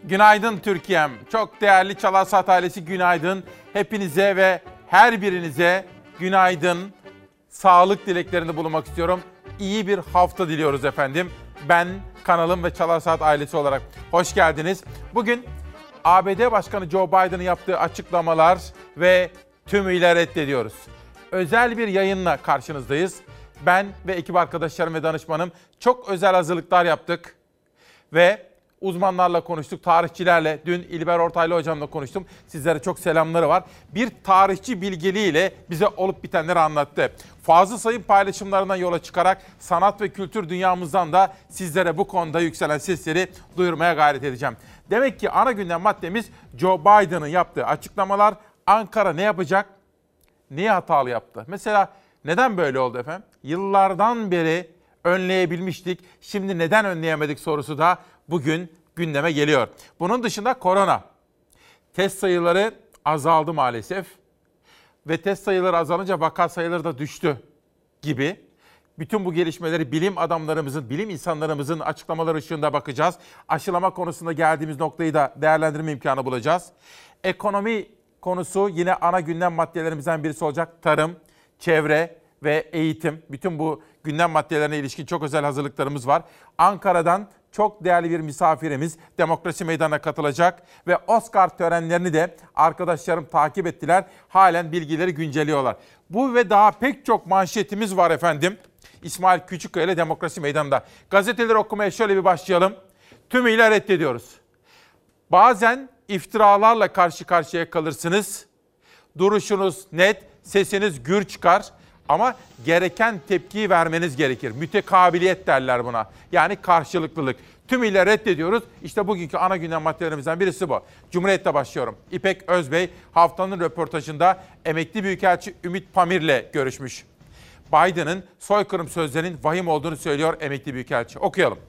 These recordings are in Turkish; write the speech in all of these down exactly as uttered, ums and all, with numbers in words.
Günaydın Türkiye'm. Çok değerli Çalar Saat ailesi günaydın. Hepinize ve her birinize günaydın. Sağlık dileklerinde bulunmak istiyorum. İyi bir hafta diliyoruz efendim. Ben kanalım ve Çalar Saat ailesi olarak hoş geldiniz. Bugün A B D Başkanı Joe Biden'ın yaptığı açıklamalar ve tümüyle reddediyoruz. Özel bir yayınla karşınızdayız. Ben ve ekip arkadaşlarım ve danışmanım çok özel hazırlıklar yaptık. Ve uzmanlarla konuştuk, tarihçilerle. Dün İlber Ortaylı hocamla konuştum. Sizlere çok selamları var. Bir tarihçi bilgeliğiyle bize olup bitenleri anlattı. Fazıl Say'ın paylaşımlarından yola çıkarak sanat ve kültür dünyamızdan da sizlere bu konuda yükselen sesleri duyurmaya gayret edeceğim. Demek ki ana gündem maddemiz Joe Biden'ın yaptığı açıklamalar. Ankara ne yapacak? Niye hatalı yaptı? Mesela neden böyle oldu efendim? Yıllardan beri önleyebilmiştik. Şimdi neden önleyemedik sorusu da bugün gündeme geliyor. Bunun dışında korona. Test sayıları azaldı maalesef. Ve test sayıları azalınca vaka sayıları da düştü gibi. Bütün bu gelişmeleri bilim adamlarımızın, bilim insanlarımızın açıklamaları ışığında bakacağız. Aşılama konusunda geldiğimiz noktayı da değerlendirme imkanı bulacağız. Ekonomi konusu yine ana gündem maddelerimizden birisi olacak. Tarım, çevre ve eğitim. Bütün bu gündem maddelerine ilişkin çok özel hazırlıklarımız var. Ankara'dan çok değerli bir misafirimiz Demokrasi Meydanı'na katılacak ve Oscar törenlerini de arkadaşlarım takip ettiler. Halen bilgileri güncelliyorlar. Bu ve daha pek çok manşetimiz var efendim. İsmail Küçükkaya ile Demokrasi Meydanı'nda. Gazeteleri okumaya şöyle bir başlayalım. Tümüyle reddediyoruz. Bazen iftiralarla karşı karşıya kalırsınız. Duruşunuz net, sesiniz gür çıkar. Ama gereken tepkiyi vermeniz gerekir. Mütekabiliyet derler buna. Yani karşılıklılık. Tümüyle reddediyoruz. İşte bugünkü ana gündem maddelerimizden birisi bu. Cumhuriyet'te başlıyorum. İpek Özbey haftanın röportajında emekli büyükelçi Ümit Pamir'le görüşmüş. Biden'ın soykırım sözlerinin vahim olduğunu söylüyor emekli büyükelçi. Okuyalım.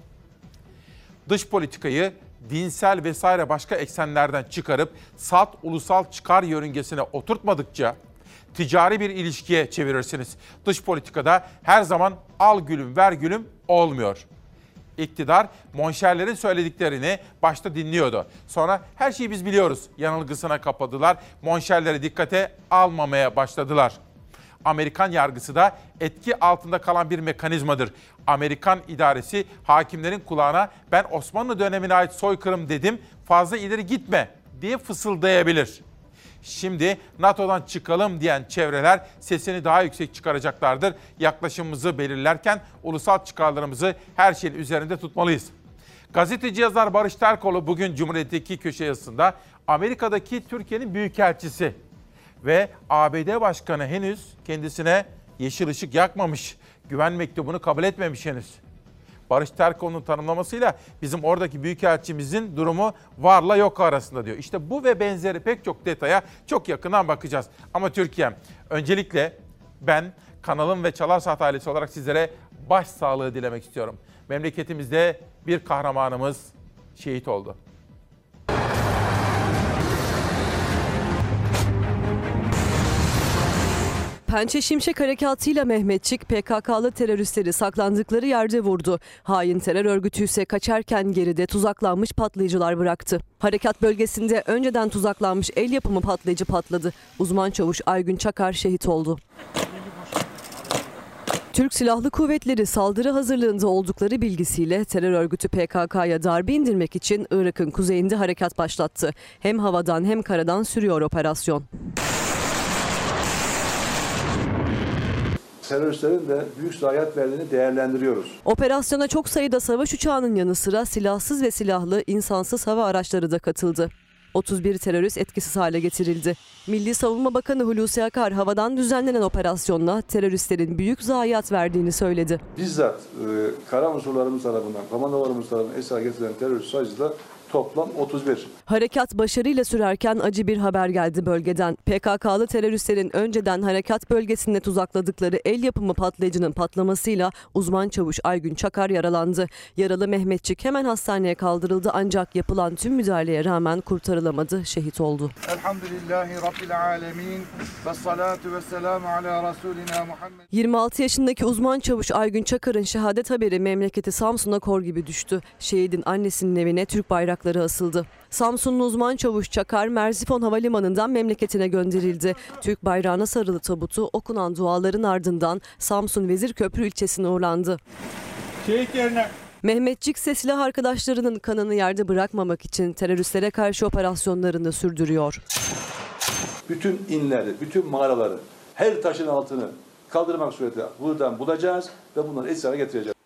Dış politikayı dinsel vesaire başka eksenlerden çıkarıp salt ulusal çıkar yörüngesine oturtmadıkça ticari bir ilişkiye çevirirsiniz. Dış politikada her zaman al gülüm ver gülüm olmuyor. İktidar monşerlerin söylediklerini başta dinliyordu. Sonra her şeyi biz biliyoruz yanılgısına kapadılar. Monşerleri dikkate almamaya başladılar. Amerikan yargısı da etki altında kalan bir mekanizmadır. Amerikan idaresi hakimlerin kulağına ben Osmanlı dönemine ait soykırım dedim fazla ileri gitme diye fısıldayabilir. Şimdi NATO'dan çıkalım diyen çevreler sesini daha yüksek çıkaracaklardır. Yaklaşımımızı belirlerken ulusal çıkarlarımızı her şeyin üzerinde tutmalıyız. Gazeteci yazar Barış Terkoğlu bugün Cumhuriyet'teki köşe yazısında Amerika'daki Türkiye'nin büyükelçisi ve A B D Başkanı henüz kendisine yeşil ışık yakmamış, güven mektubunu kabul etmemiş henüz. Barış Terkoğlu'nun tanımlamasıyla bizim oradaki büyükelçimizin durumu varla yok arasında diyor. İşte bu ve benzeri pek çok detaya çok yakından bakacağız. Ama Türkiye'm, öncelikle ben kanalım ve Çalar Saat ailesi olarak sizlere başsağlığı dilemek istiyorum. Memleketimizde bir kahramanımız şehit oldu. Pençe Şimşek Harekatı'yla Mehmetçik P K K'lı teröristleri saklandıkları yerde vurdu. Hain terör örgütü ise kaçarken geride tuzaklanmış patlayıcılar bıraktı. Harekat bölgesinde önceden tuzaklanmış el yapımı patlayıcı patladı. Uzman çavuş Aygün Çakar şehit oldu. Türk Silahlı Kuvvetleri saldırı hazırlığında oldukları bilgisiyle terör örgütü P K K'ya darbe indirmek için Irak'ın kuzeyinde harekat başlattı. Hem havadan hem karadan sürüyor operasyon. Teröristlerin de büyük zayiat verdiğini değerlendiriyoruz. Operasyona çok sayıda savaş uçağının yanı sıra silahsız ve silahlı insansız hava araçları da katıldı. otuz bir terörist etkisiz hale getirildi. Milli Savunma Bakanı Hulusi Akar havadan düzenlenen operasyonla teröristlerin büyük zayiat verdiğini söyledi. Bizzat e, kara unsurlarımız tarafından, komandolarımız tarafından esir getirilen terörist sayısı da toplam otuz bir. Harekat başarıyla sürerken acı bir haber geldi bölgeden. P K K'lı teröristlerin önceden harekat bölgesinde tuzakladıkları el yapımı patlayıcının patlamasıyla uzman çavuş Aygün Çakar yaralandı. Yaralı Mehmetçik hemen hastaneye kaldırıldı ancak yapılan tüm müdahaleye rağmen kurtarılamadı, şehit oldu. Elhamdülillahi Rabbil alemin ve salatu ve selamu ala Resulina Muhammed. yirmi altı yaşındaki uzman çavuş Aygün Çakar'ın şehadet haberi memleketi Samsun'a kor gibi düştü. Şehidin annesinin evine Türk bayrakları bayrakları asıldı. Samsunlu uzman çavuş Çakar, Merzifon Havalimanı'ndan memleketine gönderildi. Türk bayrağına sarılı tabutu okunan duaların ardından Samsun Vezirköprü ilçesine uğurlandı. Şehit yerine. Mehmetçik ise silah arkadaşlarının kanını yerde bırakmamak için teröristlere karşı operasyonlarını sürdürüyor. Bütün inleri, bütün mağaraları, her taşın altını kaldırmak suretiyle buradan bulacağız ve bunları etkisiz hale getireceğiz.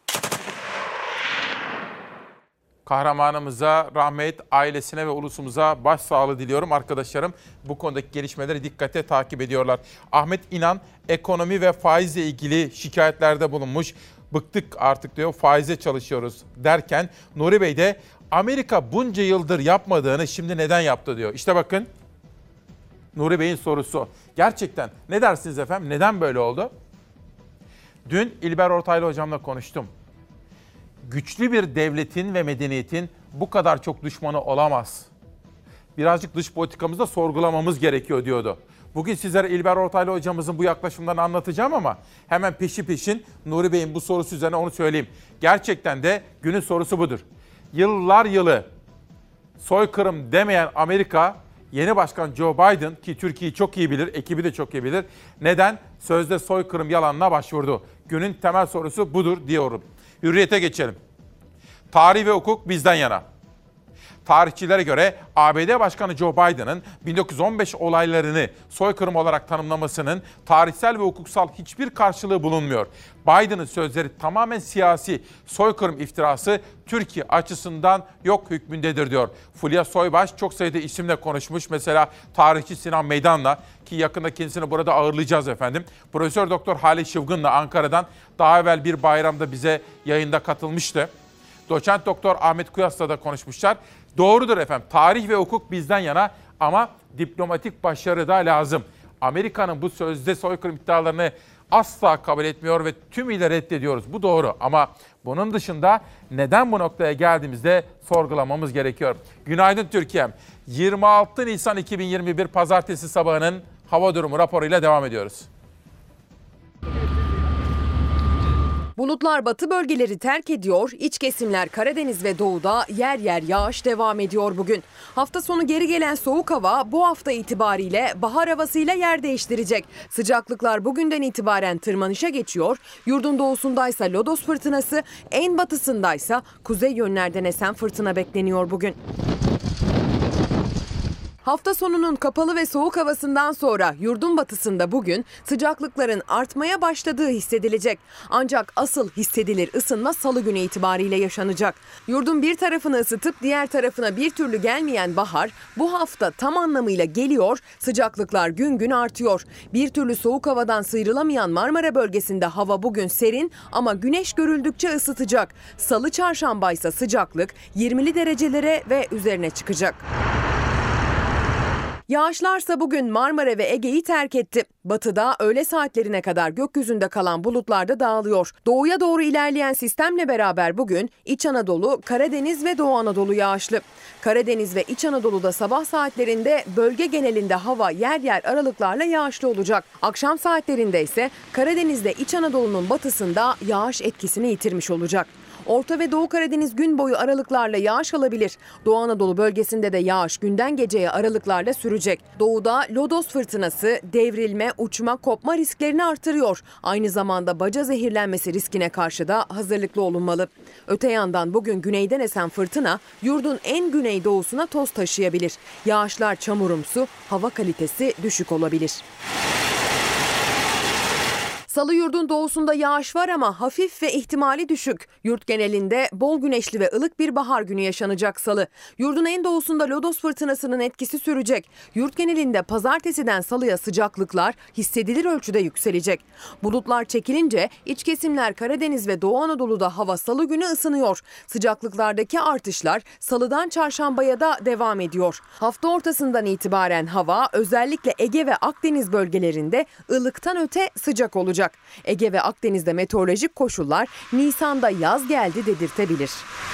Kahramanımıza rahmet, ailesine ve ulusumuza başsağlığı diliyorum. Arkadaşlarım bu konudaki gelişmeleri dikkate takip ediyorlar. Ahmet İnan ekonomi ve faizle ilgili şikayetlerde bulunmuş. Bıktık artık diyor, faize çalışıyoruz derken Nuri Bey de Amerika bunca yıldır yapmadığını şimdi neden yaptı diyor. İşte bakın Nuri Bey'in sorusu. Gerçekten ne dersiniz efendim? Neden böyle oldu? Dün İlber Ortaylı hocamla konuştum. Güçlü bir devletin ve medeniyetin bu kadar çok düşmanı olamaz. Birazcık dış politikamızda sorgulamamız gerekiyor diyordu. Bugün sizlere İlber Ortaylı hocamızın bu yaklaşımlarını anlatacağım ama hemen peşi peşin Nuri Bey'in bu sorusu üzerine onu söyleyeyim. Gerçekten de günün sorusu budur. Yıllar yılı soykırım demeyen Amerika, yeni başkan Joe Biden ki Türkiye'yi çok iyi bilir, ekibi de çok iyi bilir. Neden? Sözde soykırım yalanına başvurdu. Günün temel sorusu budur diyorum. Hürriyete geçelim. Tarih ve hukuk bizden yana. Tarihçilere göre A B D Başkanı Joe Biden'ın bin dokuz yüz on beş olaylarını soykırım olarak tanımlamasının tarihsel ve hukuksal hiçbir karşılığı bulunmuyor. Biden'ın sözleri tamamen siyasi, soykırım iftirası Türkiye açısından yok hükmündedir diyor. Fulya Soybaş çok sayıda isimle konuşmuş. Mesela tarihçi Sinan Meydan'la, ki yakında kendisini burada ağırlayacağız efendim. Profesör Doktor Hale Şıvgın'la Ankara'dan daha evvel bir bayramda bize yayında katılmıştı. Doçent Doktor Ahmet Kuyas'la da konuşmuşlar. Doğrudur efendim. Tarih ve hukuk bizden yana ama diplomatik başarı da lazım. Amerika'nın bu sözde soykırım iddialarını asla kabul etmiyor ve tümüyle reddediyoruz. Bu doğru ama bunun dışında neden bu noktaya geldiğimizde sorgulamamız gerekiyor. Günaydın Türkiye'm. yirmi altı Nisan iki bin yirmi bir Pazartesi sabahının hava durumu raporuyla devam ediyoruz. Bulutlar batı bölgeleri terk ediyor, iç kesimler Karadeniz ve doğuda yer yer yağış devam ediyor bugün. Hafta sonu geri gelen soğuk hava bu hafta itibariyle bahar havasıyla yer değiştirecek. Sıcaklıklar bugünden itibaren tırmanışa geçiyor. Yurdun doğusundaysa lodos fırtınası, en batısındaysa kuzey yönlerden esen fırtına bekleniyor bugün. Hafta sonunun kapalı ve soğuk havasından sonra yurdun batısında bugün sıcaklıkların artmaya başladığı hissedilecek. Ancak asıl hissedilir ısınma salı günü itibariyle yaşanacak. Yurdun bir tarafını ısıtıp diğer tarafına bir türlü gelmeyen bahar bu hafta tam anlamıyla geliyor, sıcaklıklar gün gün artıyor. Bir türlü soğuk havadan sıyrılamayan Marmara bölgesinde hava bugün serin ama güneş görüldükçe ısıtacak. Salı çarşamba ise sıcaklık yirmili derecelere ve üzerine çıkacak. Yağışlarsa bugün Marmara ve Ege'yi terk etti. Batıda öğle saatlerine kadar gökyüzünde kalan bulutlar da dağılıyor. Doğuya doğru ilerleyen sistemle beraber bugün İç Anadolu, Karadeniz ve Doğu Anadolu yağışlı. Karadeniz ve İç Anadolu'da sabah saatlerinde bölge genelinde hava yer yer aralıklarla yağışlı olacak. Akşam saatlerinde ise Karadeniz'de İç Anadolu'nun batısında yağış etkisini yitirmiş olacak. Orta ve Doğu Karadeniz gün boyu aralıklarla yağış alabilir. Doğu Anadolu bölgesinde de yağış günden geceye aralıklarla sürecek. Doğuda lodos fırtınası, devrilme, uçma, kopma risklerini artırıyor. Aynı zamanda baca zehirlenmesi riskine karşı da hazırlıklı olunmalı. Öte yandan bugün güneyden esen fırtına yurdun en güneydoğusuna toz taşıyabilir. Yağışlar çamurumsu, hava kalitesi düşük olabilir. Salı yurdun doğusunda yağış var ama hafif ve ihtimali düşük. Yurt genelinde bol güneşli ve ılık bir bahar günü yaşanacak salı. Yurdun en doğusunda lodos fırtınasının etkisi sürecek. Yurt genelinde pazartesiden salıya sıcaklıklar hissedilir ölçüde yükselecek. Bulutlar çekilince iç kesimler Karadeniz ve Doğu Anadolu'da hava salı günü ısınıyor. Sıcaklıklardaki artışlar salıdan çarşambaya da devam ediyor. Hafta ortasından itibaren hava özellikle Ege ve Akdeniz bölgelerinde ılıktan öte sıcak olacak. Ege ve Akdeniz'de meteorolojik koşullar Nisan'da yaz geldi dedirtebilir.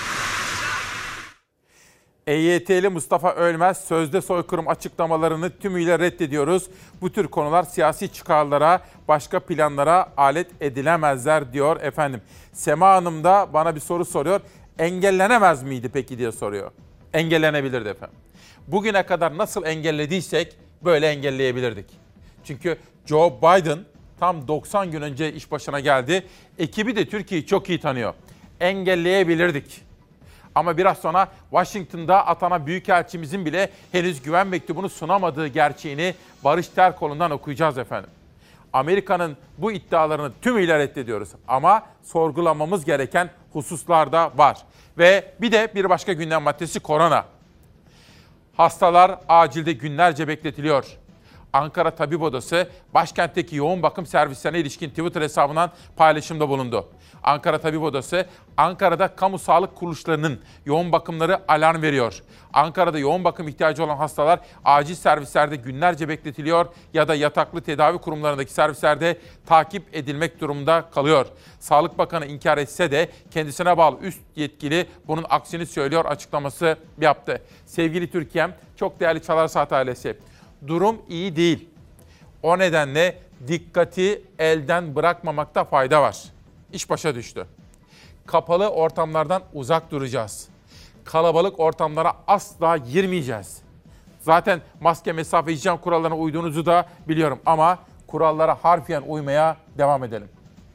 E Y T'li Mustafa Ölmez sözde soykırım açıklamalarını tümüyle reddediyoruz. Bu tür konular siyasi çıkarlara, başka planlara alet edilemezler diyor efendim. Sema Hanım da bana bir soru soruyor. Engellenemez miydi peki diye soruyor. engellenebilirdi efendim. Bugüne kadar nasıl engellediysek böyle engelleyebilirdik. Çünkü Joe Biden tam doksan gün önce iş başına geldi. Ekibi de Türkiye'yi çok iyi tanıyor. Engelleyebilirdik. Ama biraz sonra Washington'da atanan büyükelçimizin bile henüz güven mektubunu sunamadığı gerçeğini Barış Terkoğlu'ndan okuyacağız efendim. Amerika'nın bu iddialarını tümüyle reddediyoruz ama sorgulamamız gereken hususlar da var. Ve bir de bir başka gündem maddesi korona. Hastalar acilde günlerce bekletiliyor. Ankara Tabip Odası, başkentteki yoğun bakım servislerine ilişkin Twitter hesabından paylaşımda bulundu. Ankara Tabip Odası, Ankara'da kamu sağlık kuruluşlarının yoğun bakımları alarm veriyor. Ankara'da yoğun bakım ihtiyacı olan hastalar acil servislerde günlerce bekletiliyor ya da yataklı tedavi kurumlarındaki servislerde takip edilmek durumunda kalıyor. Sağlık Bakanı inkar etse de kendisine bağlı üst yetkili bunun aksini söylüyor açıklaması yaptı. Sevgili Türkiye'm, çok değerli Çalar Saat ailesi, durum iyi değil. O nedenle dikkati elden bırakmamakta fayda var. İş başa düştü. Kapalı ortamlardan uzak duracağız. Kalabalık ortamlara asla girmeyeceğiz. Zaten maske, mesafe, hijyen kurallarına uyduğunuzu da biliyorum ama kurallara harfiyen uymaya devam edelim.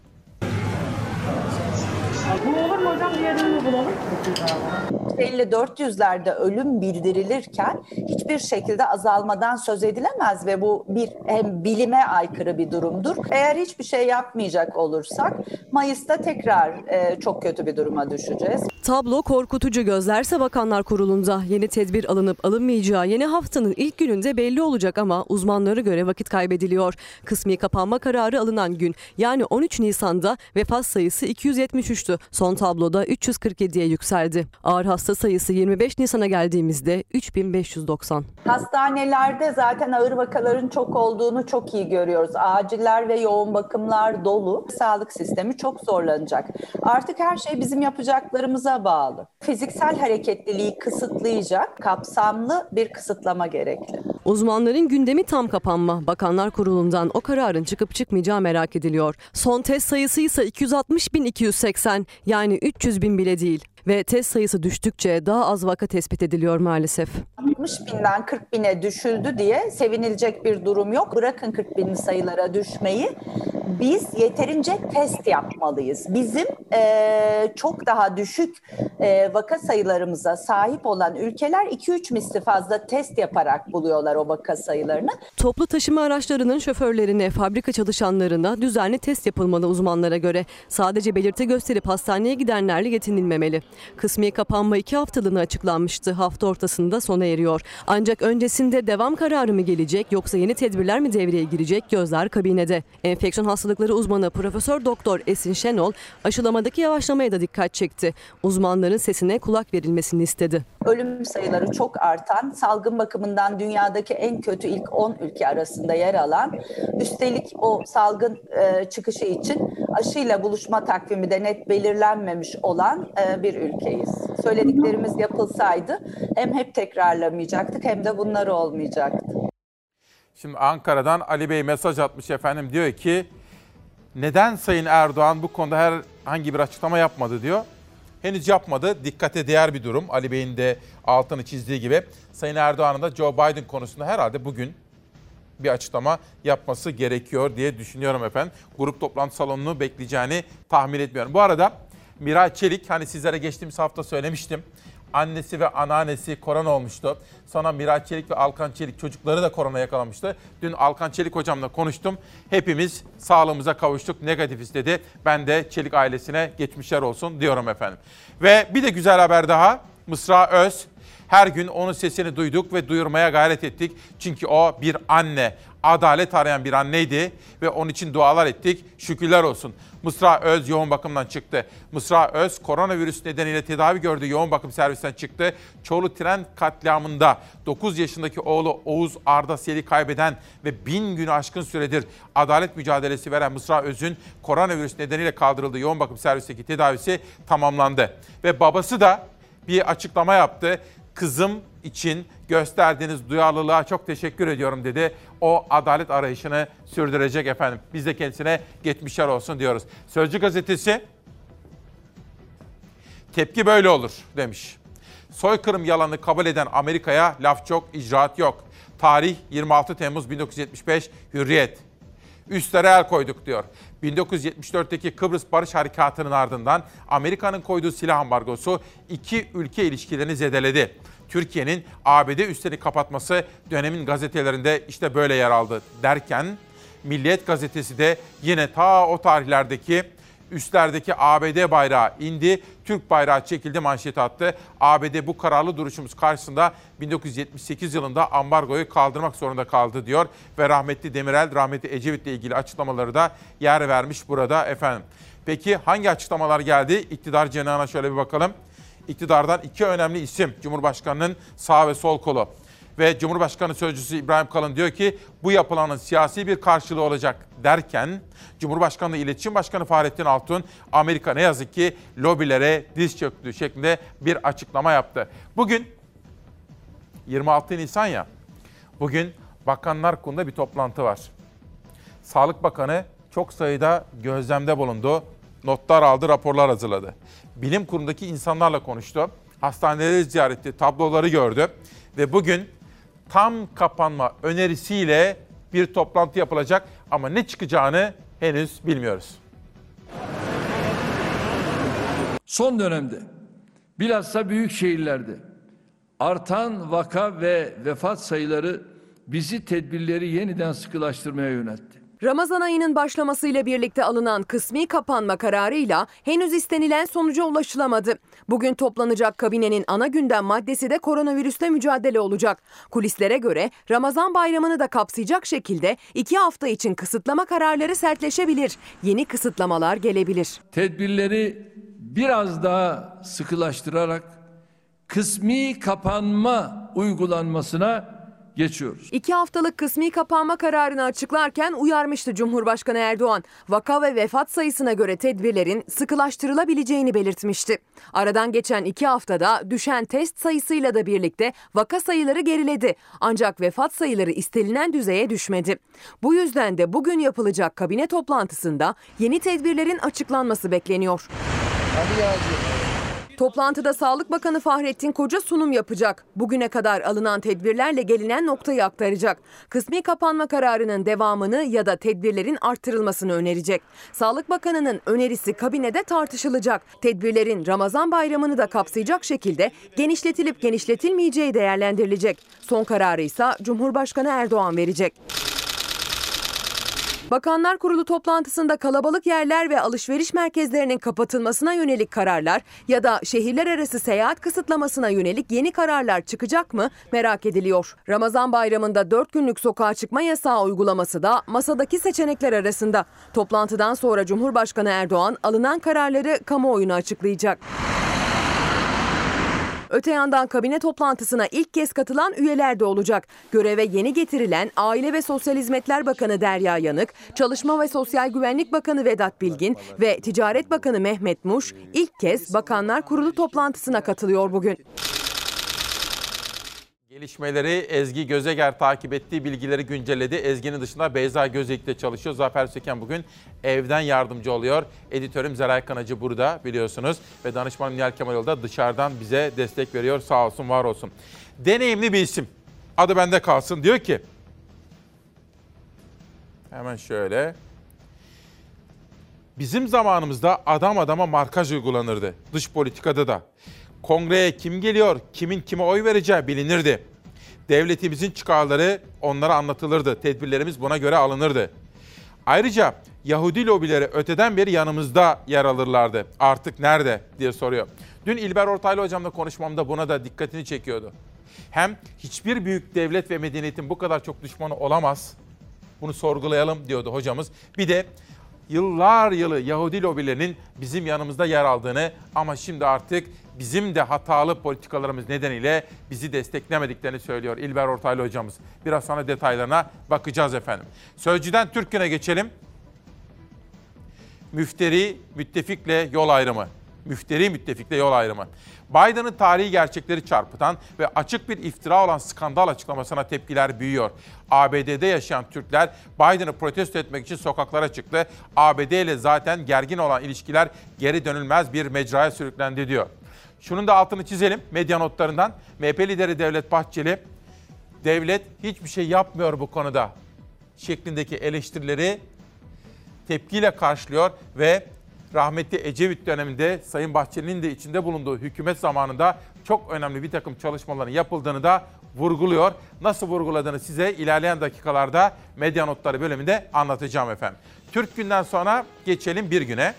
Bu olur mu hocam? Diğerini mi bulalım? elli dört yüzlerde ölüm bildirilirken hiçbir şekilde azalmadan söz edilemez ve bu bir hem bilime aykırı bir durumdur. Eğer hiçbir şey yapmayacak olursak Mayıs'ta tekrar e, çok kötü bir duruma düşeceğiz. Tablo korkutucu. Gözlerse Bakanlar Kurulu'nda yeni tedbir alınıp alınmayacağı yeni haftanın ilk gününde belli olacak ama uzmanlara göre vakit kaybediliyor. Kısmi kapanma kararı alınan gün yani on üç Nisan'da vefat sayısı iki yüz yetmiş üçtü. Son tabloda üç yüz kırk yediye yükseldi. Ağır hasta sayısı yirmi beş Nisan'a geldiğimizde üç bin beş yüz doksan. Hastanelerde zaten ağır vakaların çok olduğunu çok iyi görüyoruz. Aciller ve yoğun bakımlar dolu. Sağlık sistemi çok zorlanacak. Artık her şey bizim yapacaklarımıza bağlı. Fiziksel hareketliliği kısıtlayacak kapsamlı bir kısıtlama gerekli. Uzmanların gündemi tam kapanma. Bakanlar Kurulu'ndan o kararın çıkıp çıkmayacağı merak ediliyor. Son test sayısı ise iki yüz altmış bin iki yüz seksen yani üç yüz bin bile değil. Ve test sayısı düştükçe daha az vaka tespit ediliyor maalesef. altmış binden kırk bine düşüldü diye sevinilecek bir durum yok. Bırakın kırk bin sayılara düşmeyi. Biz yeterince test yapmalıyız. Bizim e, çok daha düşük e, vaka sayılarımıza sahip olan ülkeler iki üç misli fazla test yaparak buluyorlar o vaka sayılarını. Toplu taşıma araçlarının şoförlerine, fabrika çalışanlarına düzenli test yapılmalı uzmanlara göre. Sadece belirti gösterip hastaneye gidenlerle yetinilmemeli. Kısmi kapanma iki haftalığına açıklanmıştı. Hafta ortasında sona eriyor. Ancak öncesinde devam kararı mı gelecek yoksa yeni tedbirler mi devreye girecek, gözler kabinede. Enfeksiyon hastalıkları uzmanı Profesör Doktor Esin Şenol aşılamadaki yavaşlamaya da dikkat çekti. Uzmanların sesine kulak verilmesini istedi. Ölüm sayıları çok artan, salgın bakımından dünyadaki en kötü ilk on ülke arasında yer alan, üstelik o salgın e, çıkışı için aşıyla buluşma takvimi de net belirlenmemiş olan e, bir ülkeyiz. Söylediklerimiz yapılsaydı hem hep tekrarlamayacaktık hem de bunlar olmayacaktı. Şimdi Ankara'dan Ali Bey mesaj atmış efendim, diyor ki neden Sayın Erdoğan bu konuda herhangi bir açıklama yapmadı diyor. Henüz yapmadı. Dikkate değer bir durum. Ali Bey'in de altını çizdiği gibi. Sayın Erdoğan'ın da Joe Biden konusunda herhalde bugün bir açıklama yapması gerekiyor diye düşünüyorum efendim. Grup toplantı salonunu bekleyeceğini tahmin etmiyorum. Bu arada Miray Çelik, hani sizlere geçtiğimiz hafta söylemiştim. Annesi ve anneannesi korona olmuştu. Sonra Miray Çelik ve Alkan Çelik çocukları da korona yakalamıştı. Dün Alkan Çelik hocamla konuştum. Hepimiz sağlığımıza kavuştuk, negatifiz dedi. Ben de Çelik ailesine geçmişler olsun diyorum efendim. Ve bir de güzel haber daha. Mısra Öz. Her gün onun sesini duyduk ve duyurmaya gayret ettik. Çünkü o bir anne, adalet arayan bir anneydi ve onun için dualar ettik. Şükürler olsun. Mısra Öz yoğun bakımdan çıktı. Mısra Öz koronavirüs nedeniyle tedavi gördüğü yoğun bakım servisinden çıktı. Çorlu tren katliamında dokuz yaşındaki oğlu Oğuz Arda Sel'i kaybeden ve bin günü aşkın süredir adalet mücadelesi veren Mısra Öz'ün koronavirüs nedeniyle kaldırıldığı yoğun bakım servisindeki tedavisi tamamlandı. Ve babası da bir açıklama yaptı. Kızım için gösterdiğiniz duyarlılığa çok teşekkür ediyorum dedi. O adalet arayışını sürdürecek efendim. Biz de kendisine geçmişler olsun diyoruz. Sözcü gazetesi tepki böyle olur demiş. Soykırım yalanını kabul eden Amerika'ya laf çok, icraat yok. Tarih yirmi altı Temmuz bin dokuz yüz yetmiş beş, Hürriyet. Üstlere el koyduk diyor. bin dokuz yüz yetmiş dörtteki Kıbrıs Barış Harekatı'nın ardından Amerika'nın koyduğu silah ambargosu iki ülke ilişkilerini zedeledi. Türkiye'nin A B D üslerini kapatması dönemin gazetelerinde işte böyle yer aldı derken Milliyet gazetesi de yine ta o tarihlerdeki üstlerdeki A B D bayrağı indi, Türk bayrağı çekildi, manşeti attı. A B D bu kararlı duruşumuz karşısında bin dokuz yüz yetmiş sekiz yılında ambargoyu kaldırmak zorunda kaldı diyor. Ve rahmetli Demirel, rahmetli Ecevit'le ilgili açıklamaları da yer vermiş burada efendim. Peki hangi açıklamalar geldi? İktidar cenahına şöyle bir bakalım. İktidardan iki önemli isim, Cumhurbaşkanı'nın sağ ve sol kolu. Ve Cumhurbaşkanı Sözcüsü İbrahim Kalın diyor ki bu yapılanın siyasi bir karşılığı olacak derken Cumhurbaşkanlığı İletişim Başkanı Fahrettin Altun Amerika ne yazık ki lobilere diz çöktüğü şeklinde bir açıklama yaptı. Bugün yirmi altı Nisan ya, bugün Bakanlar Kurulu'nda bir toplantı var. Sağlık Bakanı çok sayıda gözlemde bulundu, notlar aldı, raporlar hazırladı. Bilim kurulundaki insanlarla konuştu, hastaneleri ziyaret etti, tabloları gördü ve bugün tam kapanma önerisiyle bir toplantı yapılacak ama ne çıkacağını henüz bilmiyoruz. Son dönemde bilhassa büyük şehirlerde artan vaka ve vefat sayıları bizi tedbirleri yeniden sıkılaştırmaya yöneltti. Ramazan ayının başlamasıyla birlikte alınan kısmi kapanma kararıyla henüz istenilen sonuca ulaşılamadı. Bugün toplanacak kabinenin ana gündem maddesi de koronavirüsle mücadele olacak. Kulislere göre Ramazan bayramını da kapsayacak şekilde iki hafta için kısıtlama kararları sertleşebilir. Yeni kısıtlamalar gelebilir. Tedbirleri biraz daha sıkılaştırarak kısmi kapanma uygulanmasına geçiyoruz. İki haftalık kısmi kapanma kararını açıklarken uyarmıştı Cumhurbaşkanı Erdoğan. Vaka ve vefat sayısına göre tedbirlerin sıkılaştırılabileceğini belirtmişti. Aradan geçen iki haftada düşen test sayısıyla da birlikte vaka sayıları geriledi. Ancak vefat sayıları istenilen düzeye düşmedi. Bu yüzden de bugün yapılacak kabine toplantısında yeni tedbirlerin açıklanması bekleniyor. Hadi ya. Toplantıda Sağlık Bakanı Fahrettin Koca sunum yapacak. Bugüne kadar alınan tedbirlerle gelinen noktayı aktaracak. Kısmi kapanma kararının devamını ya da tedbirlerin artırılmasını önerecek. Sağlık Bakanı'nın önerisi kabinede tartışılacak. Tedbirlerin Ramazan bayramını da kapsayacak şekilde genişletilip genişletilmeyeceği değerlendirilecek. Son kararı ise Cumhurbaşkanı Erdoğan verecek. Bakanlar Kurulu toplantısında kalabalık yerler ve alışveriş merkezlerinin kapatılmasına yönelik kararlar ya da şehirler arası seyahat kısıtlamasına yönelik yeni kararlar çıkacak mı merak ediliyor. Ramazan bayramında dört günlük sokağa çıkma yasağı uygulaması da masadaki seçenekler arasında. Toplantıdan sonra Cumhurbaşkanı Erdoğan alınan kararları kamuoyuna açıklayacak. Öte yandan kabine toplantısına ilk kez katılan üyeler de olacak. Göreve yeni getirilen Aile ve Sosyal Hizmetler Bakanı Derya Yanık, Çalışma ve Sosyal Güvenlik Bakanı Vedat Bilgin ve Ticaret Bakanı Mehmet Muş ilk kez Bakanlar Kurulu toplantısına katılıyor bugün. Gelişmeleri Ezgi Gözeger takip ettiği bilgileri güncelledi. Ezgi'nin dışında Beyza Gözeyik de çalışıyor. Zafer Söken bugün evden yardımcı oluyor. Editörüm Zeray Kanacı burada biliyorsunuz. Ve danışmanım Nihal Kemaloğlu da dışarıdan bize destek veriyor. Sağ olsun, var olsun. Deneyimli bir isim. Adı bende kalsın. Diyor ki, hemen şöyle. Bizim zamanımızda adam adama markaj uygulanırdı. Dış politikada da. Kongreye kim geliyor, kimin kime oy vereceği bilinirdi. Devletimizin çıkarları onlara anlatılırdı. Tedbirlerimiz buna göre alınırdı. Ayrıca Yahudi lobileri öteden beri yanımızda yer alırlardı. Artık nerede diye soruyor. Dün İlber Ortaylı hocamla konuşmamda buna da dikkatini çekiyordu. Hem hiçbir büyük devlet ve medeniyetin bu kadar çok düşmanı olamaz. Bunu sorgulayalım diyordu hocamız. Bir de yıllar yılı Yahudi lobilerinin bizim yanımızda yer aldığını ama şimdi artık bizim de hatalı politikalarımız nedeniyle bizi desteklemediklerini söylüyor İlber Ortaylı hocamız. Biraz sonra detaylarına bakacağız efendim. Sözcüden Türk Günü'ne geçelim. Müfteri müttefikle yol ayrımı. Müfteri müttefikle yol ayrımı. Biden'ın tarihi gerçekleri çarpıtan ve açık bir iftira olan skandal açıklamasına tepkiler büyüyor. A B D'de yaşayan Türkler Biden'ı protesto etmek için sokaklara çıktı. A B D ile zaten gergin olan ilişkiler geri dönülmez bir mecraya sürüklendi diyor. Şunun da altını çizelim medya notlarından. M H P lideri Devlet Bahçeli, devlet hiçbir şey yapmıyor bu konuda şeklindeki eleştirileri tepkiyle karşılıyor ve rahmetli Ecevit döneminde Sayın Bahçeli'nin de içinde bulunduğu hükümet zamanında çok önemli bir takım çalışmaların yapıldığını da vurguluyor. Nasıl vurguladığını size ilerleyen dakikalarda medya notları bölümünde anlatacağım efendim. Türk Gün'den sonra geçelim bir güne.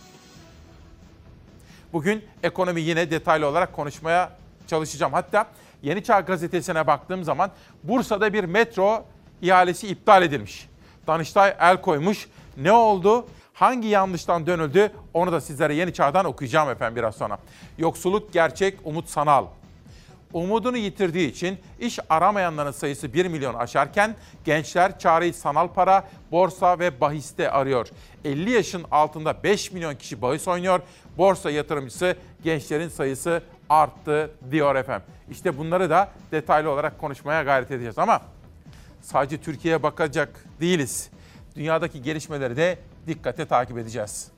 Bugün ekonomi yine detaylı olarak konuşmaya çalışacağım. Hatta Yeni Çağ Gazetesi'ne baktığım zaman Bursa'da bir metro ihalesi iptal edilmiş. Danıştay el koymuş. Ne oldu? Hangi yanlıştan dönüldü? Onu da sizlere Yeni Çağ'dan okuyacağım efendim biraz sonra. Yoksulluk gerçek, umut sanal. Umudunu yitirdiği için iş aramayanların sayısı bir milyon aşarken gençler çareyi sanal para, borsa ve bahiste arıyor. elli yaşın altında beş milyon kişi bahis oynuyor. Borsa yatırımcısı gençlerin sayısı arttı diyor efendim. İşte bunları da detaylı olarak konuşmaya gayret edeceğiz ama sadece Türkiye'ye bakacak değiliz. Dünyadaki gelişmeleri de dikkate takip edeceğiz.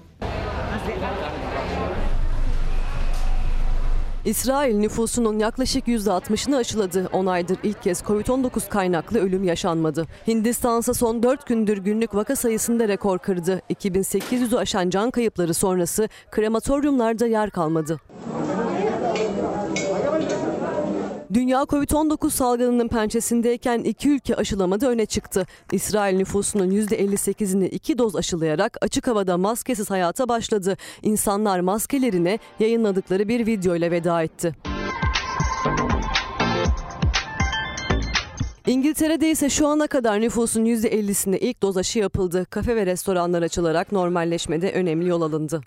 İsrail nüfusunun yaklaşık yüzde altmışını aşıladı. on aydır ilk kez kovid on dokuz kaynaklı ölüm yaşanmadı. Hindistan ise son dört gündür günlük vaka sayısında rekor kırdı. iki bin sekiz yüzü aşan can kayıpları sonrası krematoryumlarda yer kalmadı. Dünya kovid on dokuz salgınının pençesindeyken iki ülke aşılamada öne çıktı. İsrail nüfusunun yüzde elli sekizini iki doz aşılayarak açık havada maskesiz hayata başladı. İnsanlar maskelerine yayınladıkları bir video ile veda etti. İngiltere'de ise şu ana kadar nüfusun yüzde ellisine ilk doz aşı yapıldı. Kafe ve restoranlar açılarak normalleşmede önemli yol alındı.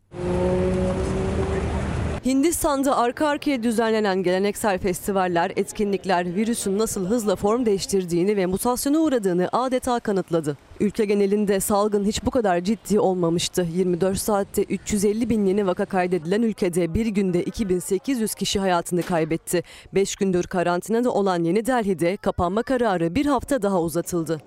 Hindistan'da arka arkaya düzenlenen geleneksel festivaller, etkinlikler virüsün nasıl hızla form değiştirdiğini ve mutasyona uğradığını adeta kanıtladı. Ülke genelinde salgın hiç bu kadar ciddi olmamıştı. yirmi dört saatte üç yüz elli bin yeni vaka kaydedilen ülkede bir günde iki bin sekiz yüz kişi hayatını kaybetti. beş gündür karantinada olan Yeni Delhi'de kapanma kararı bir hafta daha uzatıldı.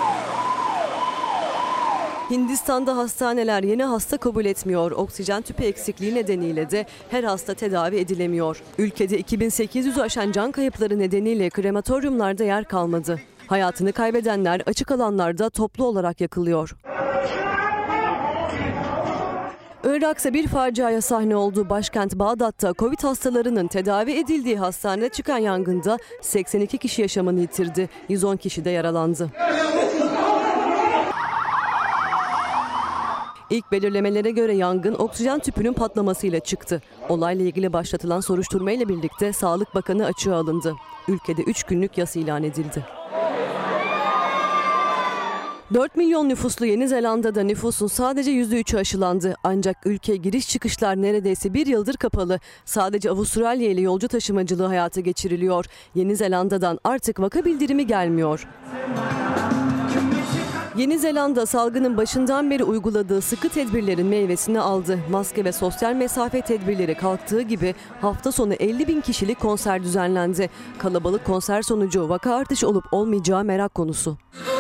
Hindistan'da hastaneler yeni hasta kabul etmiyor. Oksijen tüpü eksikliği nedeniyle de her hasta tedavi edilemiyor. Ülkede iki bin sekiz yüzü aşan can kayıpları nedeniyle krematoryumlarda yer kalmadı. Hayatını kaybedenler açık alanlarda toplu olarak yakılıyor. Irak ise bir faciaya sahne oldu. Başkent Bağdat'ta Covid hastalarının tedavi edildiği hastanede çıkan yangında seksen iki kişi yaşamını yitirdi. yüz on kişi de yaralandı. İlk belirlemelere göre yangın oksijen tüpünün patlamasıyla çıktı. Olayla ilgili başlatılan soruşturma ile birlikte Sağlık Bakanı açığa alındı. Ülkede üç günlük yas ilan edildi. dört milyon nüfuslu Yeni Zelanda'da nüfusun sadece yüzde üçü aşılandı. Ancak ülke giriş çıkışlar neredeyse bir yıldır kapalı. Sadece Avustralya ile yolcu taşımacılığı hayata geçiriliyor. Yeni Zelanda'dan artık vaka bildirimi gelmiyor. Yeni Zelanda salgının başından beri uyguladığı sıkı tedbirlerin meyvesini aldı. Maske ve sosyal mesafe tedbirleri kalktığı gibi hafta sonu elli bin kişilik konser düzenlendi. Kalabalık konser sonucu vaka artışı olup olmayacağı merak konusu.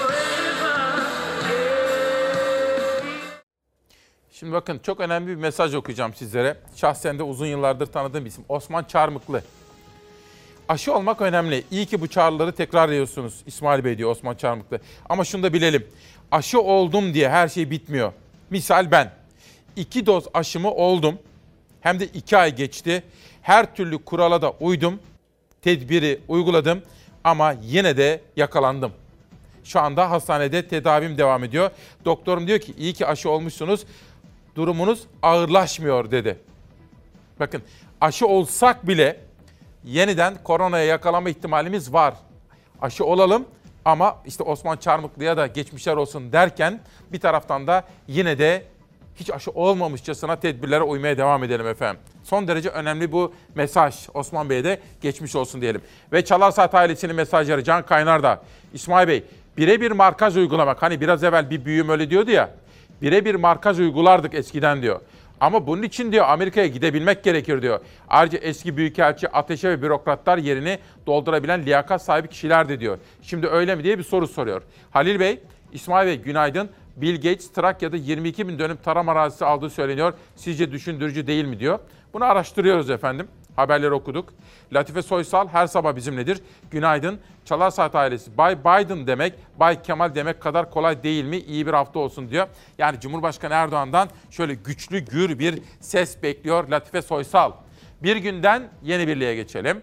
Şimdi bakın çok önemli bir mesaj okuyacağım sizlere. Şahsen de uzun yıllardır tanıdığım bir isim Osman Çarmıklı. Aşı olmak önemli. İyi ki bu çağrıları tekrar ediyorsunuz İsmail Bey diyor Osman Çarmıklı. Ama şunu da bilelim. Aşı oldum diye her şey bitmiyor. Misal ben iki doz aşımı oldum. Hem de iki ay geçti. Her türlü kurala da uydum. Tedbiri uyguladım. Ama yine de yakalandım. Şu anda hastanede tedavim devam ediyor. Doktorum diyor ki iyi ki aşı olmuşsunuz. Durumunuz ağırlaşmıyor dedi. Bakın aşı olsak bile yeniden koronaya yakalanma ihtimalimiz var. Aşı olalım ama işte Osman Çarmıklı'ya da geçmişler olsun derken bir taraftan da yine de hiç aşı olmamışçasına tedbirlere uymaya devam edelim efendim. Son derece önemli bu mesaj. Osman Bey'e de geçmiş olsun diyelim. Ve Çalar Saat ailesinin mesajları Can Kaynar da. İsmail Bey birebir markaj uygulamak. Hani biraz evvel bir büyüğüm öyle diyordu ya. Birebir markaj uygulardık eskiden diyor. Ama bunun için diyor Amerika'ya gidebilmek gerekir diyor. Ayrıca eski büyükelçi, ateşe ve bürokratlar yerini doldurabilen liyakat sahibi kişilerdi diyor. Şimdi öyle mi diye bir soru soruyor. Halil Bey, İsmail Bey günaydın. Bill Gates Trakya'da yirmi iki bin dönüm tarım arazisi aldığı söyleniyor. Sizce düşündürücü değil mi diyor. Bunu araştırıyoruz efendim. Haberleri okuduk. Latife Soysal her sabah bizimledir. Günaydın. Çalar Saat ailesi. Bay Biden demek, Bay Kemal demek kadar kolay değil mi? İyi bir hafta olsun diyor. Yani Cumhurbaşkanı Erdoğan'dan şöyle güçlü gür bir ses bekliyor Latife Soysal. Bir günden yeni birliğe geçelim.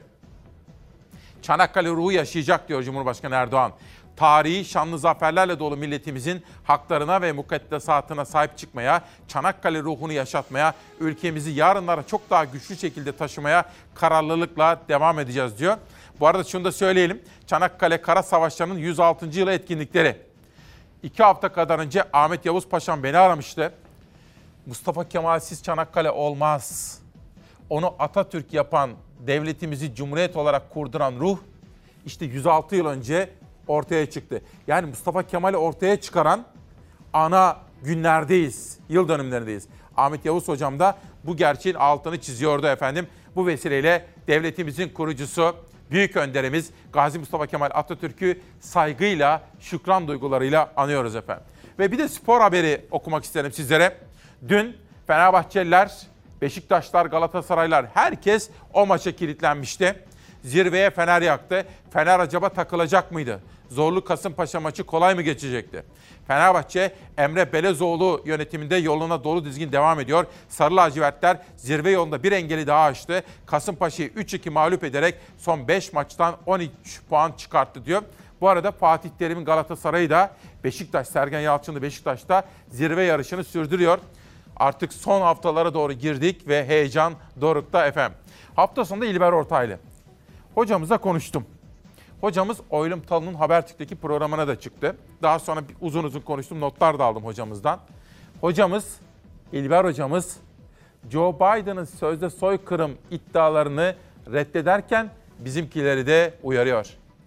Çanakkale ruhu yaşayacak diyor Cumhurbaşkanı Erdoğan. Tarihi şanlı zaferlerle dolu milletimizin haklarına ve mukaddesatına sahip çıkmaya, Çanakkale ruhunu yaşatmaya, ülkemizi yarınlara çok daha güçlü şekilde taşımaya kararlılıkla devam edeceğiz diyor. Bu arada şunu da söyleyelim. Çanakkale Kara Savaşları'nın yüz altıncı yılı etkinlikleri. İki hafta kadar önce Ahmet Yavuz Paşam beni aramıştı. Mustafa Kemal'siz Çanakkale olmaz. Onu Atatürk yapan, devletimizi cumhuriyet olarak kurduran ruh işte yüz altı yıl önce ortaya çıktı. Yani Mustafa Kemal'i ortaya çıkaran ana günlerdeyiz, yıl dönümlerindeyiz. Ahmet Yavuz Hocam da bu gerçeğin altını çiziyordu efendim. Bu vesileyle devletimizin kurucusu, büyük önderimiz Gazi Mustafa Kemal Atatürk'ü saygıyla, şükran duygularıyla anıyoruz efendim. Ve bir de spor haberi okumak isterim sizlere. Dün Fenerbahçeliler, Beşiktaşlar, Galatasaraylar herkes o maça kilitlenmişti. Zirveye Fener yaktı. Fener acaba takılacak mıydı? Zorlu Kasımpaşa maçı kolay mı geçecekti? Fenerbahçe Emre Belezoğlu yönetiminde yoluna dolu dizgin devam ediyor. Sarı lacivertler zirve yolunda bir engeli daha aştı. Kasımpaşa'yı üç iki mağlup ederek son beş maçtan on üç puan çıkarttı diyor. Bu arada Fatih Terim'in Galatasaray'ı da Beşiktaş, Sergen Yalçın'lı Beşiktaş'ta zirve yarışını sürdürüyor. Artık son haftalara doğru girdik ve heyecan dorukta efendim. Hafta sonunda İlber Ortaylı. Hocamızla konuştum. Hocamız Oylum Talı'nın Habertürk'teki programına da çıktı. Daha sonra uzun uzun konuştum, notlar da aldım hocamızdan. Hocamız, İlber hocamız, Joe Biden'ın sözde soykırım iddialarını reddederken bizimkileri de uyarıyor.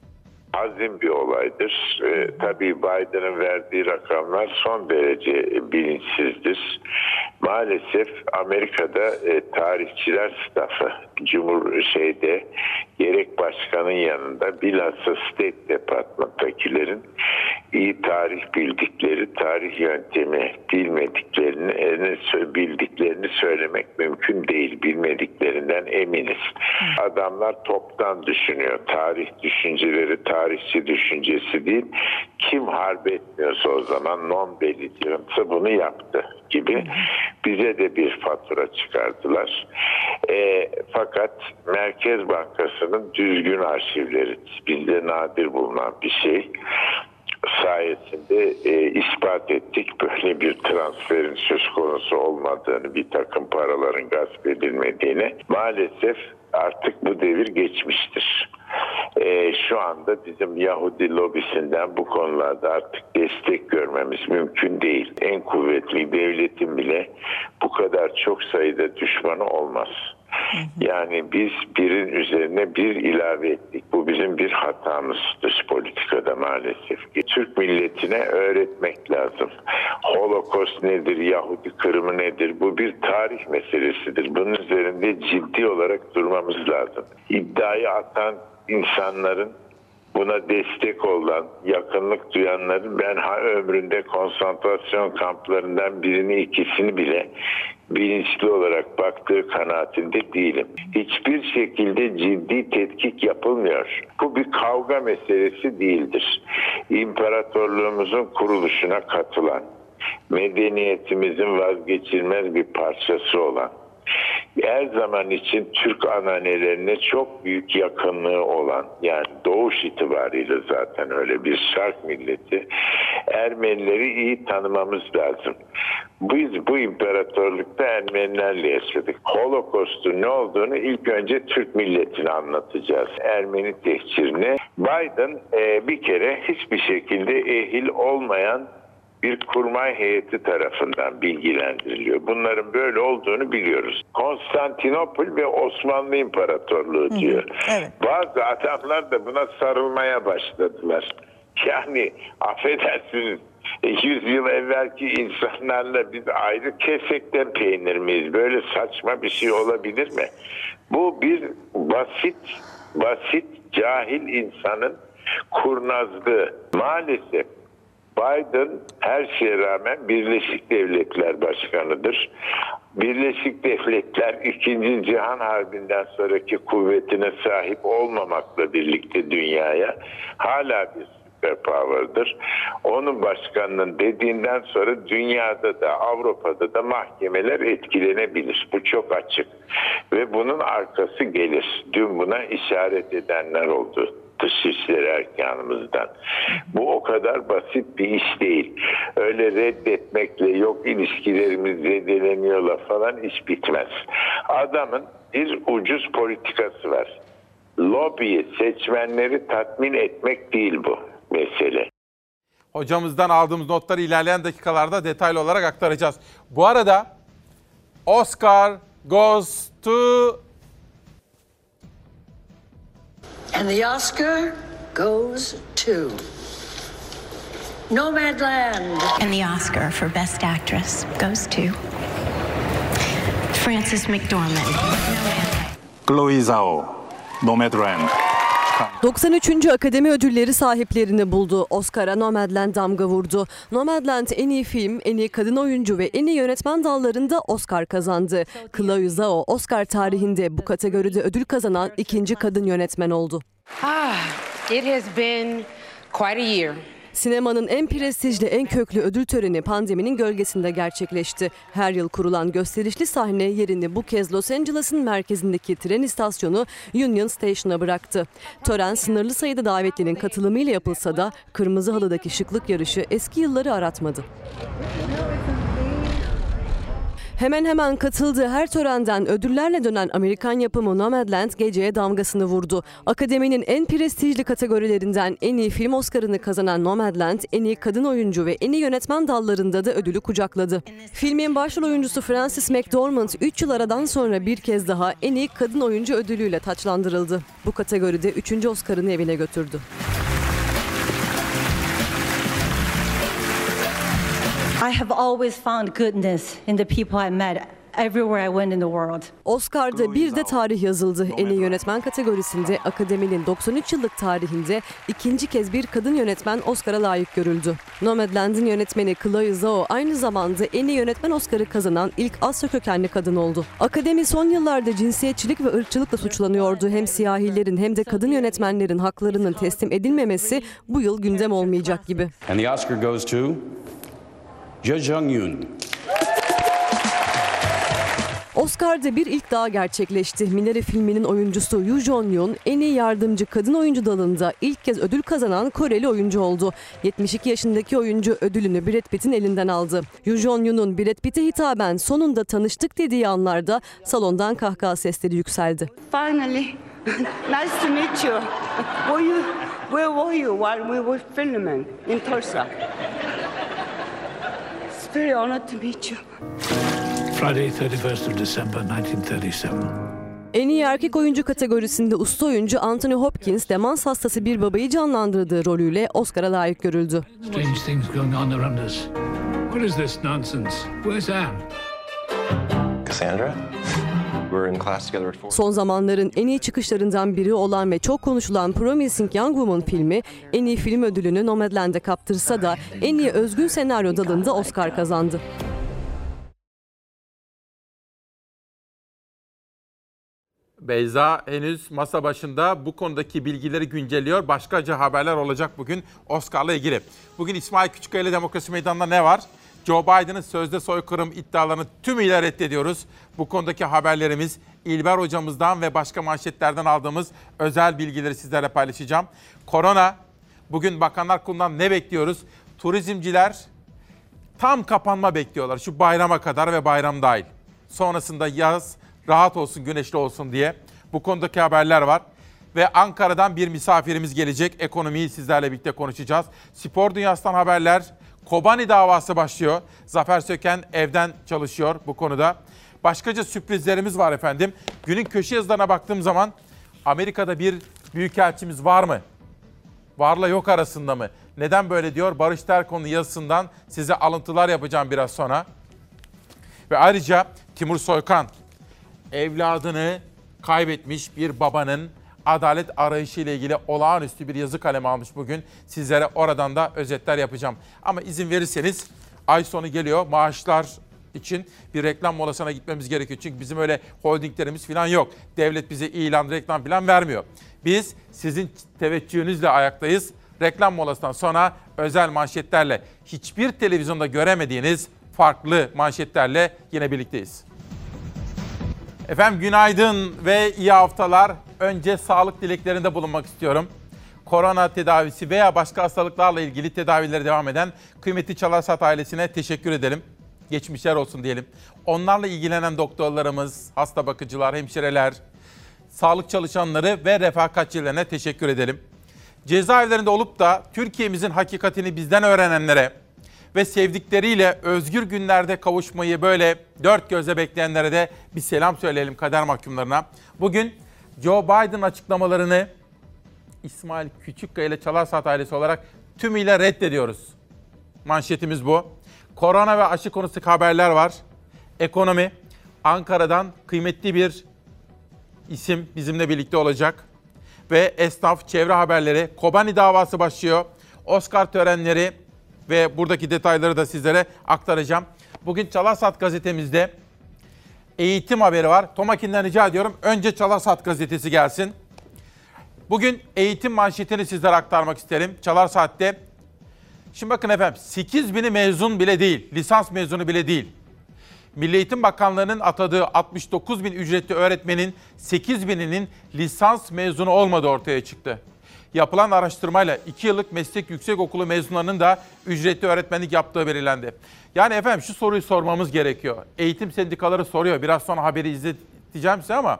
Azim bir olaydır. Ee, tabii Biden'ın verdiği rakamlar son derece bilinçsizdir. Maalesef Amerika'da e, tarihçiler stafı, Cumhur şeyde gerek başkanın yanında bilhassa State Department'takilerin iyi tarih bildikleri, tarih yöntemi bilmediklerini, bildiklerini söylemek mümkün değil. Bilmediklerinden eminiz. Adamlar toptan düşünüyor. Tarih düşünceleri tarihçi düşüncesi değil. Kim harp etmiyorsa o zaman non-belligerent'sa bunu yaptı gibi bize de bir fatura çıkardılar. E, fakat Merkez Bankası'nın düzgün arşivleri bizde nadir bulunan bir şey sayesinde e, ispat ettik böyle bir transferin söz konusu olmadığını, bir takım paraların gasp edilmediğini. Maalesef artık bu devir geçmiştir. Ee, şu anda bizim Yahudi lobisinden bu konularda artık destek görmemiz mümkün değil. En kuvvetli devletin bile bu kadar çok sayıda düşmanı olmaz. Yani biz birin üzerine bir ilave ettik. Bu bizim bir hatamız dış politikada maalesef. Türk milletine öğretmek lazım. Holocaust nedir, Yahudi kırımı nedir? Bu bir tarih meselesidir. Bunun üzerinde ciddi olarak durmamız lazım. İddiayı atan insanların, buna destek olan, yakınlık duyanların ben ha ömründe konsantrasyon kamplarından birini, ikisini bile bilinçli olarak baktığı kanaatinde değilim. Hiçbir şekilde ciddi tetkik yapılmıyor. Bu bir kavga meselesi değildir. İmparatorluğumuzun kuruluşuna katılan, medeniyetimizin vazgeçilmez bir parçası olan, her zaman için Türk ananelerine çok büyük yakınlığı olan, yani doğuş itibariyle zaten öyle bir şark milleti, Ermenileri iyi tanımamız lazım. Biz bu imparatorlukta Ermenilerle yaşadık. Holocaust'un ne olduğunu ilk önce Türk milletine anlatacağız. Ermeni tehcirini. Biden e, bir kere hiçbir şekilde ehil olmayan bir kurmay heyeti tarafından bilgilendiriliyor. Bunların böyle olduğunu biliyoruz. Konstantinopol ve Osmanlı İmparatorluğu diyor. Hı hı, evet. Bazı adamlar da buna sarılmaya başladılar. Yani affedersiniz, yüz yıl evvelki insanlarla biz ayrı kesekten peynir miyiz? Böyle saçma bir şey olabilir mi? Bu bir basit, basit, cahil insanın kurnazlığı. Maalesef Biden her şeye rağmen Birleşik Devletler Başkanı'dır. Birleşik Devletler ikinci. Cihan Harbi'nden sonraki kuvvetine sahip olmamakla birlikte dünyaya hala bir süperpower'dır. Onun başkanının dediğinden sonra dünyada da Avrupa'da da mahkemeler etkilenebilir. Bu çok açık. Ve bunun arkası gelir. Dün buna işaret edenler oldu. Dışişleri Erkanımızdan. Bu o kadar basit bir iş değil. Öyle reddetmekle yok ilişkilerimiz zedeleniyorlar falan iş bitmez. Adamın bir ucuz politikası var. Lobiyi, seçmenleri tatmin etmek değil bu mesele. Hocamızdan aldığımız notları ilerleyen dakikalarda detaylı olarak aktaracağız. Bu arada Oscar goes to... And the Oscar goes to Nomadland. And the Oscar for Best Actress goes to Frances McDormand. Chloe Zhao, Nomadland. doksan üçüncü Akademi Ödülleri sahiplerini buldu. Oscar'a Nomadland damga vurdu. Nomadland en iyi film, en iyi kadın oyuncu ve en iyi yönetmen dallarında Oscar kazandı. Chloe Zhao, Oscar tarihinde bu kategoride ödül kazanan ikinci kadın yönetmen oldu. Ah, it has been quite a year. Sinemanın en prestijli, en köklü ödül töreni pandeminin gölgesinde gerçekleşti. Her yıl kurulan gösterişli sahne yerini bu kez Los Angeles'ın merkezindeki tren istasyonu Union Station'a bıraktı. Tören sınırlı sayıda davetlinin katılımıyla yapılsa da kırmızı halıdaki şıklık yarışı eski yılları aratmadı. Hemen hemen katıldığı her törenden ödüllerle dönen Amerikan yapımı Nomadland geceye damgasını vurdu. Akademinin en prestijli kategorilerinden en iyi film Oscar'ını kazanan Nomadland, en iyi kadın oyuncu ve en iyi yönetmen dallarında da ödülü kucakladı. Filmin başrol oyuncusu Frances McDormand üç yıl aradan sonra bir kez daha en iyi kadın oyuncu ödülüyle taçlandırıldı. Bu kategoride üçüncü Oscar'ını evine götürdü. I have always found goodness in the people I met everywhere I went in the world. Oscar'da bir de tarih yazıldı. En iyi yönetmen kategorisinde Akademinin doksan üç yıllık tarihinde ikinci kez bir kadın yönetmen Oscar'a layık görüldü. Nomadland'ın yönetmeni Chloe Zhao aynı zamanda en iyi yönetmen Oscar'ı kazanan ilk Asya kökenli kadın oldu. Akademi son yıllarda cinsiyetçilik ve ırkçılıkla suçlanıyordu. Hem siyahilerin hem de kadın yönetmenlerin haklarının teslim edilmemesi bu yıl gündem olmayacak gibi. And the Oscar goes to Jo Jong-un. Oscar'da bir ilk daha gerçekleşti. Minari filminin oyuncusu Yoo Jong-un en iyi yardımcı kadın oyuncu dalında ilk kez ödül kazanan Koreli oyuncu oldu. yetmiş iki yaşındaki oyuncu ödülünü Brad Pitt'in elinden aldı. Yoo Jong-un'un Brad Pitt'e hitaben sonunda tanıştık dediği anlarda salondan kahkaha sesleri yükseldi. Finally, nice to meet you. Were you, where were you while we were filming in Tulsa? It's very honored to meet you. Friday, thirty-first of December nineteen thirty-seven. En iyi erkek oyuncu kategorisinde usta oyuncu Anthony Hopkins, demans hastası bir babayı canlandırdığı rolüyle Oscar'a layık görüldü. Strange things going on around us. What is this nonsense? Where's Anne? Cassandra? We're in class together at four. Son zamanların en iyi çıkışlarından biri olan ve çok konuşulan Promising Young Woman filmi en iyi film ödülünü Nomadland'e kaptırsa da en iyi özgün senaryo dalında Oscar kazandı. Beyza henüz masa başında bu konudaki bilgileri güncelliyor. Başkaca haberler olacak bugün Oscar'la ilgili. Bugün İsmail Küçükkaya ile Demokrasi Meydanı'nda ne var? Joe Biden'ın sözde soykırım iddialarını tümüyle reddediyoruz. Bu konudaki haberlerimiz İlber hocamızdan ve başka manşetlerden aldığımız özel bilgileri sizlerle paylaşacağım. Korona, bugün Bakanlar Kurulu'ndan ne bekliyoruz? Turizmciler tam kapanma bekliyorlar şu bayrama kadar ve bayram dahil. Sonrasında yaz rahat olsun, güneşli olsun diye bu konudaki haberler var. Ve Ankara'dan bir misafirimiz gelecek. Ekonomiyi sizlerle birlikte konuşacağız. Spor dünyasından haberler. Kobani davası başlıyor. Zafer Söken evden çalışıyor bu konuda. Başkaca sürprizlerimiz var efendim. Günün köşe yazılarına baktığım zaman Amerika'da bir büyükelçimiz var mı? Varla yok arasında mı? Neden böyle diyor? Barış Terkoğlu'nun yazısından size alıntılar yapacağım biraz sonra. Ve ayrıca Timur Soykan, evladını kaybetmiş bir babanın adalet arayışı ile ilgili olağanüstü bir yazı kalemi almış bugün. Sizlere oradan da özetler yapacağım. Ama izin verirseniz ay sonu geliyor. Maaşlar için bir reklam molasına gitmemiz gerekiyor. Çünkü bizim öyle holdinglerimiz falan yok. Devlet bize ilan, reklam falan vermiyor. Biz sizin teveccühünüzle ayaktayız. Reklam molasından sonra özel manşetlerle, hiçbir televizyonda göremediğiniz farklı manşetlerle yine birlikteyiz. Efendim günaydın ve iyi haftalar. Önce sağlık dileklerinde bulunmak istiyorum. Korona tedavisi veya başka hastalıklarla ilgili tedavileri devam eden kıymetli Çalarsat ailesine teşekkür edelim. Geçmişler olsun diyelim. Onlarla ilgilenen doktorlarımız, hasta bakıcılar, hemşireler, sağlık çalışanları ve refakatçilerine teşekkür edelim. Cezaevlerinde olup da Türkiye'mizin hakikatini bizden öğrenenlere ve sevdikleriyle özgür günlerde kavuşmayı böyle dört gözle bekleyenlere de bir selam söyleyelim, kader mahkumlarına. Bugün Joe Biden açıklamalarını İsmail Küçükkaya ile Çalarsat ailesi olarak tümüyle reddediyoruz. Manşetimiz bu. Korona ve aşı konusu haberler var. Ekonomi, Ankara'dan kıymetli bir isim bizimle birlikte olacak. Ve esnaf, çevre haberleri, Kobani davası başlıyor. Oscar törenleri ve buradaki detayları da sizlere aktaracağım. Bugün Çalarsat gazetemizde eğitim haberi var. Tomakin'den rica ediyorum. Önce Çalarsat gazetesi gelsin. Bugün eğitim manşetini sizlere aktarmak isterim. Çalarsat'te. Şimdi bakın efendim, sekiz bini mezun bile değil, lisans mezunu bile değil. Milli Eğitim Bakanlığı'nın atadığı altmış dokuz bin ücretli öğretmenin sekiz bininin lisans mezunu olmadığı ortaya çıktı. Yapılan araştırmayla iki yıllık meslek yüksekokulu mezunlarının da ücretli öğretmenlik yaptığı belirlendi. Yani efendim şu soruyu sormamız gerekiyor. Eğitim sendikaları soruyor. Biraz sonra haberi izleteceğim size ama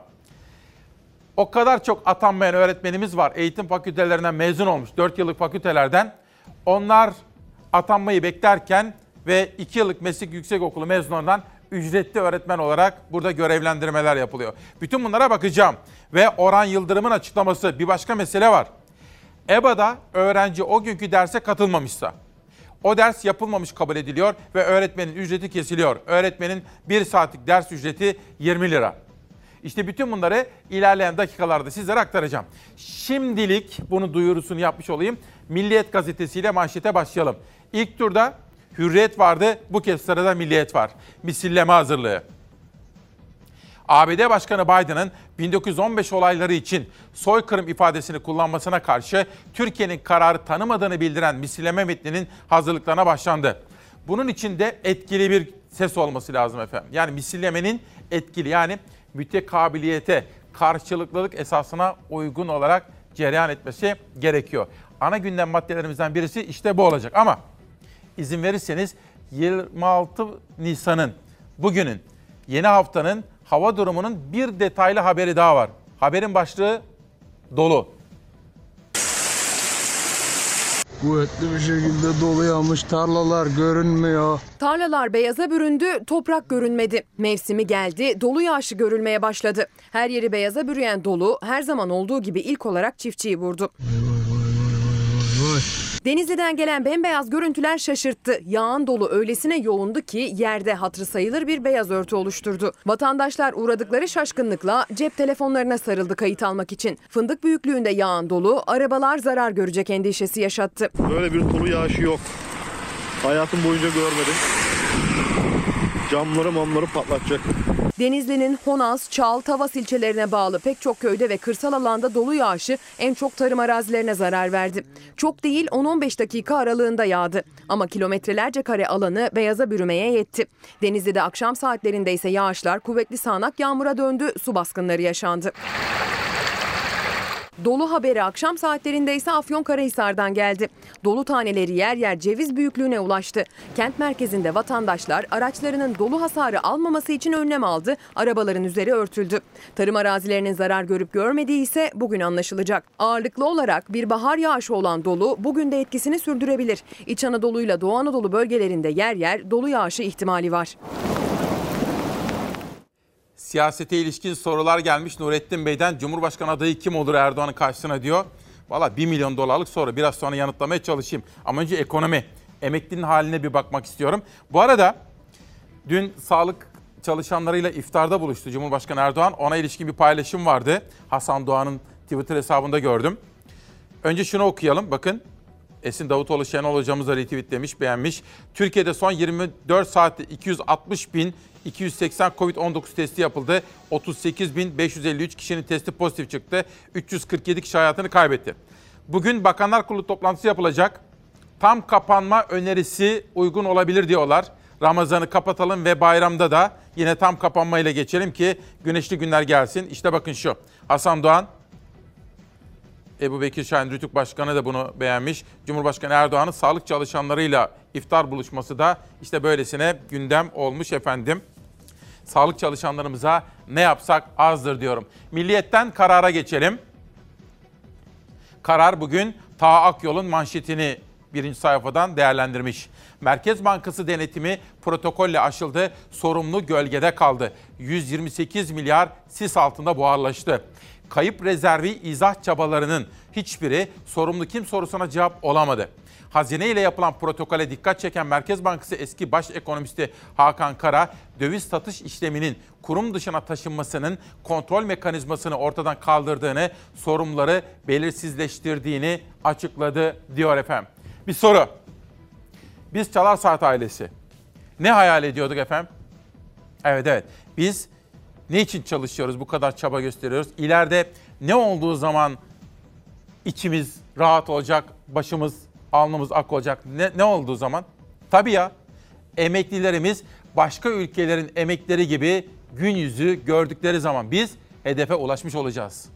o kadar çok atanmayan öğretmenimiz var. Eğitim fakültelerinden mezun olmuş, dört yıllık fakültelerden. Onlar atanmayı beklerken ve iki yıllık meslek yüksekokulu mezunlarından ücretli öğretmen olarak burada görevlendirmeler yapılıyor. Bütün bunlara bakacağım. Ve Orhan Yıldırım'ın açıklaması, bir başka mesele var. E B A'da öğrenci o günkü derse katılmamışsa, o ders yapılmamış kabul ediliyor ve öğretmenin ücreti kesiliyor. Öğretmenin bir saatlik ders ücreti yirmi lira. İşte bütün bunları ilerleyen dakikalarda sizlere aktaracağım. Şimdilik bunu duyurusunu yapmış olayım. Milliyet gazetesiyle manşete başlayalım. İlk turda Hürriyet vardı, bu kez sırada Milliyet var. Misilleme hazırlığı. A B D Başkanı Biden'ın bin dokuz yüz on beş olayları için soykırım ifadesini kullanmasına karşı Türkiye'nin kararı tanımadığını bildiren misilleme metninin hazırlıklarına başlandı. Bunun için de etkili bir ses olması lazım efendim. Yani misillemenin etkili, yani mütekabiliyete, karşılıklılık esasına uygun olarak cereyan etmesi gerekiyor. Ana gündem maddelerimizden birisi işte bu olacak ama izin verirseniz yirmi altı Nisan'ın, bugünün, yeni haftanın hava durumunun bir detaylı haberi daha var. Haberin başlığı dolu. Kuvvetli bir şekilde dolu yağmış, tarlalar görünmüyor. Tarlalar beyaza büründü, toprak görünmedi. Mevsimi geldi, dolu yağışı görülmeye başladı. Her yeri beyaza bürüyen dolu her zaman olduğu gibi ilk olarak çiftçiyi vurdu. Denizli'den gelen bembeyaz görüntüler şaşırttı. Yağan dolu öylesine yoğundu ki yerde hatırı sayılır bir beyaz örtü oluşturdu. Vatandaşlar uğradıkları şaşkınlıkla cep telefonlarına sarıldı kayıt almak için. Fındık büyüklüğünde yağan dolu arabalar zarar görecek endişesi yaşattı. Böyle bir dolu yağışı yok. Hayatım boyunca görmedim. Camları mamları patlatacak. Denizli'nin Honaz, Çal, Tavas ilçelerine bağlı pek çok köyde ve kırsal alanda dolu yağışı en çok tarım arazilerine zarar verdi. Çok değil on on beş dakika aralığında yağdı. Ama kilometrelerce kare alanı beyaza bürümeye yetti. Denizli'de akşam saatlerinde ise yağışlar kuvvetli sağanak yağmura döndü, su baskınları yaşandı. Dolu haberi akşam saatlerinde ise Afyonkarahisar'dan geldi. Dolu taneleri yer yer ceviz büyüklüğüne ulaştı. Kent merkezinde vatandaşlar araçlarının dolu hasarı almaması için önlem aldı. Arabaların üzeri örtüldü. Tarım arazilerinin zarar görüp görmediği ise bugün anlaşılacak. Ağırlıklı olarak bir bahar yağışı olan dolu bugün de etkisini sürdürebilir. İç Anadolu'yla Doğu Anadolu bölgelerinde yer yer dolu yağışı ihtimali var. Siyasete ilişkin sorular gelmiş Nurettin Bey'den. Cumhurbaşkanı adayı kim olur Erdoğan'ın karşısına diyor. Valla bir milyon dolarlık soru. Biraz sonra yanıtlamaya çalışayım. Ama önce ekonomi. Emeklinin haline bir bakmak istiyorum. Bu arada dün sağlık çalışanlarıyla iftarda buluştu Cumhurbaşkanı Erdoğan. Ona ilişkin bir paylaşım vardı. Hasan Doğan'ın Twitter hesabında gördüm. Önce şunu okuyalım. Bakın Esin Davutoğlu Şenol hocamız da retweetlemiş, beğenmiş. Türkiye'de son yirmi dört saatte iki yüz altmış bin iki yüz seksen kovid on dokuz testi yapıldı. otuz sekiz bin beş yüz elli üç kişinin testi pozitif çıktı. üç yüz kırk yedi kişi hayatını kaybetti. Bugün Bakanlar Kurulu toplantısı yapılacak. Tam kapanma önerisi uygun olabilir diyorlar. Ramazan'ı kapatalım ve bayramda da yine tam kapanmayla geçelim ki güneşli günler gelsin. İşte bakın şu. Hasan Doğan, Ebu Bekir Şahin Rütük Başkanı da bunu beğenmiş. Cumhurbaşkanı Erdoğan'ın sağlık çalışanlarıyla iftar buluşması da işte böylesine gündem olmuş efendim. Sağlık çalışanlarımıza ne yapsak azdır diyorum. Milliyet'ten karara geçelim. Karar bugün Taha Akyol'un manşetini birinci sayfadan değerlendirmiş. Merkez Bankası denetimi protokolle aşıldı, sorumlu gölgede kaldı. yüz yirmi sekiz milyar sis altında buharlaştı. Kayıp rezervi izah çabalarının hiçbiri sorumlu kim sorusuna cevap olamadı. Hazine ile yapılan protokole dikkat çeken Merkez Bankası eski baş ekonomisti Hakan Kara, döviz satış işleminin kurum dışına taşınmasının kontrol mekanizmasını ortadan kaldırdığını, sorumluları belirsizleştirdiğini açıkladı diyor efendim. Bir soru. Biz Çalar Saat ailesi ne hayal ediyorduk efendim? Evet evet. Biz ne için çalışıyoruz, bu kadar çaba gösteriyoruz? İleride ne olduğu zaman içimiz rahat olacak, başımız, alnımız ak olacak? Ne, ne olduğu zaman? Tabii ya, emeklilerimiz başka ülkelerin emeklileri gibi gün yüzü gördükleri zaman biz hedefe ulaşmış olacağız.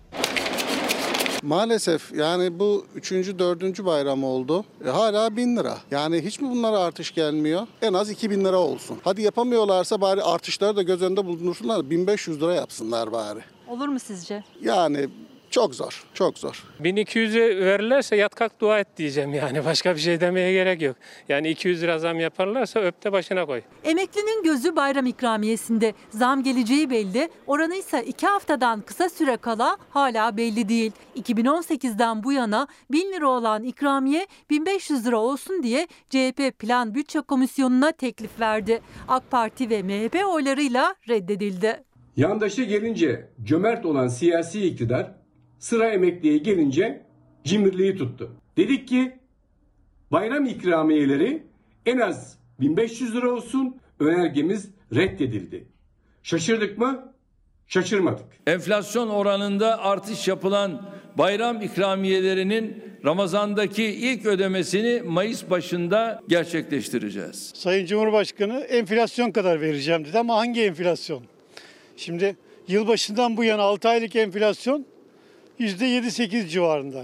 Maalesef yani bu üçüncü, dördüncü bayram oldu. E, hala bin lira. Yani hiç mi bunlara artış gelmiyor? En az iki bin lira olsun. Hadi yapamıyorlarsa bari artışları da göz önünde bulundursunlar. bin beş yüz lira yapsınlar bari. Olur mu sizce? Yani çok zor, çok zor. bin iki yüz'ü verirlerse yat kalk dua et diyeceğim yani. Başka bir şey demeye gerek yok. Yani iki yüz lira zam yaparlarsa öp de başına koy. Emeklinin gözü bayram ikramiyesinde. Zam geleceği belli. Oranı ise iki haftadan kısa süre kala hala belli değil. iki bin on sekiz'den bu yana bin lira olan ikramiye bin beş yüz lira olsun diye C H P Plan Bütçe Komisyonu'na teklif verdi. AK Parti ve M H P oylarıyla reddedildi. Yandaşa gelince cömert olan siyasi iktidar, sıra emekliye gelince cimriliği tuttu. Dedik ki bayram ikramiyeleri en az bin beş yüz lira olsun, önergemiz reddedildi. Şaşırdık mı? Şaşırmadık. Enflasyon oranında artış yapılan bayram ikramiyelerinin Ramazan'daki ilk ödemesini Mayıs başında gerçekleştireceğiz. Sayın Cumhurbaşkanı enflasyon kadar vereceğim dedi ama hangi enflasyon? Şimdi yılbaşından bu yana altı aylık enflasyon yüzde yedi sekiz civarında.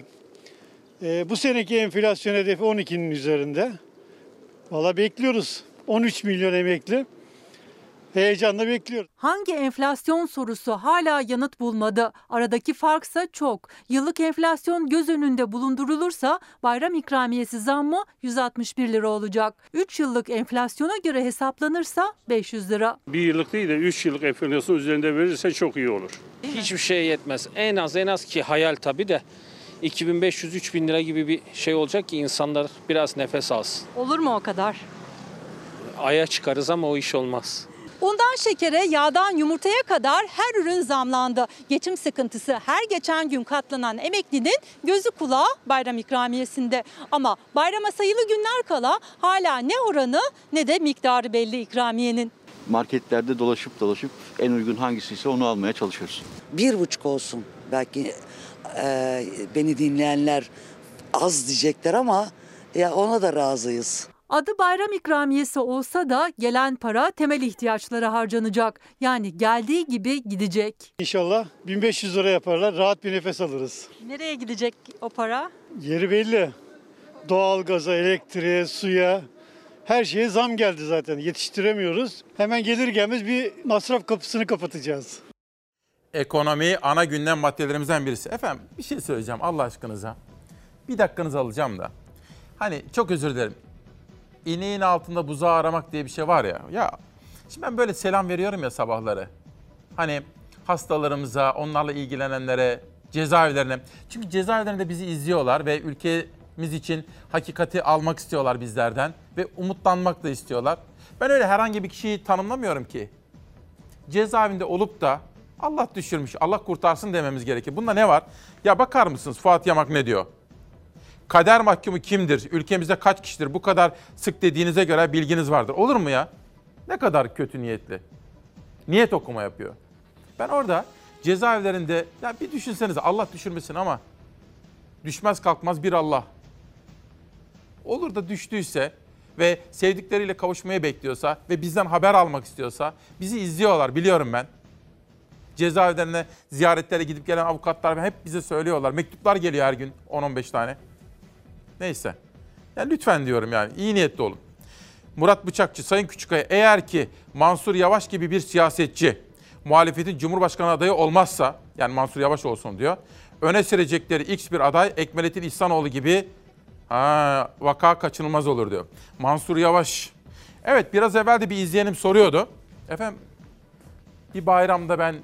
Ee, bu seneki enflasyon hedefi on iki'nin üzerinde. Valla bekliyoruz. on üç milyon emekli. Heyecanla bekliyoruz. Hangi enflasyon sorusu hala yanıt bulmadı. Aradaki farksa çok. Yıllık enflasyon göz önünde bulundurulursa bayram ikramiyesi zammı yüz altmış bir lira olacak. üç yıllık enflasyona göre hesaplanırsa beş yüz lira. Bir yıllık değil de üç yıllık enflasyon üzerinde verirse çok iyi olur. Hiçbir şey yetmez. En az en az ki hayal tabii de iki bin beş yüz üç bin lira gibi bir şey olacak ki insanlar biraz nefes alsın. Olur mu o kadar? Aya çıkarız ama o iş olmaz. Undan şekere, yağdan yumurtaya kadar her ürün zamlandı. Geçim sıkıntısı her geçen gün katlanan emeklinin gözü kulağı bayram ikramiyesinde. Ama bayrama sayılı günler kala hala ne oranı ne de miktarı belli ikramiyenin. Marketlerde dolaşıp dolaşıp en uygun hangisiyse onu almaya çalışıyoruz. Bir buçuk olsun. Belki e, beni dinleyenler az diyecekler ama ya ona da razıyız. Adı bayram ikramiyesi olsa da gelen para temel ihtiyaçlara harcanacak. Yani geldiği gibi gidecek. İnşallah bin beş yüz lira yaparlar, rahat bir nefes alırız. Nereye gidecek o para? Yeri belli. Doğalgaza, elektriğe, suya, her şeye zam geldi zaten. Yetiştiremiyoruz. Hemen gelir gelmez bir masraf kapısını kapatacağız. Ekonomi ana gündem maddelerimizden birisi. Efendim bir şey söyleyeceğim Allah aşkınıza. Bir dakikanızı alacağım da. Hani çok özür dilerim. İneğin altında buzağı aramak diye bir şey var ya. Ya şimdi ben böyle selam veriyorum ya sabahları. Hani hastalarımıza, onlarla ilgilenenlere, cezaevlerine. Çünkü cezaevlerinde bizi izliyorlar ve ülkemiz için hakikati almak istiyorlar bizlerden. Ve umutlanmak da istiyorlar. Ben öyle herhangi bir kişiyi tanımlamıyorum ki. Cezaevinde olup da Allah düşürmüş, Allah kurtarsın dememiz gerekir. Bunda ne var? Ya bakar mısınız Fuat Yamak ne diyor? Kader mahkumu kimdir? Ülkemizde kaç kişidir? Bu kadar sık dediğinize göre bilginiz vardır. Olur mu ya? Ne kadar kötü niyetli. Niyet okuma yapıyor. Ben orada cezaevlerinde, ya bir düşünsenize, Allah düşürmesin ama düşmez kalkmaz bir Allah. Olur da düştüyse ve sevdikleriyle kavuşmayı bekliyorsa ve bizden haber almak istiyorsa, bizi izliyorlar biliyorum ben. Cezaevlerine ziyaretlere gidip gelen avukatlar hep bize söylüyorlar. Mektuplar geliyor her gün on on beş tane. Neyse. Yani lütfen diyorum yani iyi niyetli olun. Murat Bıçakçı, Sayın Küçükaya, eğer ki Mansur Yavaş gibi bir siyasetçi muhalefetin Cumhurbaşkanı adayı olmazsa, yani Mansur Yavaş olsun diyor, öne sürecekleri X bir aday Ekmelettin İhsanoğlu gibi ha, vaka kaçınılmaz olur diyor. Mansur Yavaş, evet biraz evvel de bir izleyenim soruyordu. Efendim bir bayramda ben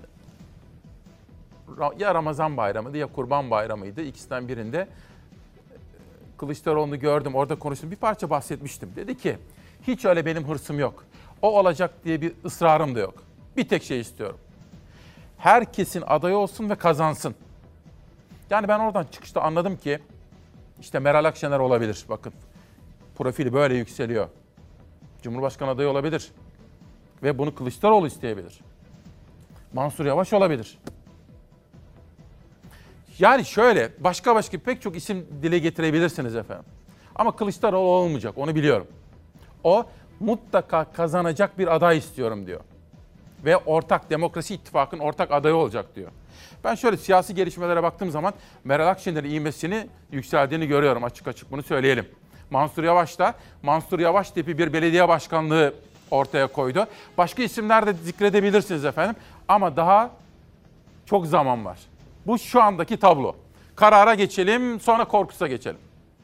ya Ramazan bayramıydı ya Kurban bayramıydı, ikisinden birinde Kılıçdaroğlu'nu gördüm, orada konuştum, bir parça bahsetmiştim. Dedi ki hiç öyle benim hırsım yok. O olacak diye bir ısrarım da yok. Bir tek şey istiyorum. Herkesin adayı olsun ve kazansın. Yani ben oradan çıkışta anladım ki işte Meral Akşener olabilir. Bakın profili böyle yükseliyor. Cumhurbaşkanı adayı olabilir. Ve bunu Kılıçdaroğlu isteyebilir. Mansur Yavaş olabilir. Yani şöyle başka başka pek çok isim dile getirebilirsiniz efendim. Ama Kılıçdaroğlu olmayacak, onu biliyorum. O mutlaka kazanacak bir aday istiyorum diyor. Ve ortak Demokrasi İttifakı'nın ortak adayı olacak diyor. Ben şöyle siyasi gelişmelere baktığım zaman Meral Akşener'in ivmesini yükseldiğini görüyorum, açık açık bunu söyleyelim. Mansur Yavaş da Mansur Yavaş tipi bir belediye başkanlığı ortaya koydu. Başka isimler de zikredebilirsiniz efendim ama daha çok zaman var. Bu şu andaki tablo. Karara geçelim, sonra Korkus'a geçelim.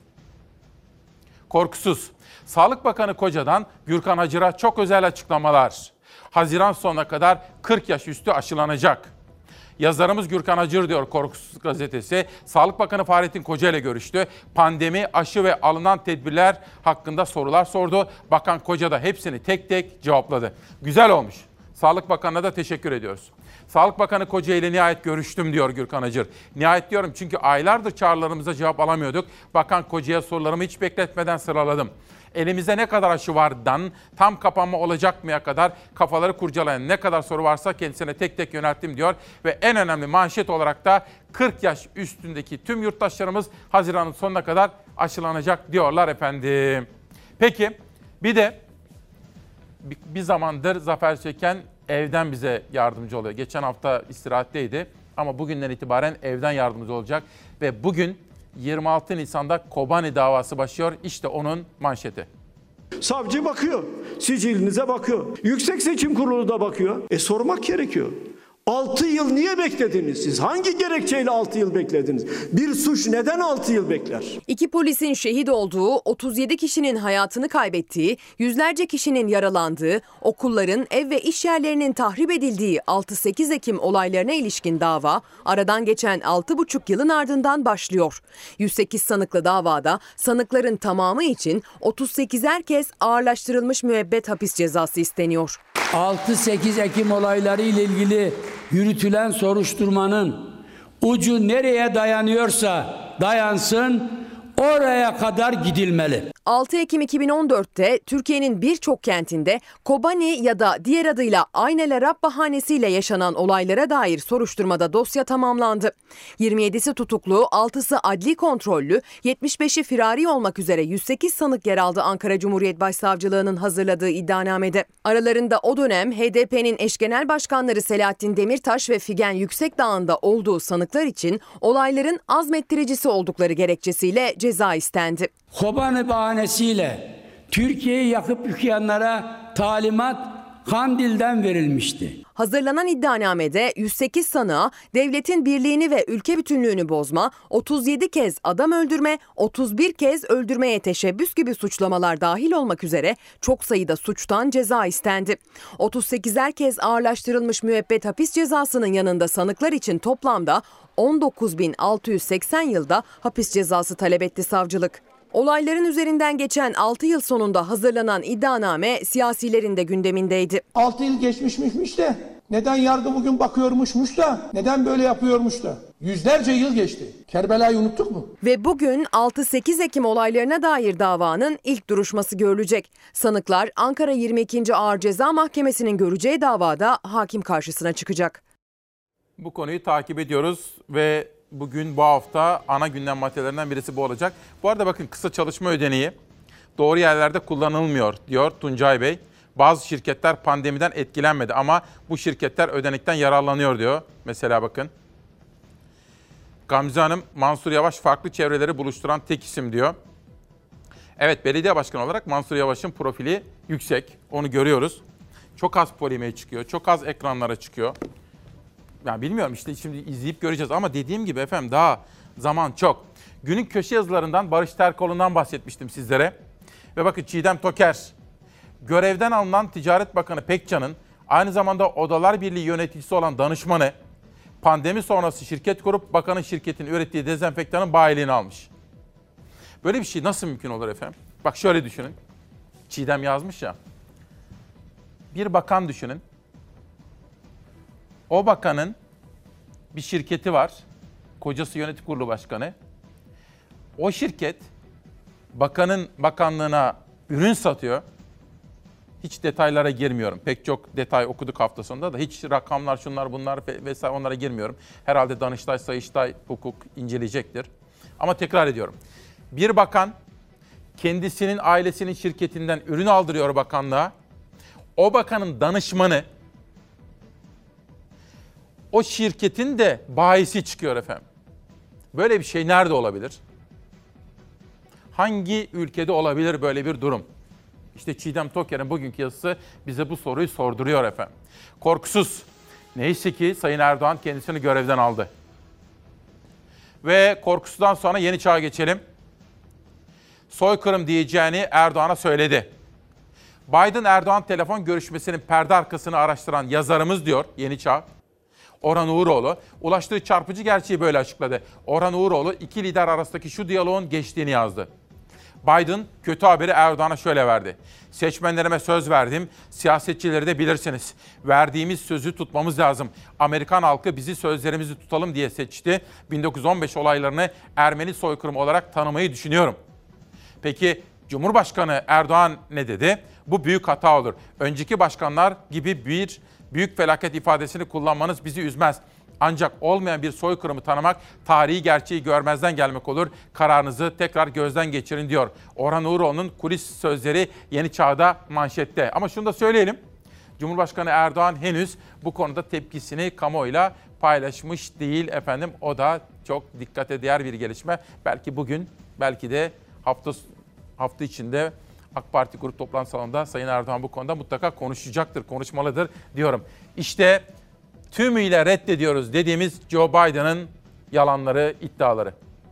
Korkusuz. Sağlık Bakanı Koca'dan Gürkan Hacır'a çok özel açıklamalar. Haziran sonuna kadar kırk yaş üstü aşılanacak. Yazarımız Gürkan Hacır diyor Korkusuz gazetesi. Sağlık Bakanı Fahrettin Koca ile görüştü. Pandemi, aşı ve alınan tedbirler hakkında sorular sordu. Bakan Koca da hepsini tek tek cevapladı. Güzel olmuş. Sağlık Bakanı'na da teşekkür ediyoruz. Sağlık Bakanı Koca ile nihayet görüştüm diyor Gürkan Hacır. Nihayet diyorum çünkü aylardır çağrılarımıza cevap alamıyorduk. Bakan Koca'ya sorularımı hiç bekletmeden sıraladım. Elimizde ne kadar aşı vardan tam kapanma olacak mıya kadar kafaları kurcalayan ne kadar soru varsa kendisine tek tek yönelttim diyor. Ve en önemli manşet olarak da kırk yaş üstündeki tüm yurttaşlarımız Haziran'ın sonuna kadar aşılanacak diyorlar efendim. Peki bir de bir, bir zamandır Zafer Söken evden bize yardımcı oluyor. Geçen hafta istirahatteydi ama bugünden itibaren evden yardımcı olacak. Ve bugün yirmi altı Nisan'da Kobani davası başlıyor. İşte onun manşeti. Savcı bakıyor, sicilinize bakıyor. Yüksek Seçim Kurulu da bakıyor. E sormak gerekiyor. altı yıl niye beklediniz siz? Hangi gerekçeyle altı yıl beklediniz? Bir suç neden altı yıl bekler? İki polisin şehit olduğu, otuz yedi kişinin hayatını kaybettiği, yüzlerce kişinin yaralandığı, okulların, ev ve iş yerlerinin tahrip edildiği altı sekiz Ekim olaylarına ilişkin dava aradan geçen altı buçuk yılın ardından başlıyor. yüz sekiz sanıklı davada sanıkların tamamı için otuz sekizer kez ağırlaştırılmış müebbet hapis cezası isteniyor. altı sekiz Ekim olayları ile ilgili yürütülen soruşturmanın ucu nereye dayanıyorsa dayansın, oraya kadar gidilmeli. altı Ekim iki bin on dörtte Türkiye'nin birçok kentinde Kobani ya da diğer adıyla Aynel Arap bahanesiyle yaşanan olaylara dair soruşturmada dosya tamamlandı. yirmi yedisi tutuklu, altısı adli kontrollü, yetmiş beşi firari olmak üzere yüz sekiz sanık yer aldı Ankara Cumhuriyet Başsavcılığı'nın hazırladığı iddianamede. Aralarında o dönem H D P'nin eş genel başkanları Selahattin Demirtaş ve Figen Yüksekdağ'ında olduğu sanıklar için olayların azmettiricisi oldukları gerekçesiyle ceza istendi. Kobani bahanesiyle Türkiye'yi yakıp yıkayanlara talimat Kandil'den verilmişti. Hazırlanan iddianamede yüz sekiz sanığa devletin birliğini ve ülke bütünlüğünü bozma, otuz yedi kez adam öldürme, otuz bir kez öldürmeye teşebbüs gibi suçlamalar dahil olmak üzere çok sayıda suçtan ceza istendi. otuz sekizer kez ağırlaştırılmış müebbet hapis cezasının yanında sanıklar için toplamda on dokuz bin altı yüz seksen yılda hapis cezası talep etti savcılık. Olayların üzerinden geçen altı yıl sonunda hazırlanan iddianame siyasilerin de gündemindeydi. altı yıl geçmişmiş de Neden yargı bugün bakıyormuşmuş da, neden böyle yapıyormuş da? Yüzlerce yıl geçti. Kerbela'yı unuttuk mu? Ve bugün altı sekiz Ekim olaylarına dair davanın ilk duruşması görülecek. Sanıklar Ankara yirmi ikinci Ağır Ceza Mahkemesi'nin göreceği davada hakim karşısına çıkacak. Bu konuyu takip ediyoruz ve bugün bu hafta ana gündem maddelerinden birisi bu olacak. Bu arada bakın, kısa çalışma ödeneği doğru yerlerde kullanılmıyor diyor Tuncay Bey. Bazı şirketler pandemiden etkilenmedi ama bu şirketler ödenekten yararlanıyor diyor. Mesela bakın. Gamze Hanım, Mansur Yavaş farklı çevreleri buluşturan tek isim diyor. Evet, belediye başkanı olarak Mansur Yavaş'ın profili yüksek. Onu görüyoruz. Çok az polemiğe çıkıyor. Çok az ekranlara çıkıyor. Yani bilmiyorum, işte şimdi izleyip göreceğiz ama dediğim gibi efendim daha zaman çok. Günün köşe yazılarından Barış Terkoğlu'ndan bahsetmiştim sizlere. Ve bakın, Çiğdem Toker, görevden alınan Ticaret Bakanı Pekcan'ın aynı zamanda Odalar Birliği yöneticisi olan danışmanı pandemi sonrası şirket kurup bakanın şirketin ürettiği dezenfektanın bayiliğini almış. Böyle bir şey nasıl mümkün olur efendim? Bak şöyle düşünün. Çiğdem yazmış ya. Bir bakan düşünün. O bakanın bir şirketi var. Kocası yönetim kurulu başkanı. O şirket bakanın bakanlığına ürün satıyor. Hiç detaylara girmiyorum. Pek çok detay okuduk hafta sonunda da hiç rakamlar, şunlar bunlar vesaire onlara girmiyorum. Herhalde Danıştay, Sayıştay hukuk inceleyecektir. Ama tekrar ediyorum. Bir bakan kendisinin ailesinin şirketinden ürün aldırıyor bakanlığa. O bakanın danışmanı o şirketin de bayisi çıkıyor efendim. Böyle bir şey nerede olabilir? Hangi ülkede olabilir böyle bir durum? İşte Çiğdem Toker'in bugünkü yazısı bize bu soruyu sorduruyor efendim. Korkusuz. Neyse ki Sayın Erdoğan kendisini görevden aldı. Ve korkusuzdan sonra yeni çağa geçelim. Soykırım diyeceğini Erdoğan'a söyledi. Biden-Erdoğan telefon görüşmesinin perde arkasını araştıran yazarımız diyor Yeni Çağ. Orhan Uğuroğlu ulaştığı çarpıcı gerçeği böyle açıkladı. Orhan Uğuroğlu iki lider arasındaki şu diyaloğun geçtiğini yazdı. Biden kötü haberi Erdoğan'a şöyle verdi. Seçmenlerime söz verdim, siyasetçileri de bilirsiniz. Verdiğimiz sözü tutmamız lazım. Amerikan halkı bizi sözlerimizi tutalım diye seçti. bin dokuz yüz on beş olaylarını Ermeni soykırımı olarak tanımayı düşünüyorum. Peki Cumhurbaşkanı Erdoğan ne dedi? Bu büyük hata olur. Önceki başkanlar gibi bir büyük felaket ifadesini kullanmanız bizi üzmez. Ancak olmayan bir soykırımı tanımak tarihi gerçeği görmezden gelmek olur. Kararınızı tekrar gözden geçirin diyor. Orhan Uğuroğlu'nun kulis sözleri Yeni Çağ'da manşette. Ama şunu da söyleyelim. Cumhurbaşkanı Erdoğan henüz bu konuda tepkisini kamuoyuyla paylaşmış değil efendim. O da çok dikkate değer bir gelişme. Belki bugün, belki de hafta hafta içinde AK Parti grup toplantı salonunda Sayın Erdoğan bu konuda mutlaka konuşacaktır, konuşmalıdır diyorum. İşte tümüyle reddediyoruz dediğimiz Joe Biden'ın yalanları, iddiaları.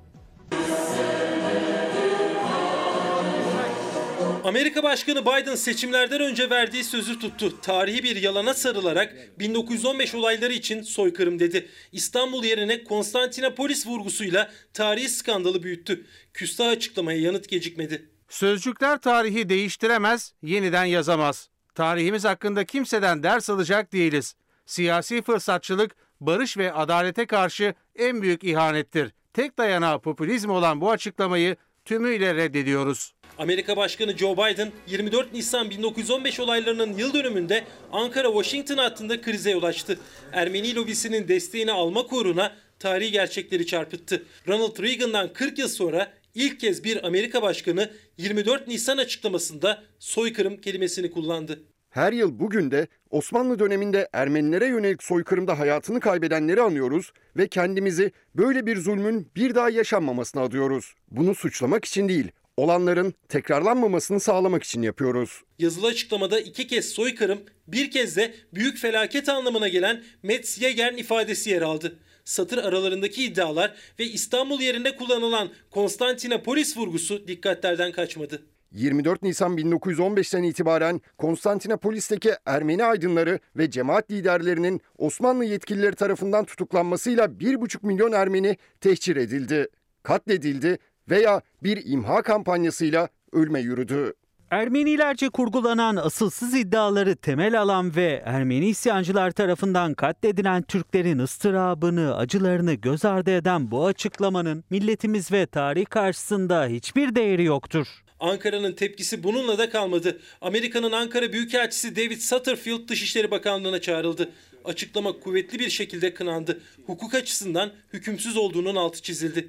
Amerika Başkanı Biden seçimlerden önce verdiği sözü tuttu. Tarihi bir yalana sarılarak bin dokuz yüz on beş olayları için soykırım dedi. İstanbul yerine Konstantinopolis vurgusuyla tarihi skandalı büyüttü. Küstah açıklamaya yanıt gecikmedi. Sözcükler tarihi değiştiremez, yeniden yazamaz. Tarihimiz hakkında kimseden ders alacak değiliz. Siyasi fırsatçılık, barış ve adalete karşı en büyük ihanettir. Tek dayanağı popülizm olan bu açıklamayı tümüyle reddediyoruz. Amerika Başkanı Joe Biden yirmi dört Nisan bin dokuz yüz on beş olaylarının yıl dönümünde Ankara-Washington hattında krize yol açtı. Ermeni lobisinin desteğini almak uğruna tarihi gerçekleri çarpıttı. Ronald Reagan'dan kırk yıl sonra ilk kez bir Amerika Başkanı yirmi dört Nisan açıklamasında soykırım kelimesini kullandı. Her yıl bugün de Osmanlı döneminde Ermenilere yönelik soykırımda hayatını kaybedenleri anıyoruz ve kendimizi böyle bir zulmün bir daha yaşanmamasına adıyoruz. Bunu suçlamak için değil, olanların tekrarlanmamasını sağlamak için yapıyoruz. Yazılı açıklamada iki kez soykırım, bir kez de büyük felaket anlamına gelen Metzyegern ifadesi yer aldı. Satır aralarındaki iddialar ve İstanbul yerine kullanılan Konstantinopolis vurgusu dikkatlerden kaçmadı. yirmi dört Nisan bin dokuz yüz on beşten itibaren Konstantinopolis'teki Ermeni aydınları ve cemaat liderlerinin Osmanlı yetkilileri tarafından tutuklanmasıyla bir buçuk milyon Ermeni tehcir edildi, katledildi veya bir imha kampanyasıyla ölüme yürüdü. Ermenilerce kurgulanan asılsız iddiaları temel alan ve Ermeni isyancılar tarafından katledilen Türklerin ıstırabını, acılarını göz ardı eden bu açıklamanın milletimiz ve tarih karşısında hiçbir değeri yoktur. Ankara'nın tepkisi bununla da kalmadı. Amerika'nın Ankara Büyükelçisi David Satterfield Dışişleri Bakanlığı'na çağrıldı. Açıklama kuvvetli bir şekilde kınandı. Hukuk açısından hükümsüz olduğunun altı çizildi.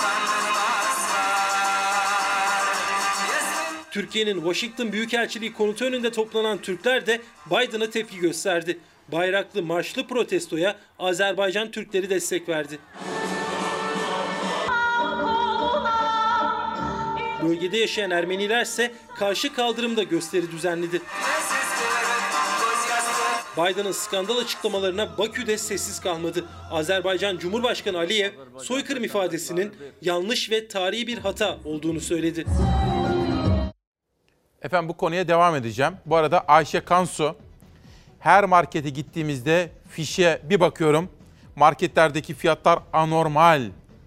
Türkiye'nin Washington Büyükelçiliği konutu önünde toplanan Türkler de Biden'a tepki gösterdi. Bayraklı marşlı protestoya Azerbaycan Türkleri destek verdi. Bölgede yaşayan Ermeniler ise karşı kaldırımda gösteri düzenledi. Biden'ın skandal açıklamalarına Bakü'de sessiz kalmadı. Azerbaycan Cumhurbaşkanı Aliyev, soykırım ifadesinin yanlış ve tarihi bir hata olduğunu söyledi. Efendim bu konuya devam edeceğim. Bu arada Ayşe Kansu, her markete gittiğimizde fişe bir bakıyorum. Marketlerdeki fiyatlar anormal.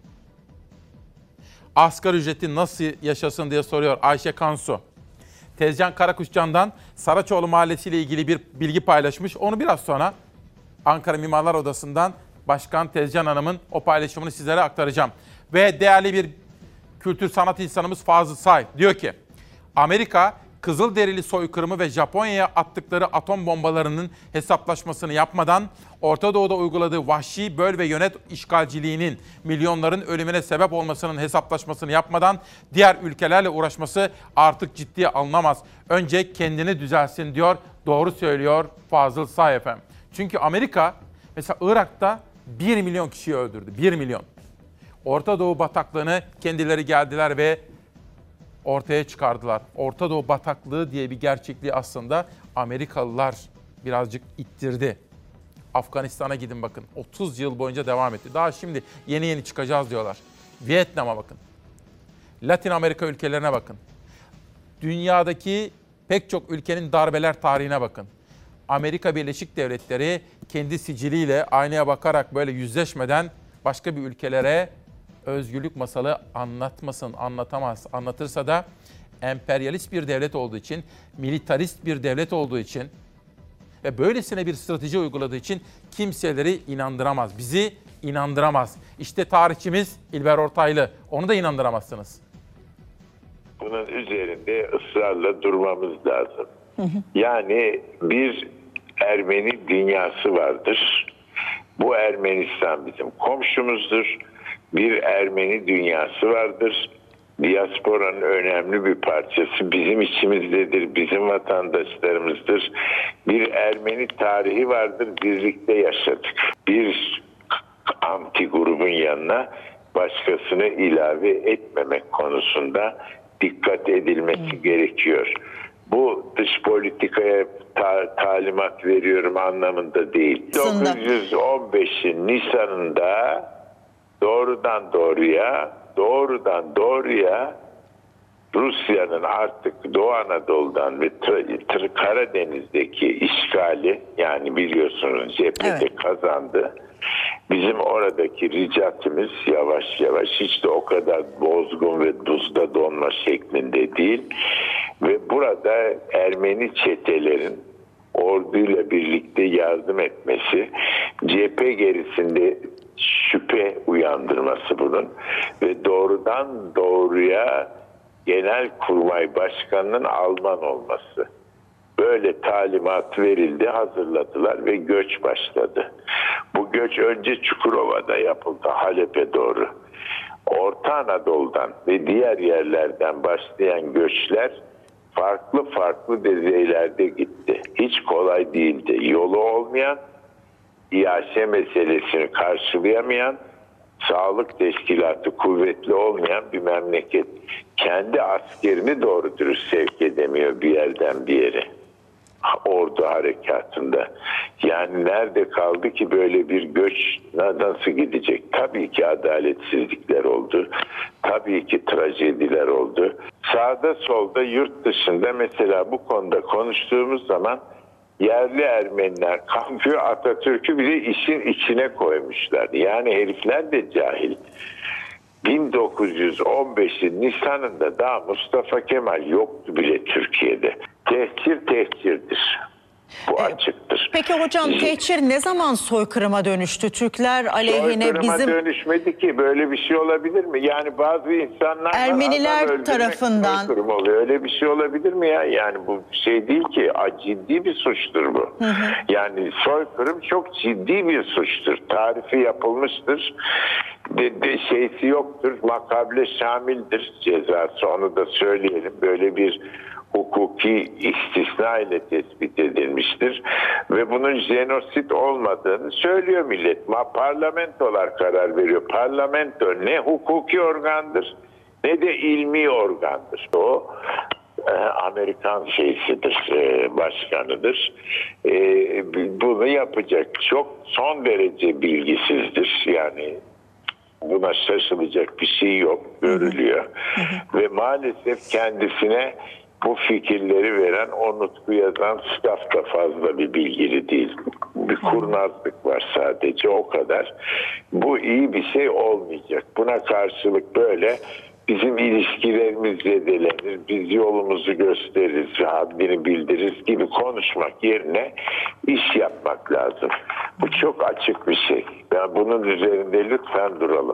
Asgari ücreti nasıl yaşasın diye soruyor Ayşe Kansu. Tezcan Karakuşcan'dan Saraçoğlu Mahallesi ile ilgili bir bilgi paylaşmış. Onu biraz sonra Ankara Mimarlar Odası'ndan Başkan Tezcan Hanım'ın o paylaşımını sizlere aktaracağım. Ve değerli bir kültür sanat insanımız Fazıl Say diyor ki, Amerika Kızılderili soykırımı ve Japonya'ya attıkları atom bombalarının hesaplaşmasını yapmadan Orta Doğu'da uyguladığı vahşi böl ve yönet işgalciliğinin milyonların ölümüne sebep olmasının hesaplaşmasını yapmadan diğer ülkelerle uğraşması artık ciddiye alınamaz. Önce kendini düzelsin diyor. Doğru söylüyor Fazıl Say efendim. Çünkü Amerika mesela Irak'ta bir milyon kişiyi öldürdü. bir milyon. Orta Doğu bataklığını kendileri geldiler ve ortaya çıkardılar. Orta Doğu bataklığı diye bir gerçekliği aslında Amerikalılar birazcık ittirdi. Afganistan'a gidin bakın. otuz yıl boyunca devam etti. Daha şimdi yeni yeni çıkacağız diyorlar. Vietnam'a bakın. Latin Amerika ülkelerine bakın. Dünyadaki pek çok ülkenin darbeler tarihine bakın. Amerika Birleşik Devletleri kendi siciliyle aynaya bakarak böyle yüzleşmeden başka bir ülkelere özgürlük masalı anlatmasın, anlatamaz. Anlatırsa da emperyalist bir devlet olduğu için, militarist bir devlet olduğu için ve böylesine bir strateji uyguladığı için kimseleri inandıramaz. Bizi inandıramaz. İşte tarihçimiz İlber Ortaylı. Onu da inandıramazsınız. Bunun üzerinde ısrarla durmamız lazım. Hı hı. Yani bir Ermeni dünyası vardır. Bu Ermenistan bizim komşumuzdur. Bir Ermeni dünyası vardır. Diasporanın önemli bir parçası bizim içimizdedir, bizim vatandaşlarımızdır. Bir Ermeni tarihi vardır, birlikte yaşadık. Bir anti grubun yanına başkasını ilave etmemek konusunda dikkat edilmesi hmm. gerekiyor. Bu dış politikaya ta- talimat veriyorum anlamında değil. bin dokuz yüz on beşin Nisan'ında doğrudan doğruya, doğrudan doğruya Rusya'nın artık Doğu Anadolu'dan ve Karadeniz'deki işgali, yani biliyorsunuz cephede evet. kazandı. Bizim oradaki ricatimiz yavaş yavaş, hiç de o kadar bozgun ve buzda donma şeklinde değil. Ve burada Ermeni çetelerin orduyla birlikte yardım etmesi, cephe gerisinde şüphe uyandırması bunun ve doğrudan doğruya Genelkurmay Başkanı'nın Alman olması. Böyle talimat verildi, hazırladılar ve göç başladı. Bu göç önce Çukurova'da yapıldı, Halep'e doğru. Orta Anadolu'dan ve diğer yerlerden başlayan göçler farklı farklı düzeylerde gitti. Hiç kolay değildi. Yolu olmayan, İAŞ meselesini karşılayamayan, sağlık teşkilatı kuvvetli olmayan bir memleket. Kendi askerini doğru dürüst sevk edemiyor bir yerden bir yere. Ordu harekatında. Yani nerede kaldı ki böyle bir göç nasıl gidecek? Tabii ki adaletsizlikler oldu. Tabii ki trajediler oldu. Sağda solda yurt dışında mesela bu konuda konuştuğumuz zaman yerli Ermeniler kalkıyor, Atatürk'ü bile işin içine koymuşlar. Yani herifler de cahil. bin dokuz yüz on beşin Nisan'ında daha Mustafa Kemal yoktu bile Türkiye'de. Tehcir tehcirdir. Bu açıktır. Peki hocam, tehcir ne zaman soykırıma dönüştü? Türkler aleyhine Soykırıma bizim... dönüşmedi ki, böyle bir şey olabilir mi? Yani bazı insanlar... Ermeniler tarafından... Soykırım oluyor. Öyle bir şey olabilir mi ya? Yani bu şey değil ki, ciddi bir suçtur bu. Hı hı. Yani soykırım çok ciddi bir suçtur. Tarifi yapılmıştır. De, de şeysi yoktur. Makable şamildir cezası, onu da söyleyelim. Böyle bir hukuki istisna ile tespit edilmiştir ve bunun jenosit olmadığını söylüyor millet. Ma parlamentolar karar veriyor. Parlamento ne hukuki organdır ne de ilmi organdır. O e, Amerikan şeysidir, e, başkanıdır. E, bunu yapacak. Çok son derece bilgisizdir. Yani buna şaşılacak bir şey yok, görülüyor. Hı hı. Ve maalesef kendisine bu fikirleri veren, o nutku yazan staf da fazla bir bilgili değil. Bir kurnazlık var sadece, o kadar. Bu iyi bir şey olmayacak. Buna karşılık böyle bizim ilişkilerimiz zedelenir, biz yolumuzu gösteririz ve haddini bildiririz gibi konuşmak yerine iş yapmak lazım. Bu çok açık bir şey. Yani bunun üzerinde lütfen duralım.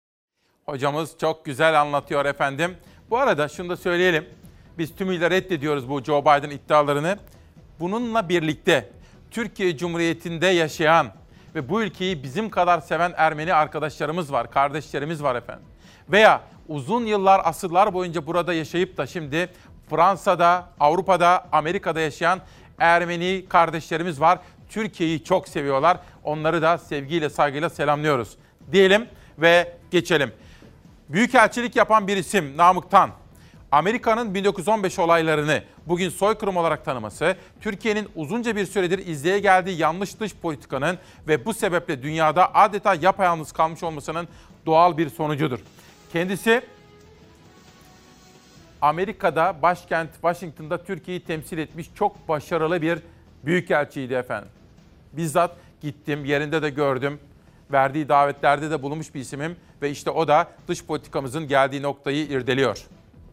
Hocamız çok güzel anlatıyor efendim. Bu arada şunu da söyleyelim. Biz tümüyle reddediyoruz bu Joe Biden iddialarını. Bununla birlikte Türkiye Cumhuriyeti'nde yaşayan ve bu ülkeyi bizim kadar seven Ermeni arkadaşlarımız var, kardeşlerimiz var efendim. Veya uzun yıllar, asırlar boyunca burada yaşayıp da şimdi Fransa'da, Avrupa'da, Amerika'da yaşayan Ermeni kardeşlerimiz var. Türkiye'yi çok seviyorlar. Onları da sevgiyle, saygıyla selamlıyoruz diyelim ve geçelim. Büyükelçilik yapan bir isim Namık Tan. Amerika'nın bin dokuz yüz on beş olaylarını bugün soykırım olarak tanıması, Türkiye'nin uzunca bir süredir izleye geldiği yanlış dış politikanın ve bu sebeple dünyada adeta yapayalnız kalmış olmasının doğal bir sonucudur. Kendisi Amerika'da, başkent Washington'da Türkiye'yi temsil etmiş çok başarılı bir büyükelçiydi efendim. Bizzat gittim, yerinde de gördüm. Verdiği davetlerde de bulunmuş bir isimim ve işte o da dış politikamızın geldiği noktayı irdeliyor.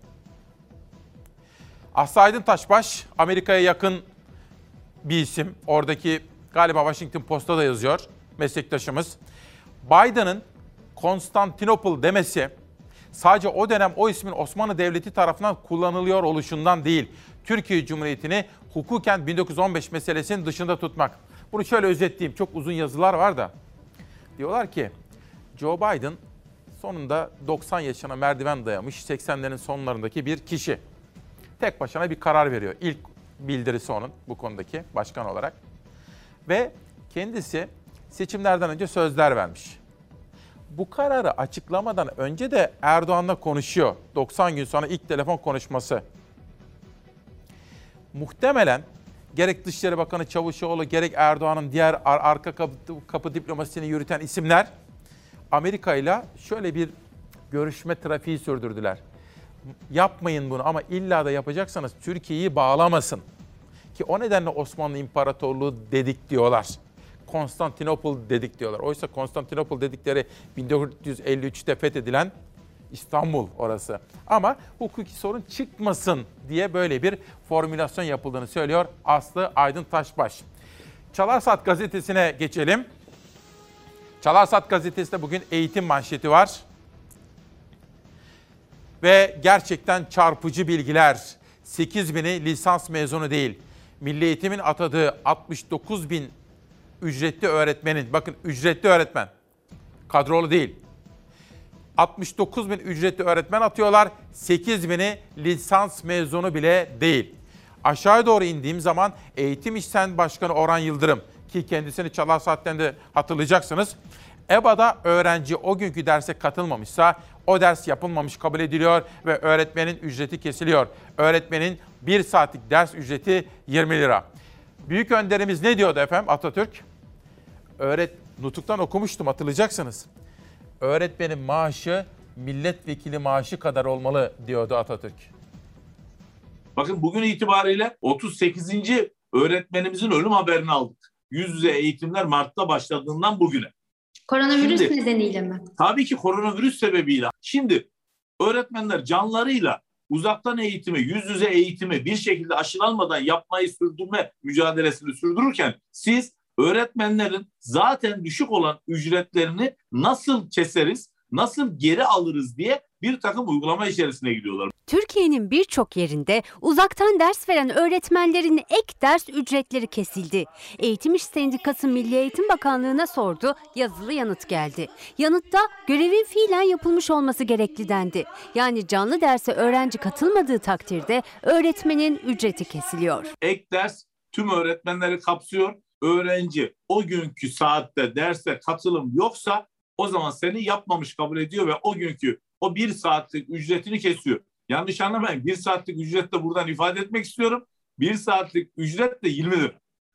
Aslı Aydın Taşbaş, Amerika'ya yakın bir isim. Oradaki galiba Washington Post'ta da yazıyor meslektaşımız. Biden'ın Konstantinopol demesi sadece o dönem o ismin Osmanlı Devleti tarafından kullanılıyor oluşundan değil, Türkiye Cumhuriyeti'ni hukuken bin dokuz yüz on beş meselesinin dışında tutmak. Bunu şöyle özetleyeyim, çok uzun yazılar var da. Diyorlar ki Joe Biden sonunda doksan yaşına merdiven dayamış, seksenlerin sonlarındaki bir kişi. Tek başına bir karar veriyor. İlk bildirisi onun bu konudaki başkan olarak. Ve kendisi seçimlerden önce sözler vermiş. Bu kararı açıklamadan önce de Erdoğan'la konuşuyor. doksan gün sonra ilk telefon konuşması. Muhtemelen gerek Dışişleri Bakanı Çavuşoğlu, gerek Erdoğan'ın diğer ar- arka kapı, kapı diplomasisini yürüten isimler Amerika ile şöyle bir görüşme trafiği sürdürdüler. Yapmayın bunu ama illa da yapacaksanız Türkiye'yi bağlamasın. Ki o nedenle Osmanlı İmparatorluğu dedik diyorlar. Konstantinopol dedik diyorlar. Oysa Konstantinopol dedikleri bin dört yüz elli üçte fethedilen İstanbul orası. Ama hukuki sorun çıkmasın diye böyle bir formülasyon yapıldığını söylüyor Aslı Aydın Taşbaş. Çalarsat gazetesine geçelim. Çalarsat gazetesinde bugün eğitim manşeti var. Ve gerçekten çarpıcı bilgiler. sekiz bini lisans mezunu değil. Milli Eğitim'in atadığı altmış dokuz bin ücretli öğretmenin, bakın ücretli öğretmen, kadrolu değil. altmış dokuz bin ücretli öğretmen atıyorlar, sekiz bini lisans mezunu bile değil. Aşağıya doğru indiğim zaman Eğitim İşsen Başkanı Orhan Yıldırım, ki kendisini Çalarsat'ten de hatırlayacaksınız. E B A'da öğrenci o günkü derse katılmamışsa o ders yapılmamış kabul ediliyor ve öğretmenin ücreti kesiliyor. Öğretmenin bir saatlik ders ücreti yirmi lira. Büyük önderimiz ne diyordu efendim Atatürk? Öğret Nutuk'tan okumuştum, hatırlayacaksınız. Öğretmenin maaşı milletvekili maaşı kadar olmalı diyordu Atatürk. Bakın bugün itibariyle otuz sekizinci öğretmenimizin ölüm haberini aldık. Yüz yüze eğitimler Mart'ta başladığından bugüne. Koronavirüs Şimdi, nedeniyle mi? Tabii ki koronavirüs sebebiyle. Şimdi öğretmenler canlarıyla uzaktan eğitimi, yüz yüze eğitimi bir şekilde aşılanmadan yapmayı sürdürme mücadelesini sürdürürken siz öğretmenlerin zaten düşük olan ücretlerini nasıl keseriz, nasıl geri alırız diye bir takım uygulama içerisine gidiyorlar. Türkiye'nin birçok yerinde uzaktan ders veren öğretmenlerin ek ders ücretleri kesildi. Eğitim İş Sendikası Milli Eğitim Bakanlığı'na sordu, yazılı yanıt geldi. Yanıtta görevin fiilen yapılmış olması gerekli dendi. Yani canlı derse öğrenci katılmadığı takdirde öğretmenin ücreti kesiliyor. Ek ders tüm öğretmenleri kapsıyor. Öğrenci o günkü saatte derse katılım yoksa o zaman seni yapmamış kabul ediyor ve o günkü o bir saatlik ücretini kesiyor. Yanlış anlamayın. Bir saatlik ücret de buradan ifade etmek istiyorum. Bir saatlik ücret de yirmi lira.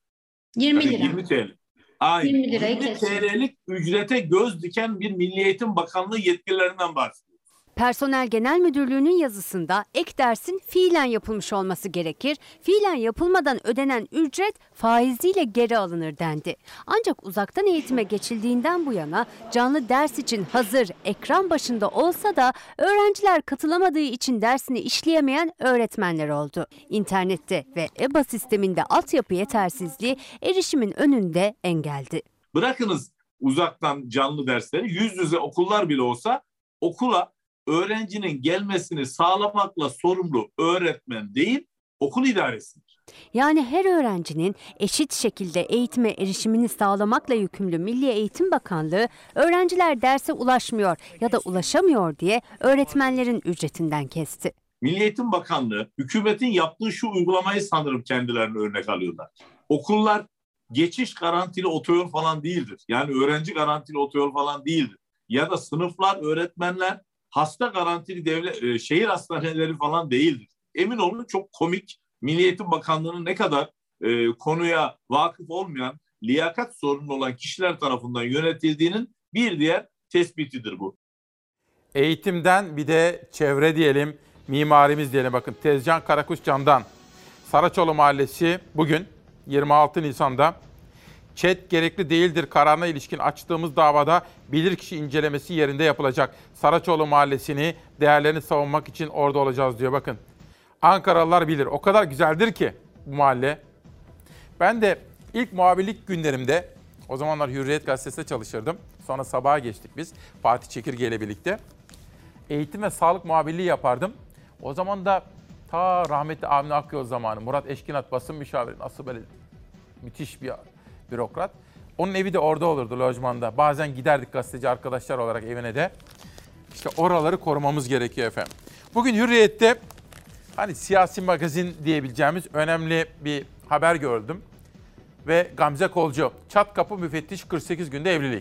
yirmi yani lira. yirmi TL. Aynen. yirmi lirayı yirmi kesiyor. T L'lik ücrete göz diken bir Milli Eğitim Bakanlığı yetkililerinden bahsediyor. Personel Genel Müdürlüğü'nün yazısında ek dersin fiilen yapılmış olması gerekir, fiilen yapılmadan ödenen ücret faiziyle geri alınır dendi. Ancak uzaktan eğitime geçildiğinden bu yana canlı ders için hazır ekran başında olsa da öğrenciler katılamadığı için dersini işleyemeyen öğretmenler oldu. İnternette ve E B A sisteminde altyapı yetersizliği erişimin önünde engeldi. Bırakınız uzaktan canlı dersleri, yüz yüze okullar bile olsa okula öğrencinin gelmesini sağlamakla sorumlu öğretmen değil, okul idaresidir. Yani her öğrencinin eşit şekilde eğitime erişimini sağlamakla yükümlü Milli Eğitim Bakanlığı, öğrenciler derse ulaşmıyor ya da ulaşamıyor diye öğretmenlerin ücretinden kesti. Milli Eğitim Bakanlığı, hükümetin yaptığı şu uygulamayı sanırım kendilerine örnek alıyorlar. Okullar geçiş garantili otoyol falan değildir. Yani öğrenci garantili otoyol falan değildir. Ya da sınıflar, öğretmenler hasta garantili devlet, şehir hastaneleri falan değildir. Emin olun çok komik. Milli Eğitim Bakanlığı'nın ne kadar e, konuya vakıf olmayan, liyakat sorunu olan kişiler tarafından yönetildiğinin bir diğer tespitidir bu. Eğitimden bir de çevre diyelim, mimarimiz diyelim. Bakın Tezcan Karakuşcan'dan Saraçoğlu Mahallesi bugün yirmi altı Nisan'da ÇED gerekli değildir kararına ilişkin açtığımız davada bilirkişi incelemesi yerinde yapılacak. Saraçoğlu Mahallesi'ni, değerlerini savunmak için orada olacağız diyor. Bakın Ankaralılar bilir. O kadar güzeldir ki bu mahalle. Ben de ilk muhabirlik günlerimde, o zamanlar Hürriyet Gazetesi'nde çalışırdım. Sonra sabaha geçtik biz Fatih Çekirge ile birlikte. Eğitim ve sağlık muhabirliği yapardım. O zaman da ta rahmetli Avni Akyol zamanı Murat Eşkinat basın müşaviri, nasıl böyle müthiş bir bürokrat. Onun evi de orada olurdu, lojmanda. Bazen giderdik gazeteci arkadaşlar olarak evine de. İşte oraları korumamız gerekiyor efendim. Bugün Hürriyet'te hani siyasi magazin diyebileceğimiz önemli bir haber gördüm. Ve Gamze Kolcu, çat kapı müfettiş kırk sekiz günde evlilik.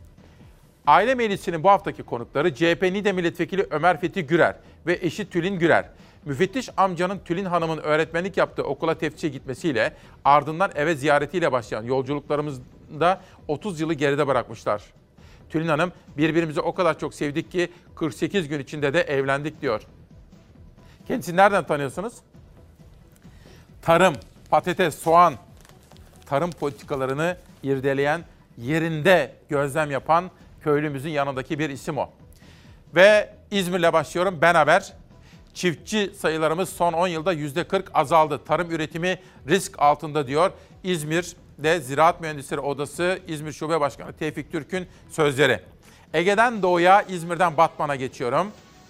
Aile Meclisi'nin bu haftaki konukları C H P Niğde Milletvekili Ömer Fethi Gürer ve eşi Tülin Gürer. Müfettiş amcanın Tülin Hanım'ın öğretmenlik yaptığı okula teftişe gitmesiyle ardından eve ziyaretiyle başlayan yolculuklarımızda otuz yılı geride bırakmışlar. Tülin Hanım, birbirimizi o kadar çok sevdik ki kırk sekiz gün içinde de evlendik diyor. Kendisini nereden tanıyorsunuz? Tarım, patates, soğan, tarım politikalarını irdeleyen, yerinde gözlem yapan köylümüzün yanındaki bir isim o. Ve İzmir'le başlıyorum. Ben Haber. Çiftçi sayılarımız son on yılda yüzde kırk azaldı. Tarım üretimi risk altında diyor. İzmir'de Ziraat Mühendisleri Odası İzmir Şube Başkanı Tevfik Türk'ün sözleri. Ege'den doğuya, İzmir'den Batman'a geçiyorum.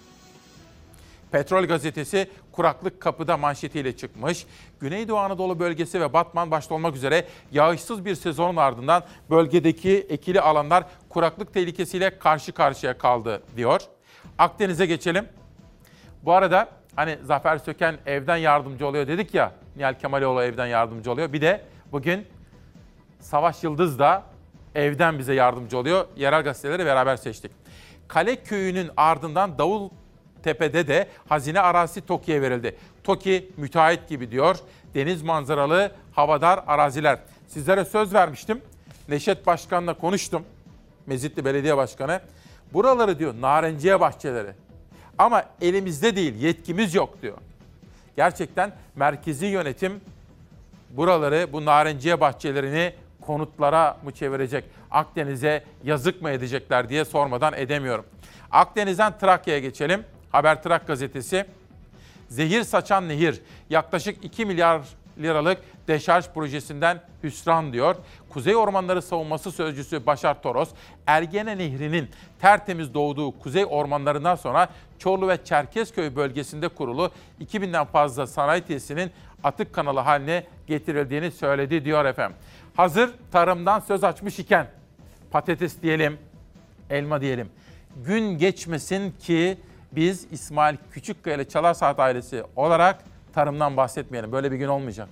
Petrol Gazetesi kuraklık kapıda manşetiyle çıkmış. Güneydoğu Anadolu bölgesi ve Batman başta olmak üzere yağışsız bir sezonun ardından bölgedeki ekili alanlar kuraklık tehlikesiyle karşı karşıya kaldı diyor. Akdeniz'e geçelim. Bu arada hani Zafer Söken evden yardımcı oluyor dedik ya, Nihal Kemaloğlu evden yardımcı oluyor. Bir de bugün Savaş Yıldız da evden bize yardımcı oluyor. Yerel gazeteleri beraber seçtik. Kale Köyü'nün ardından Davultepe'de de hazine arazisi TOKİ'ye verildi. TOKİ müteahhit gibi diyor. Deniz manzaralı, havadar araziler. Sizlere söz vermiştim. Neşet Başkan'la konuştum. Mezitli Belediye Başkanı. Buraları diyor narenciye bahçeleri. Ama elimizde değil, yetkimiz yok diyor. Gerçekten merkezi yönetim buraları, bu narenciye bahçelerini konutlara mı çevirecek, Akdeniz'e yazık mı edecekler diye sormadan edemiyorum. Akdeniz'den Trakya'ya geçelim. Habertrak gazetesi. Zehir saçan nehir, yaklaşık iki milyar liralık deşarj projesinden hüsran diyor. Kuzey Ormanları Savunması Sözcüsü Başar Toros, Ergene Nehri'nin tertemiz doğduğu kuzey ormanlarından sonra Çorlu ve Çerkezköy bölgesinde kurulu iki binden fazla sanayi tesisinin atık kanalı haline getirildiğini söyledi diyor efendim. Hazır tarımdan söz açmış iken patates diyelim, elma diyelim. Gün geçmesin ki biz İsmail Küçükkaya ile Çalar Saat ailesi olarak tarımdan bahsetmeyelim. Böyle bir gün olmayacak.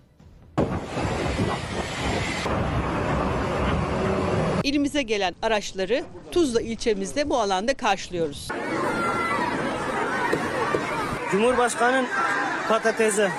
İlimize gelen araçları Tuzla ilçemizde bu alanda karşılıyoruz. Cumhurbaşkanı'nın patatesi.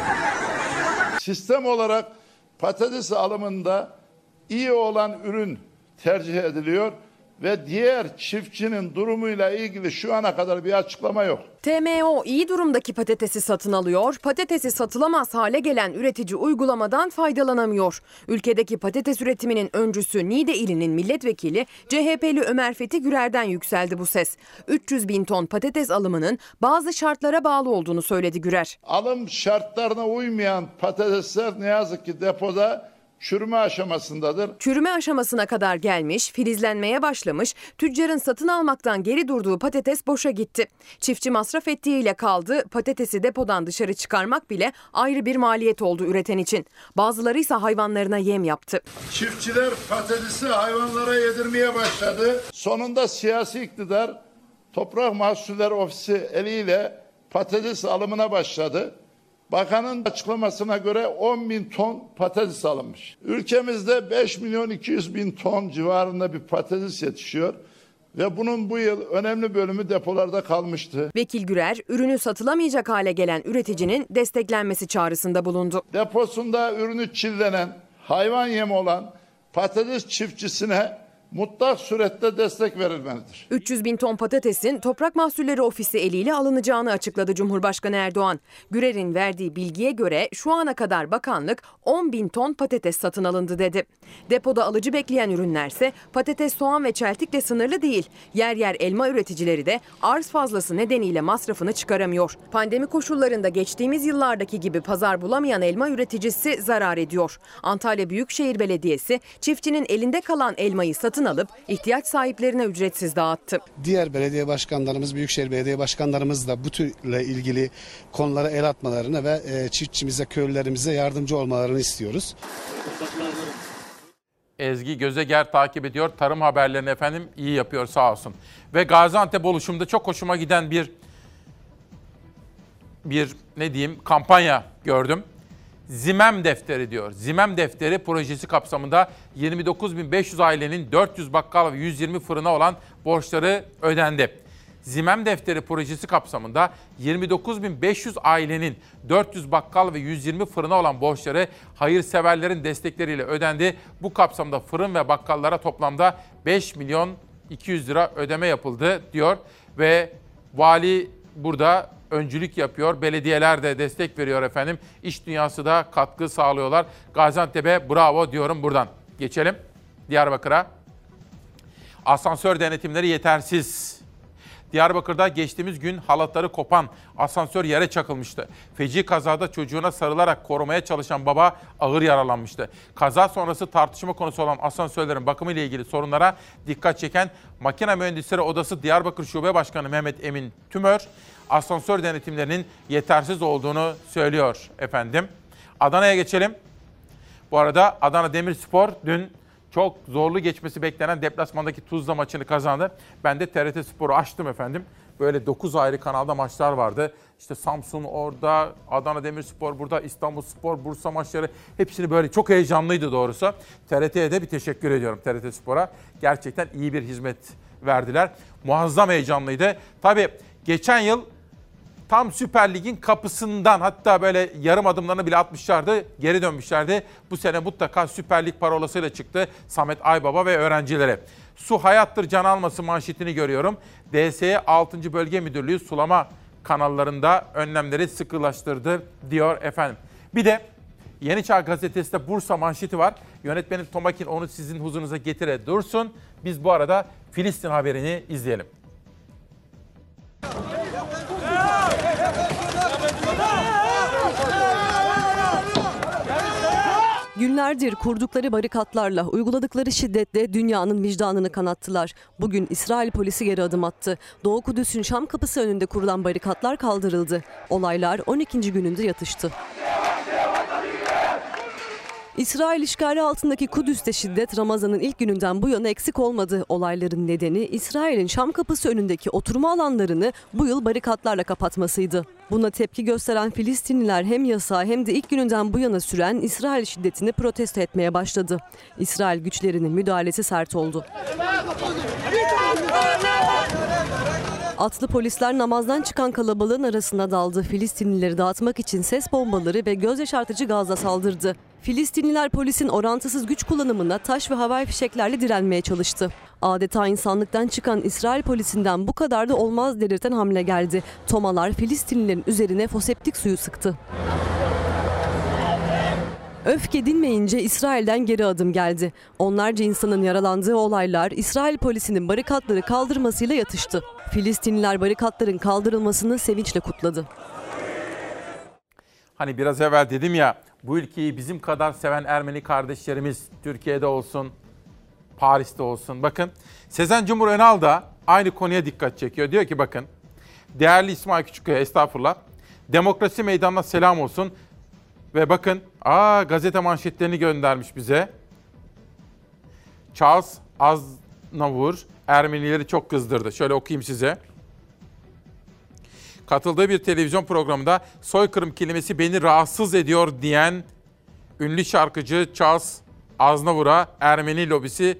Sistem olarak patates alımında iyi olan ürün tercih ediliyor ve diğer çiftçinin durumuyla ilgili şu ana kadar bir açıklama yok. T M O iyi durumdaki patatesi satın alıyor, patatesi satılamaz hale gelen üretici uygulamadan faydalanamıyor. Ülkedeki patates üretiminin öncüsü Niğde ilinin milletvekili C H P'li Ömer Fethi Gürer'den yükseldi bu ses. üç yüz bin ton patates alımının bazı şartlara bağlı olduğunu söyledi Gürer. Alım şartlarına uymayan patatesler ne yazık ki depoda çürüme aşamasındadır. Çürüme aşamasına kadar gelmiş, filizlenmeye başlamış, tüccarın satın almaktan geri durduğu patates boşa gitti. Çiftçi masraf ettiğiyle kaldı, patatesi depodan dışarı çıkarmak bile ayrı bir maliyet oldu üreten için. Bazıları ise hayvanlarına yem yaptı. Çiftçiler patatesi hayvanlara yedirmeye başladı. Sonunda siyasi iktidar Toprak Mahsulleri Ofisi eliyle patates alımına başladı. Bakanın açıklamasına göre on bin ton patates alınmış. Ülkemizde beş milyon iki yüz bin ton civarında bir patates yetişiyor ve bunun bu yıl önemli bölümü depolarda kalmıştı. Vekil Gürer, ürünü satılamayacak hale gelen üreticinin desteklenmesi çağrısında bulundu. Deposunda ürünü çillenen, hayvan yemi olan patates çiftçisine mutlak surette destek verilmelidir. üç yüz bin ton patatesin Toprak Mahsulleri Ofisi eliyle alınacağını açıkladı Cumhurbaşkanı Erdoğan. Gürer'in verdiği bilgiye göre şu ana kadar bakanlık on bin ton patates satın alındı dedi. Depoda alıcı bekleyen ürünlerse patates, soğan ve çeltikle sınırlı değil. Yer yer elma üreticileri de arz fazlası nedeniyle masrafını çıkaramıyor. Pandemi koşullarında geçtiğimiz yıllardaki gibi pazar bulamayan elma üreticisi zarar ediyor. Antalya Büyükşehir Belediyesi çiftçinin elinde kalan elmayı satın alıp ihtiyaç sahiplerine ücretsiz dağıttı. Diğer belediye başkanlarımız, büyükşehir belediye başkanlarımız da bu türle ilgili konulara el atmalarını ve çiftçimize, köylülerimize yardımcı olmalarını istiyoruz. Ezgi Gözeger takip ediyor. Tarım haberlerini efendim iyi yapıyor sağ olsun. Ve Gaziantep oluşumda çok hoşuma giden bir bir ne diyeyim kampanya gördüm. Zimem Defteri diyor. Zimem Defteri projesi kapsamında yirmi dokuz bin beş yüz ailenin dört yüz bakkal ve yüz yirmi fırına olan borçları ödendi. Zimem Defteri projesi kapsamında yirmi dokuz bin beş yüz ailenin dört yüz bakkal ve yüz yirmi fırına olan borçları hayırseverlerin destekleriyle ödendi. Bu kapsamda fırın ve bakkallara toplamda beş milyon iki yüz lira ödeme yapıldı diyor ve vali burada öncülük yapıyor. Belediyeler de destek veriyor efendim. İş dünyası da katkı sağlıyorlar. Gaziantep'e bravo diyorum buradan. Geçelim Diyarbakır'a. Asansör denetimleri yetersiz. Diyarbakır'da geçtiğimiz gün halatları kopan asansör yere çakılmıştı. Feci kazada çocuğuna sarılarak korumaya çalışan baba ağır yaralanmıştı. Kaza sonrası tartışma konusu olan asansörlerin bakımı ile ilgili sorunlara dikkat çeken Makine Mühendisleri Odası Diyarbakır Şube Başkanı Mehmet Emin Tümör, asansör denetimlerinin yetersiz olduğunu söylüyor efendim. Adana'ya geçelim. Bu arada Adana Demirspor dün çok zorlu geçmesi beklenen deplasmandaki Tuzla maçını kazandı. Ben de T R T Spor'u açtım efendim. Böyle dokuz ayrı kanalda maçlar vardı. İşte Samsun orada, Adana Demirspor burada, İstanbulspor, Bursa maçları hepsini böyle çok heyecanlıydı doğrusu. T R T'ye de bir teşekkür ediyorum T R T Spor'a. Gerçekten iyi bir hizmet verdiler. Muazzam heyecanlıydı. Tabii geçen yıl tam Süper Lig'in kapısından hatta böyle yarım adımlarını bile atmışlardı, geri dönmüşlerdi. Bu sene mutlaka Süper Lig parolasıyla çıktı Samet Aybaba ve öğrencilere. Su hayattır, can almasın manşetini görüyorum. D S E altıncı Bölge Müdürlüğü sulama kanallarında önlemleri sıkılaştırdı diyor efendim. Bir de Yeni Çağ Gazetesi'de Bursa manşeti var. Yönetmenim Tomakin onu sizin huzurunuza getire dursun. Biz bu arada Filistin haberini izleyelim. Günlerdir kurdukları barikatlarla, uyguladıkları şiddetle dünyanın vicdanını kanattılar. Bugün İsrail polisi geri adım attı. Doğu Kudüs'ün Şam kapısı önünde kurulan barikatlar kaldırıldı. Olaylar on ikinci gününde yatıştı. İsrail işgali altındaki Kudüs'te şiddet Ramazan'ın ilk gününden bu yana eksik olmadı. Olayların nedeni İsrail'in Şam kapısı önündeki oturma alanlarını bu yıl barikatlarla kapatmasıydı. Buna tepki gösteren Filistinliler hem yasağı hem de ilk gününden bu yana süren İsrail şiddetini protesto etmeye başladı. İsrail güçlerinin müdahalesi sert oldu. Atlı polisler namazdan çıkan kalabalığın arasına daldı. Filistinlileri dağıtmak için ses bombaları ve göz yaşartıcı gazla saldırdı. Filistinliler polisin orantısız güç kullanımına taş ve havai fişeklerle direnmeye çalıştı. Adeta insanlıktan çıkan İsrail polisinden bu kadar da olmaz delirten hamle geldi. Tomalar Filistinlilerin üzerine foseptik suyu sıktı. Öfke dinmeyince İsrail'den geri adım geldi. Onlarca insanın yaralandığı olaylar İsrail polisinin barikatları kaldırmasıyla yatıştı. Filistinliler barikatların kaldırılmasını sevinçle kutladı. Hani biraz evvel dedim ya, bu ülkeyi bizim kadar seven Ermeni kardeşlerimiz Türkiye'de olsun, Paris'te olsun. Bakın Sezen Cumhur Önal da aynı konuya dikkat çekiyor. Diyor ki bakın, değerli İsmail Küçükkaya, estağfurullah, demokrasi meydanına selam olsun. Ve bakın, aa gazete manşetlerini göndermiş bize. Charles Aznavour Ermenileri çok kızdırdı. Şöyle okuyayım size. Katıldığı bir televizyon programında soykırım kelimesi beni rahatsız ediyor diyen ünlü şarkıcı Charles Aznavour'a Ermeni lobisi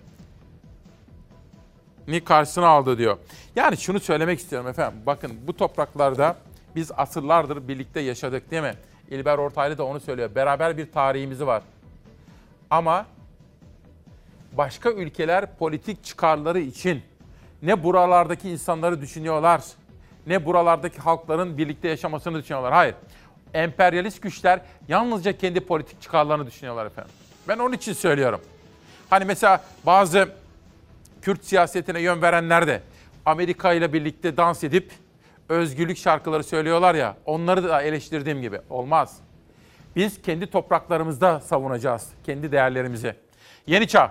ni karşısına aldı diyor. Yani şunu söylemek istiyorum efendim. Bakın bu topraklarda biz asırlardır birlikte yaşadık değil mi? İlber Ortaylı da onu söylüyor. Beraber bir tarihimiz var. Ama başka ülkeler politik çıkarları için ne buralardaki insanları düşünüyorlar, ne buralardaki halkların birlikte yaşamasını düşünüyorlar. Hayır. Emperyalist güçler yalnızca kendi politik çıkarlarını düşünüyorlar efendim. Ben onun için söylüyorum. Hani mesela bazı Kürt siyasetine yön verenler de Amerika ile birlikte dans edip özgürlük şarkıları söylüyorlar ya, onları da eleştirdiğim gibi olmaz. Biz kendi topraklarımızda savunacağız kendi değerlerimizi. Yeni Çağ.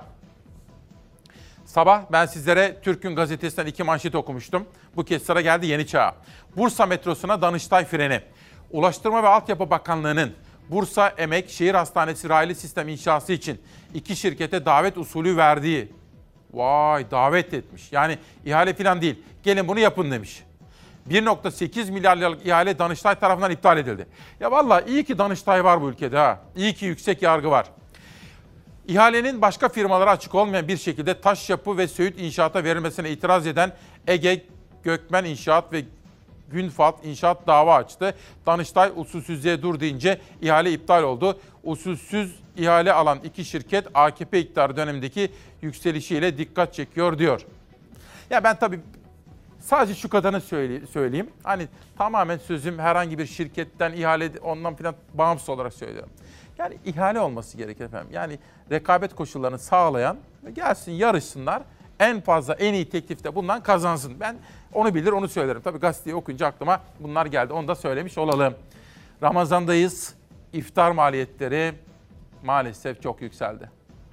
Sabah ben sizlere Türk'ün gazetesinden iki manşet okumuştum. Bu kez sıra geldi Yeni Çağ'a. Bursa metrosuna Danıştay freni. Ulaştırma ve Altyapı Bakanlığı'nın Bursa Emek Şehir Hastanesi raylı sistem inşası için iki şirkete davet usulü verdiği. Vay, davet etmiş. Yani ihale falan değil. Gelin bunu yapın demiş. bir virgül sekiz milyar liralık ihale Danıştay tarafından iptal edildi. Ya vallahi iyi ki Danıştay var bu ülkede ha. İyi ki yüksek yargı var. İhalenin başka firmalara açık olmayan bir şekilde taş yapı ve Söğüt İnşaat'a verilmesine itiraz eden Ege Gökmen İnşaat ve Günfalt İnşaat dava açtı. Danıştay usulsüzlüğe dur deyince ihale iptal oldu. Usulsüz ihale alan iki şirket A K P iktidarı dönemindeki yükselişiyle dikkat çekiyor diyor. Ya ben tabii sadece şu kadarını söyleyeyim. Hani tamamen sözüm herhangi bir şirketten ihale ondan filan bağımsız olarak söylüyorum. Yani ihale olması gerekir efendim. Yani rekabet koşullarını sağlayan gelsin yarışsınlar. En fazla en iyi teklifte bundan kazansın. Ben onu bilir onu söylerim. Tabii gazeteyi okuyunca aklıma bunlar geldi. Onu da söylemiş olalım. Ramazandayız. İftar maliyetleri maalesef çok yükseldi.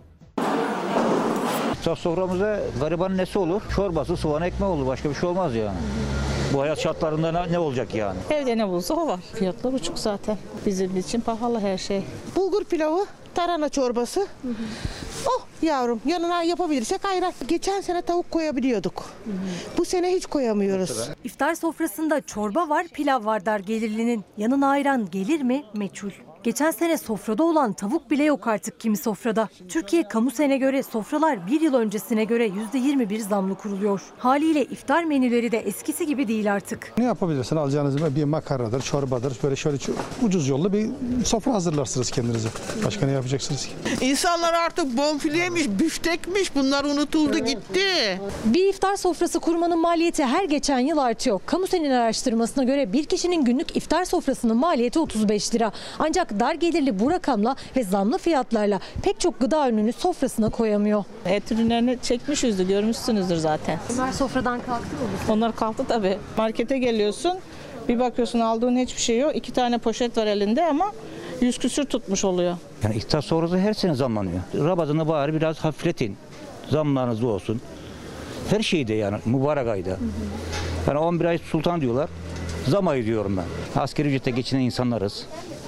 Soframıza garibanın nesi olur? Çorbası, soğan, ekmeği olur. Başka bir şey olmaz yani. Bu hayat şartlarında ne, ne olacak yani? Evde ne bulsa o var. Fiyatlar uçuk zaten. Bizim için pahalı her şey. Bulgur pilavı, tarhana çorbası. Hı hı. Oh yavrum, yanına yapabilirsek ayran. Geçen sene tavuk koyabiliyorduk. Hı hı. Bu sene hiç koyamıyoruz. İftar sofrasında çorba var, pilav var der gelirlinin. Yanına ayran gelir mi? Meçhul. Geçen sene sofrada olan tavuk bile yok artık kimi sofrada. Türkiye Kamusen'e göre sofralar bir yıl öncesine göre yüzde yirmi bir zamlı kuruluyor. Haliyle iftar menüleri de eskisi gibi değil artık. Ne yapabilirsin? Alacağınız bir makarnadır, çorbadır. Böyle şöyle ucuz yollu bir sofra hazırlarsınız kendinize. Başka ne yapacaksınız ki? İnsanlar artık bonfileymiş, büftekmiş bunlar unutuldu gitti. Bir iftar sofrası kurmanın maliyeti her geçen yıl artıyor. Kamusen'in araştırmasına göre bir kişinin günlük iftar sofrasının maliyeti otuz beş lira. Ancak Ancak dar gelirli bu rakamla ve zamlı fiyatlarla pek çok gıda ürününü sofrasına koyamıyor. Et ürünlerini çekmişizdir, görmüşsünüzdür zaten. Onlar sofradan kalktı mı? Onlar kalktı tabii. Markete geliyorsun, bir bakıyorsun aldığın hiçbir şey yok. İki tane poşet var elinde ama yüz küsür tutmuş oluyor. Yani iftar sonrası her sene zamlanıyor. Ramazan'da bari biraz hafifletin. Zamlarınız olsun. Her şeyde yani mübarek ayda. Yani on bir ay sultan diyorlar. Zam ayı diyorum ben. Asgari ücrete geçinen insanlarız.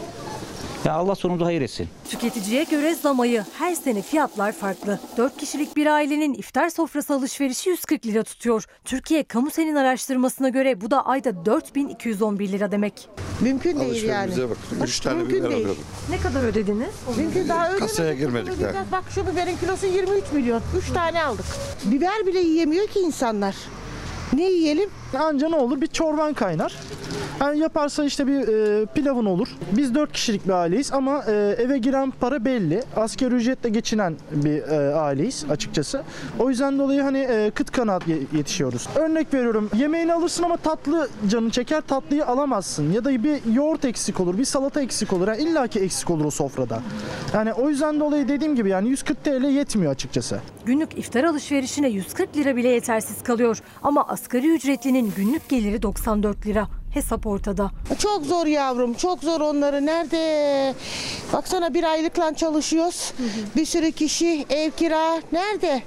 Ya Allah sonumuzu hayır etsin. Tüketiciye göre zam ayı, her sene fiyatlar farklı. dört kişilik bir ailenin iftar sofrası alışverişi yüz kırk lira tutuyor. Türkiye Kamusen'in araştırmasına göre bu da ayda dört bin iki yüz on bir lira demek. Mümkün değil yani. Bak, üç tane Mümkün biber değil. alıyorum. Ne kadar ödediniz? Mümkün daha ödemedik. Kasaya girmedik daha. Bak şu biberin kilosu yirmi üç milyon. üç tane aldık. Biber bile yiyemiyor ki insanlar. Ne yiyelim? Anca ne olur? Bir çorban kaynar. Yani yaparsa işte bir e, pilavın olur. Biz dört kişilik bir aileyiz ama e, eve giren para belli. Asgari ücretle geçinen bir e, aileyiz açıkçası. O yüzden dolayı hani e, kıt kanaat yetişiyoruz. Örnek veriyorum, yemeğini alırsın ama tatlı canını çeker, tatlıyı alamazsın. Ya da bir yoğurt eksik olur, bir salata eksik olur. Yani İlla ki eksik olur o sofrada. Yani o yüzden dolayı dediğim gibi yani yüz kırk TL yetmiyor açıkçası. Günlük iftar alışverişine yüz kırk lira bile yetersiz kalıyor. Ama asgari ücretlinin günlük geliri doksan dört lira. Hesap ortada. Çok zor yavrum, çok zor onları. Nerede? Baksana bir aylıkla çalışıyoruz. Hı hı. Bir sürü kişi, ev kira. Nerede?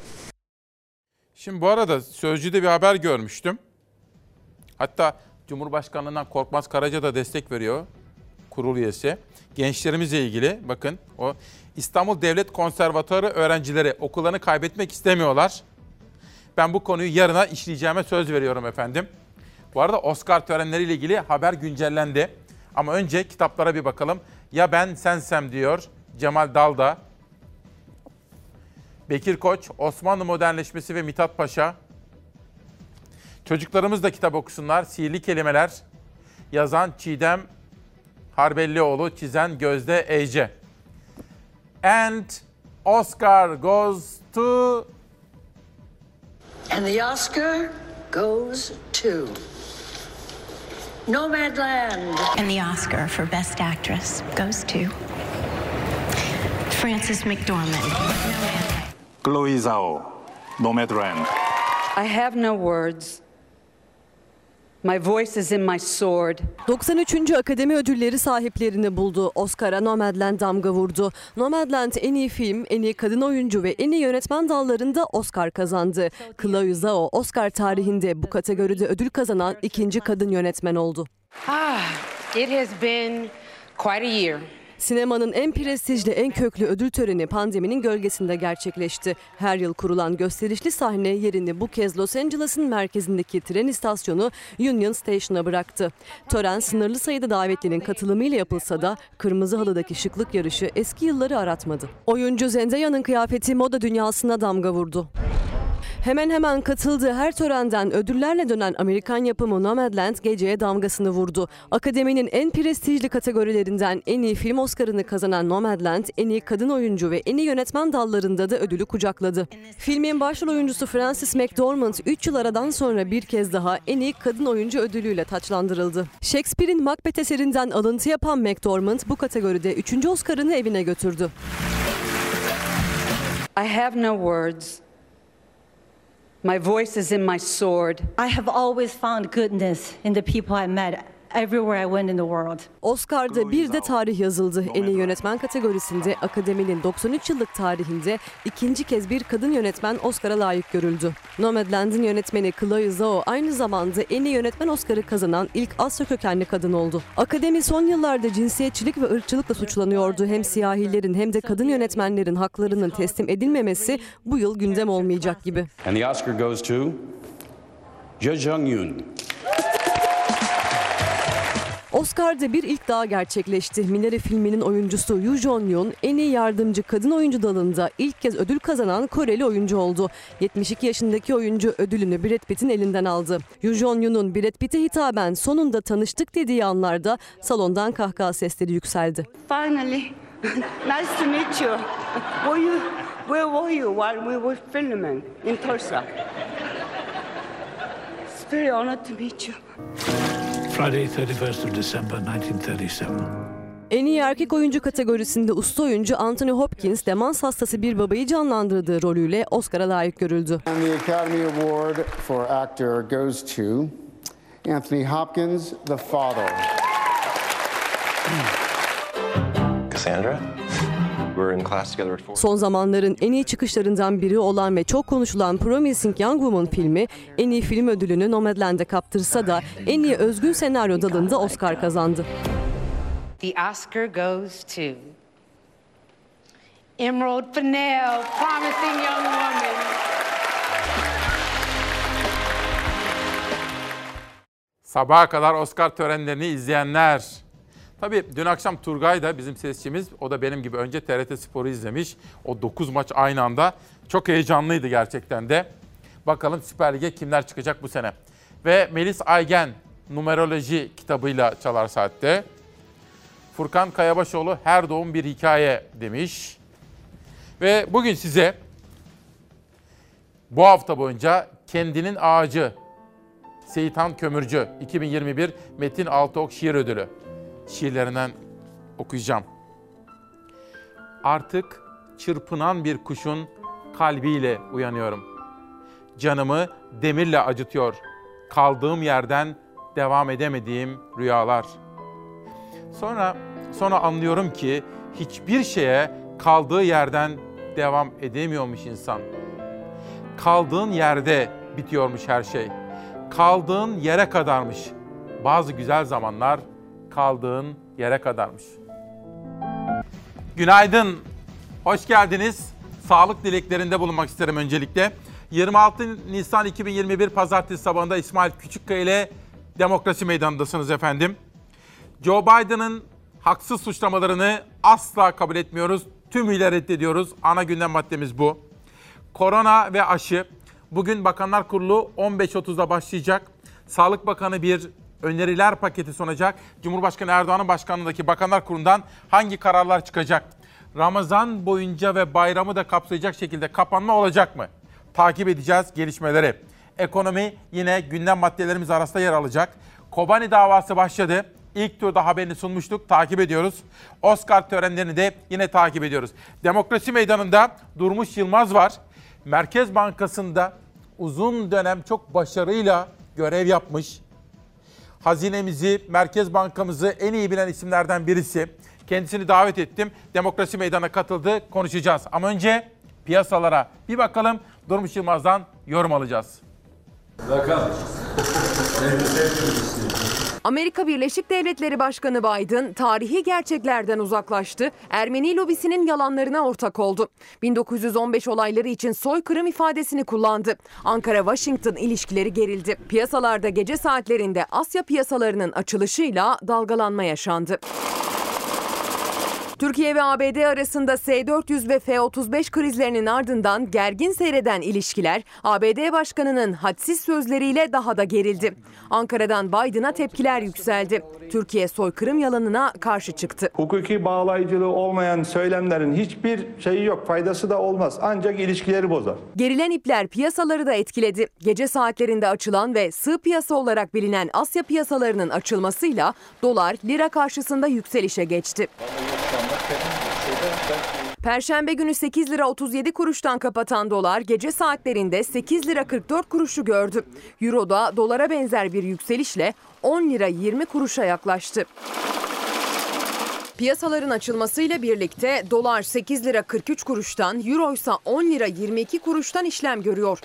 Şimdi bu arada Sözcü'de bir haber görmüştüm. Hatta Cumhurbaşkanlığından Korkmaz Karaca da destek veriyor. Kurul üyesi. Gençlerimizle ilgili bakın o İstanbul Devlet Konservatuarı öğrencileri okullarını kaybetmek istemiyorlar. Ben bu konuyu yarına işleyeceğime söz veriyorum efendim. Bu arada Oscar törenleriyle ilgili haber güncellendi. Ama önce kitaplara bir bakalım. Ya Ben Sensem diyor Cemal Dalda. Bekir Koç, Osmanlı Modernleşmesi ve Mithat Paşa. Çocuklarımız da kitap okusunlar. Sihirli Kelimeler. Yazan Çiğdem Harbellioğlu, çizen Gözde Ece. And Oscar goes to... And the Oscar goes to... Nomadland. And the Oscar for Best Actress goes to Frances McDormand. Chloe Zhao, Nomadland. I have no words. My voice is in my sword. doksan üçüncü Akademi Ödülleri sahiplerini buldu. Oscar'a Nomadland damga vurdu. Nomadland en iyi film, en iyi kadın oyuncu ve en iyi yönetmen dallarında Oscar kazandı. Chloe Zhao, Oscar tarihinde bu kategoride ödül kazanan ikinci kadın yönetmen oldu. Ah, it has been quite a year. Sinemanın en prestijli, en köklü ödül töreni pandeminin gölgesinde gerçekleşti. Her yıl kurulan gösterişli sahne yerini bu kez Los Angeles'ın merkezindeki tren istasyonu Union Station'a bıraktı. Tören sınırlı sayıda davetlinin katılımıyla yapılsa da kırmızı halıdaki şıklık yarışı eski yılları aratmadı. Oyuncu Zendaya'nın kıyafeti moda dünyasına damga vurdu. Hemen hemen katıldığı her törenden ödüllerle dönen Amerikan yapımı Nomadland geceye damgasını vurdu. Akademinin en prestijli kategorilerinden en iyi film Oscar'ını kazanan Nomadland, en iyi kadın oyuncu ve en iyi yönetmen dallarında da ödülü kucakladı. Filmin başrol oyuncusu Frances McDormand üç yıl aradan sonra bir kez daha en iyi kadın oyuncu ödülüyle taçlandırıldı. Shakespeare'in Macbeth eserinden alıntı yapan McDormand bu kategoride üçüncü Oscar'ını evine götürdü. I have no words. My voice is in my sword. I have always found goodness in the people I met everywhere I went in the world. Oscar'da bir de tarih yazıldı. En iyi yönetmen kategorisinde Akademinin doksan üç yıllık tarihinde ikinci kez bir kadın yönetmen Oscar'a layık görüldü. Nomadland'ın yönetmeni Chloe Zhao aynı zamanda en iyi yönetmen Oscar'ı kazanan ilk Asya kökenli kadın oldu. Akademi son yıllarda cinsiyetçilik ve ırkçılıkla suçlanıyordu. Hem siyahilerin hem de kadın yönetmenlerin haklarının teslim edilmemesi bu yıl gündem olmayacak gibi. And the Oscar goes to Je Jung-yoon. Oscar'da bir ilk daha gerçekleşti. Minari filminin oyuncusu Yoo Jong-yoon en iyi yardımcı kadın oyuncu dalında ilk kez ödül kazanan Koreli oyuncu oldu. yetmiş iki yaşındaki oyuncu ödülünü Brad Pitt'in elinden aldı. Yoo Jong-yoon'un Brad Pitt'e hitaben sonunda tanıştık dediği anlarda salondan kahkaha sesleri yükseldi. Finally, nice to meet you. Were you, where were you while we were filming in Tulsa? It's very honored to meet you. Friday, thirty-first of December, nineteen thirty-seven. En iyi erkek oyuncu kategorisinde usta oyuncu Anthony Hopkins, demans hastası bir babayı canlandırdığı rolüyle Oscar'a layık görüldü. And the Academy Award for actor goes to Anthony Hopkins, The Father. Cassandra? We're in class together at four. Son zamanların en iyi çıkışlarından biri olan ve çok konuşulan Promising Young Woman filmi en iyi film ödülünü Nomadland'e kaptırsa da en iyi özgün senaryo dalında Oscar kazandı. The Oscar goes to Emerald Fennell, Promising Young Woman. Sabaha kadar Oscar törenlerini izleyenler. Tabii dün akşam Turgay da bizim sesçimiz, o da benim gibi önce T R T Spor'u izlemiş. O dokuz maç aynı anda. Çok heyecanlıydı gerçekten de. Bakalım Süper Lig'e kimler çıkacak bu sene. Ve Melis Aygen numeroloji kitabıyla Çalar Saat'te. Furkan Kayabaşoğlu her doğum bir hikaye demiş. Ve bugün size bu hafta boyunca Kendinin Ağacı, Seyitan Kömürcü iki bin yirmi bir Metin Altıok Şiir Ödülü şiirlerinden okuyacağım. Artık çırpınan bir kuşun kalbiyle uyanıyorum. Canımı demirle acıtıyor. Kaldığım yerden devam edemediğim rüyalar. Sonra sonra anlıyorum ki hiçbir şeye kaldığı yerden devam edemiyormuş insan. Kaldığın yerde bitiyormuş her şey. Kaldığın yere kadarmış. Bazı güzel zamanlar kaldığın yere kadarmış. Günaydın, hoş geldiniz. Sağlık dileklerinde bulunmak isterim öncelikle. yirmi altı Nisan iki bin yirmi bir Pazartesi sabahında İsmail Küçükkaya ile Demokrasi Meydanı'ndasınız efendim. Joe Biden'ın haksız suçlamalarını asla kabul etmiyoruz. Tümüyle reddediyoruz. Ana gündem maddemiz bu. Korona ve aşı. Bugün Bakanlar Kurulu on beş otuzda başlayacak. Sağlık Bakanı bir öneriler paketi sunacak. Cumhurbaşkanı Erdoğan'ın başkanlığındaki Bakanlar Kurulu'ndan hangi kararlar çıkacak? Ramazan boyunca ve bayramı da kapsayacak şekilde kapanma olacak mı? Takip edeceğiz gelişmeleri. Ekonomi yine gündem maddelerimiz arasında yer alacak. Kobani davası başladı. İlk turda haberini sunmuştuk, takip ediyoruz. Oscar törenlerini de yine takip ediyoruz. Demokrasi Meydanı'nda Durmuş Yılmaz var. Merkez Bankası'nda uzun dönem çok başarıyla görev yapmış. Hazinemizi, Merkez Bankamızı en iyi bilen isimlerden birisi. Kendisini davet ettim. Demokrasi Meydanı'na katıldı, konuşacağız. Ama önce piyasalara bir bakalım. Durmuş Yılmaz'dan yorum alacağız. Bakalım. Amerika Birleşik Devletleri Başkanı Biden tarihi gerçeklerden uzaklaştı. Ermeni lobisinin yalanlarına ortak oldu. bin dokuz yüz on beş olayları için soykırım ifadesini kullandı. Ankara-Washington ilişkileri gerildi. Piyasalarda gece saatlerinde Asya piyasalarının açılışıyla dalgalanma yaşandı. Türkiye ve A B D arasında S dört yüz ve F otuz beş krizlerinin ardından gergin seyreden ilişkiler A B D Başkanı'nın hadsiz sözleriyle daha da gerildi. Ankara'dan Biden'a tepkiler yükseldi. Türkiye soykırım yalanına karşı çıktı. Hukuki bağlayıcılığı olmayan söylemlerin hiçbir şeyi yok, faydası da olmaz. Ancak ilişkileri bozar. Gerilen ipler piyasaları da etkiledi. Gece saatlerinde açılan ve sığ piyasa olarak bilinen Asya piyasalarının açılmasıyla dolar lira karşısında yükselişe geçti. Perşembe günü sekiz lira otuz yedi kuruştan kapatan dolar gece saatlerinde sekiz lira kırk dört kuruşu gördü. Euro da dolara benzer bir yükselişle on lira yirmi kuruşa yaklaştı. Piyasaların açılmasıyla birlikte dolar sekiz lira kırk üç kuruştan, euro ise on lira yirmi iki kuruştan işlem görüyor.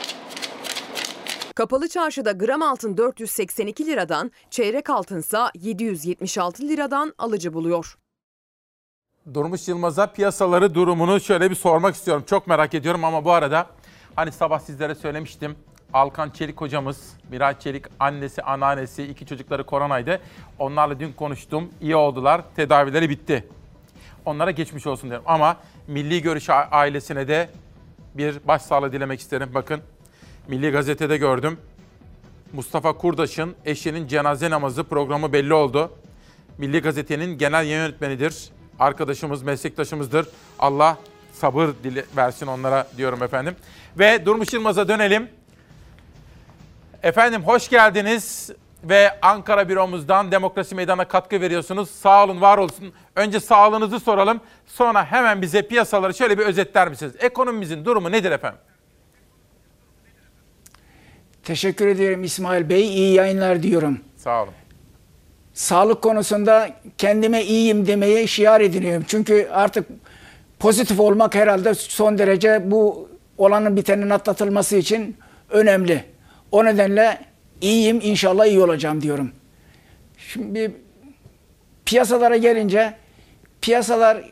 Kapalı çarşıda gram altın dört yüz seksen iki liradan, çeyrek altınsa yedi yüz yetmiş altı liradan alıcı buluyor. Durmuş Yılmaz'a piyasaları durumunu şöyle bir sormak istiyorum. Çok merak ediyorum ama bu arada hani sabah sizlere söylemiştim. Alkan Çelik hocamız, Miray Çelik annesi, anneannesi, iki çocukları koronaydı. Onlarla dün konuştum. İyi oldular. Tedavileri bitti. Onlara geçmiş olsun derim. Ama Milli Görüş ailesine de bir başsağlığı dilemek isterim. Bakın Milli Gazete'de gördüm. Mustafa Kurdaş'ın eşinin cenaze namazı programı belli oldu. Milli Gazete'nin genel yayın yönetmenidir. Arkadaşımız, meslektaşımızdır. Allah sabır dili versin onlara diyorum efendim. Ve Durmuş Yılmaz'a dönelim. Efendim hoş geldiniz. ve Ankara büromuzdan Demokrasi Meydanı'na katkı veriyorsunuz. Sağ olun, var olsun. Önce sağlığınızı soralım. Sonra hemen bize piyasaları şöyle bir özetler misiniz? Ekonomimizin durumu nedir efendim? Teşekkür ederim İsmail Bey. İyi yayınlar diyorum. Sağ olun. Sağlık konusunda kendime iyiyim demeye şiar ediniyorum. Çünkü artık pozitif olmak herhalde son derece bu olanın bitenin atlatılması için önemli. O nedenle iyiyim, inşallah iyi olacağım diyorum. Şimdi piyasalara gelince, piyasalar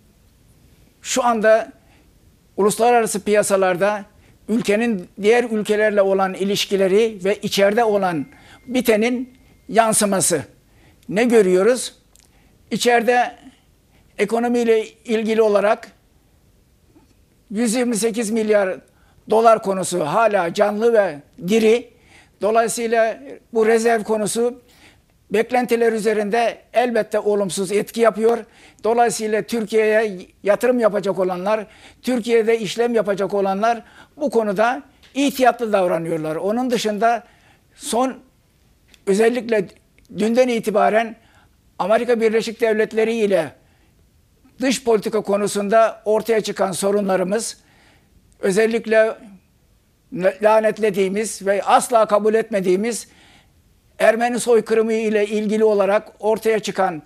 şu anda uluslararası piyasalarda ülkenin diğer ülkelerle olan ilişkileri ve içeride olan bitenin yansıması. Ne görüyoruz? İçeride ekonomiyle ilgili olarak yüz yirmi sekiz milyar dolar konusu hala canlı ve diri. Dolayısıyla bu rezerv konusu beklentiler üzerinde elbette olumsuz etki yapıyor. Dolayısıyla Türkiye'ye yatırım yapacak olanlar, Türkiye'de işlem yapacak olanlar bu konuda ihtiyatlı davranıyorlar. Onun dışında son özellikle dünden itibaren Amerika Birleşik Devletleri ile dış politika konusunda ortaya çıkan sorunlarımız, özellikle lanetlediğimiz ve asla kabul etmediğimiz Ermeni soykırımı ile ilgili olarak ortaya çıkan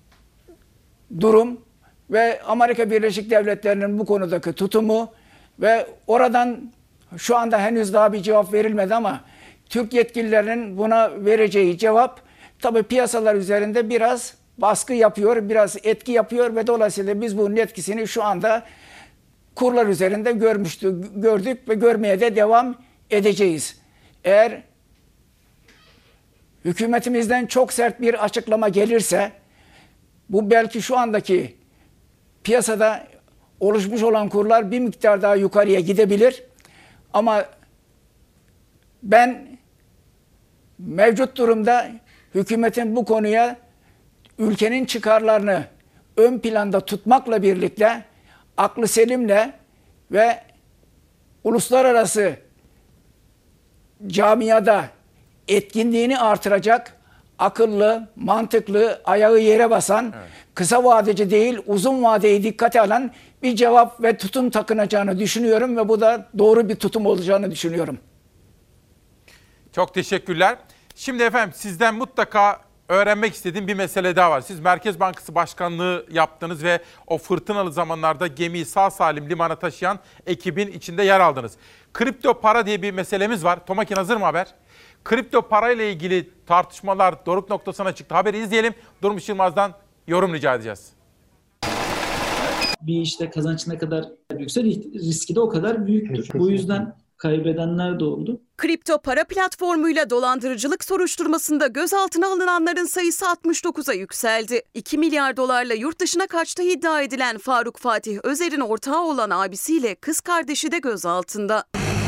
durum ve Amerika Birleşik Devletleri'nin bu konudaki tutumu ve oradan şu anda henüz daha bir cevap verilmedi ama Türk yetkililerinin buna vereceği cevap tabii piyasalar üzerinde biraz baskı yapıyor, biraz etki yapıyor ve dolayısıyla biz bunun etkisini şu anda kurlar üzerinde görmüştük, gördük ve görmeye de devam edeceğiz. Eğer hükümetimizden çok sert bir açıklama gelirse bu belki şu andaki piyasada oluşmuş olan kurlar bir miktar daha yukarıya gidebilir. Ama ben mevcut durumda hükümetin bu konuya ülkenin çıkarlarını ön planda tutmakla birlikte aklı selimle ve uluslararası camiada etkinliğini artıracak akıllı, mantıklı, ayağı yere basan, evet, kısa vadeci değil uzun vadeyi dikkate alan bir cevap ve tutum takınacağını düşünüyorum ve bu da doğru bir tutum olacağını düşünüyorum. Çok teşekkürler. Şimdi efendim sizden mutlaka öğrenmek istediğim bir mesele daha var. Siz Merkez Bankası Başkanlığı yaptınız ve o fırtınalı zamanlarda gemiyi sağ salim limana taşıyan ekibin içinde yer aldınız. Kripto para diye bir meselemiz var. Tomakin hazır mı haber? Kripto parayla ilgili tartışmalar doruk noktasına çıktı. Haberi izleyelim. Durmuş Yılmaz'dan yorum rica edeceğiz. Bir işte kazanç ne kadar yükse riski de o kadar büyüktür. Bu yüzden kaybedenler de oldu. Kripto para platformuyla dolandırıcılık soruşturmasında gözaltına alınanların sayısı altmış dokuza yükseldi. iki milyar dolarla yurt dışına kaçtığı iddia edilen Faruk Fatih Özer'in ortağı olan abisiyle kız kardeşi de gözaltında.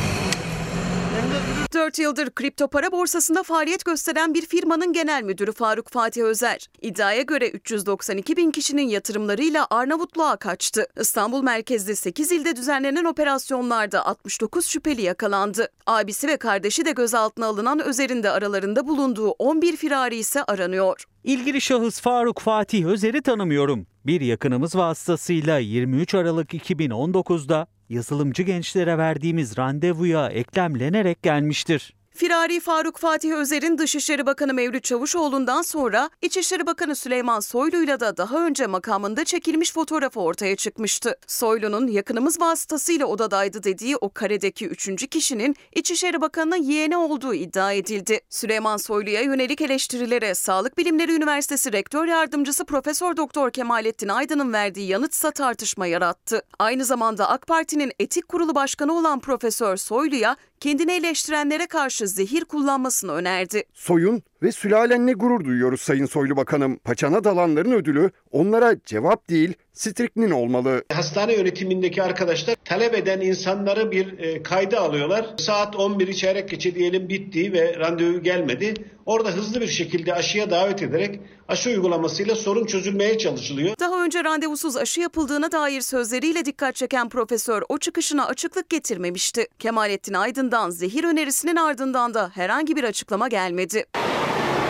dört yıldır kripto para borsasında faaliyet gösteren bir firmanın genel müdürü Faruk Fatih Özer. İddiaya göre üç yüz doksan iki bin kişinin yatırımlarıyla Arnavutluğa kaçtı. İstanbul merkezli sekiz ilde düzenlenen operasyonlarda altmış dokuz şüpheli yakalandı. Abisi ve kardeşi de gözaltına alınan Özer'in de aralarında bulunduğu on bir firari ise aranıyor. İlgili şahıs Faruk Fatih Özer'i tanımıyorum. Bir yakınımız vasıtasıyla yirmi üç Aralık iki bin on dokuzda yazılımcı gençlere verdiğimiz randevuya eklemlenerek gelmiştir. Firari Faruk Fatih Özer'in Dışişleri Bakanı Mevlüt Çavuşoğlu'ndan sonra İçişleri Bakanı Süleyman Soylu'yla da daha önce makamında çekilmiş fotoğrafı ortaya çıkmıştı. Soylu'nun yakınımız vasıtasıyla odadaydı dediği o karedeki üçüncü kişinin İçişleri Bakanı'nın yeğeni olduğu iddia edildi. Süleyman Soylu'ya yönelik eleştirilere Sağlık Bilimleri Üniversitesi Rektör Yardımcısı Profesör Doktor Kemalettin Aydın'ın verdiği yanıtsa tartışma yarattı. Aynı zamanda AK Parti'nin Etik Kurulu Başkanı olan Profesör Soylu'ya kendini eleştirenlere karşı zehir kullanmasını önerdi. Soyun ve sülalenle gurur duyuyoruz Sayın Soylu Bakanım. Paçana dalanların ödülü onlara cevap değil, striknin olmalı. Hastane yönetimindeki arkadaşlar talep eden insanları bir e, kayda alıyorlar. Saat on biri çeyrek geçe diyelim bitti ve randevu gelmedi. Orada hızlı bir şekilde aşıya davet ederek aşı uygulamasıyla sorun çözülmeye çalışılıyor. Daha önce randevusuz aşı yapıldığına dair sözleriyle dikkat çeken profesör o çıkışına açıklık getirmemişti. Kemalettin Aydın'dan zehir önerisinin ardından da herhangi bir açıklama gelmedi.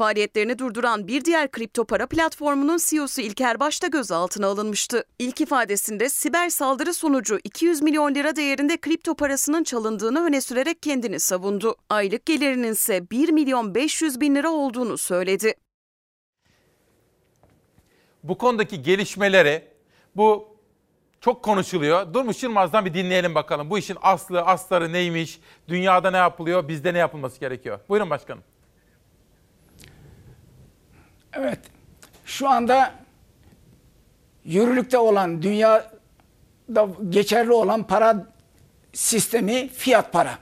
Faaliyetlerini durduran bir diğer kripto para platformunun C E O'su İlker Baş da gözaltına alınmıştı. İlk ifadesinde siber saldırı sonucu iki yüz milyon lira değerinde kripto parasının çalındığını öne sürerek kendini savundu. Aylık gelirinin ise bir milyon beş yüz bin lira olduğunu söyledi. Bu konudaki gelişmeleri, bu çok konuşuluyor. Durmuş Yılmaz'dan bir dinleyelim bakalım. Bu işin aslı, astarı neymiş? Dünyada ne yapılıyor? Bizde ne yapılması gerekiyor? Buyurun başkanım. Evet. Şu anda yürürlükte olan, dünyada geçerli olan para sistemi fiyat para.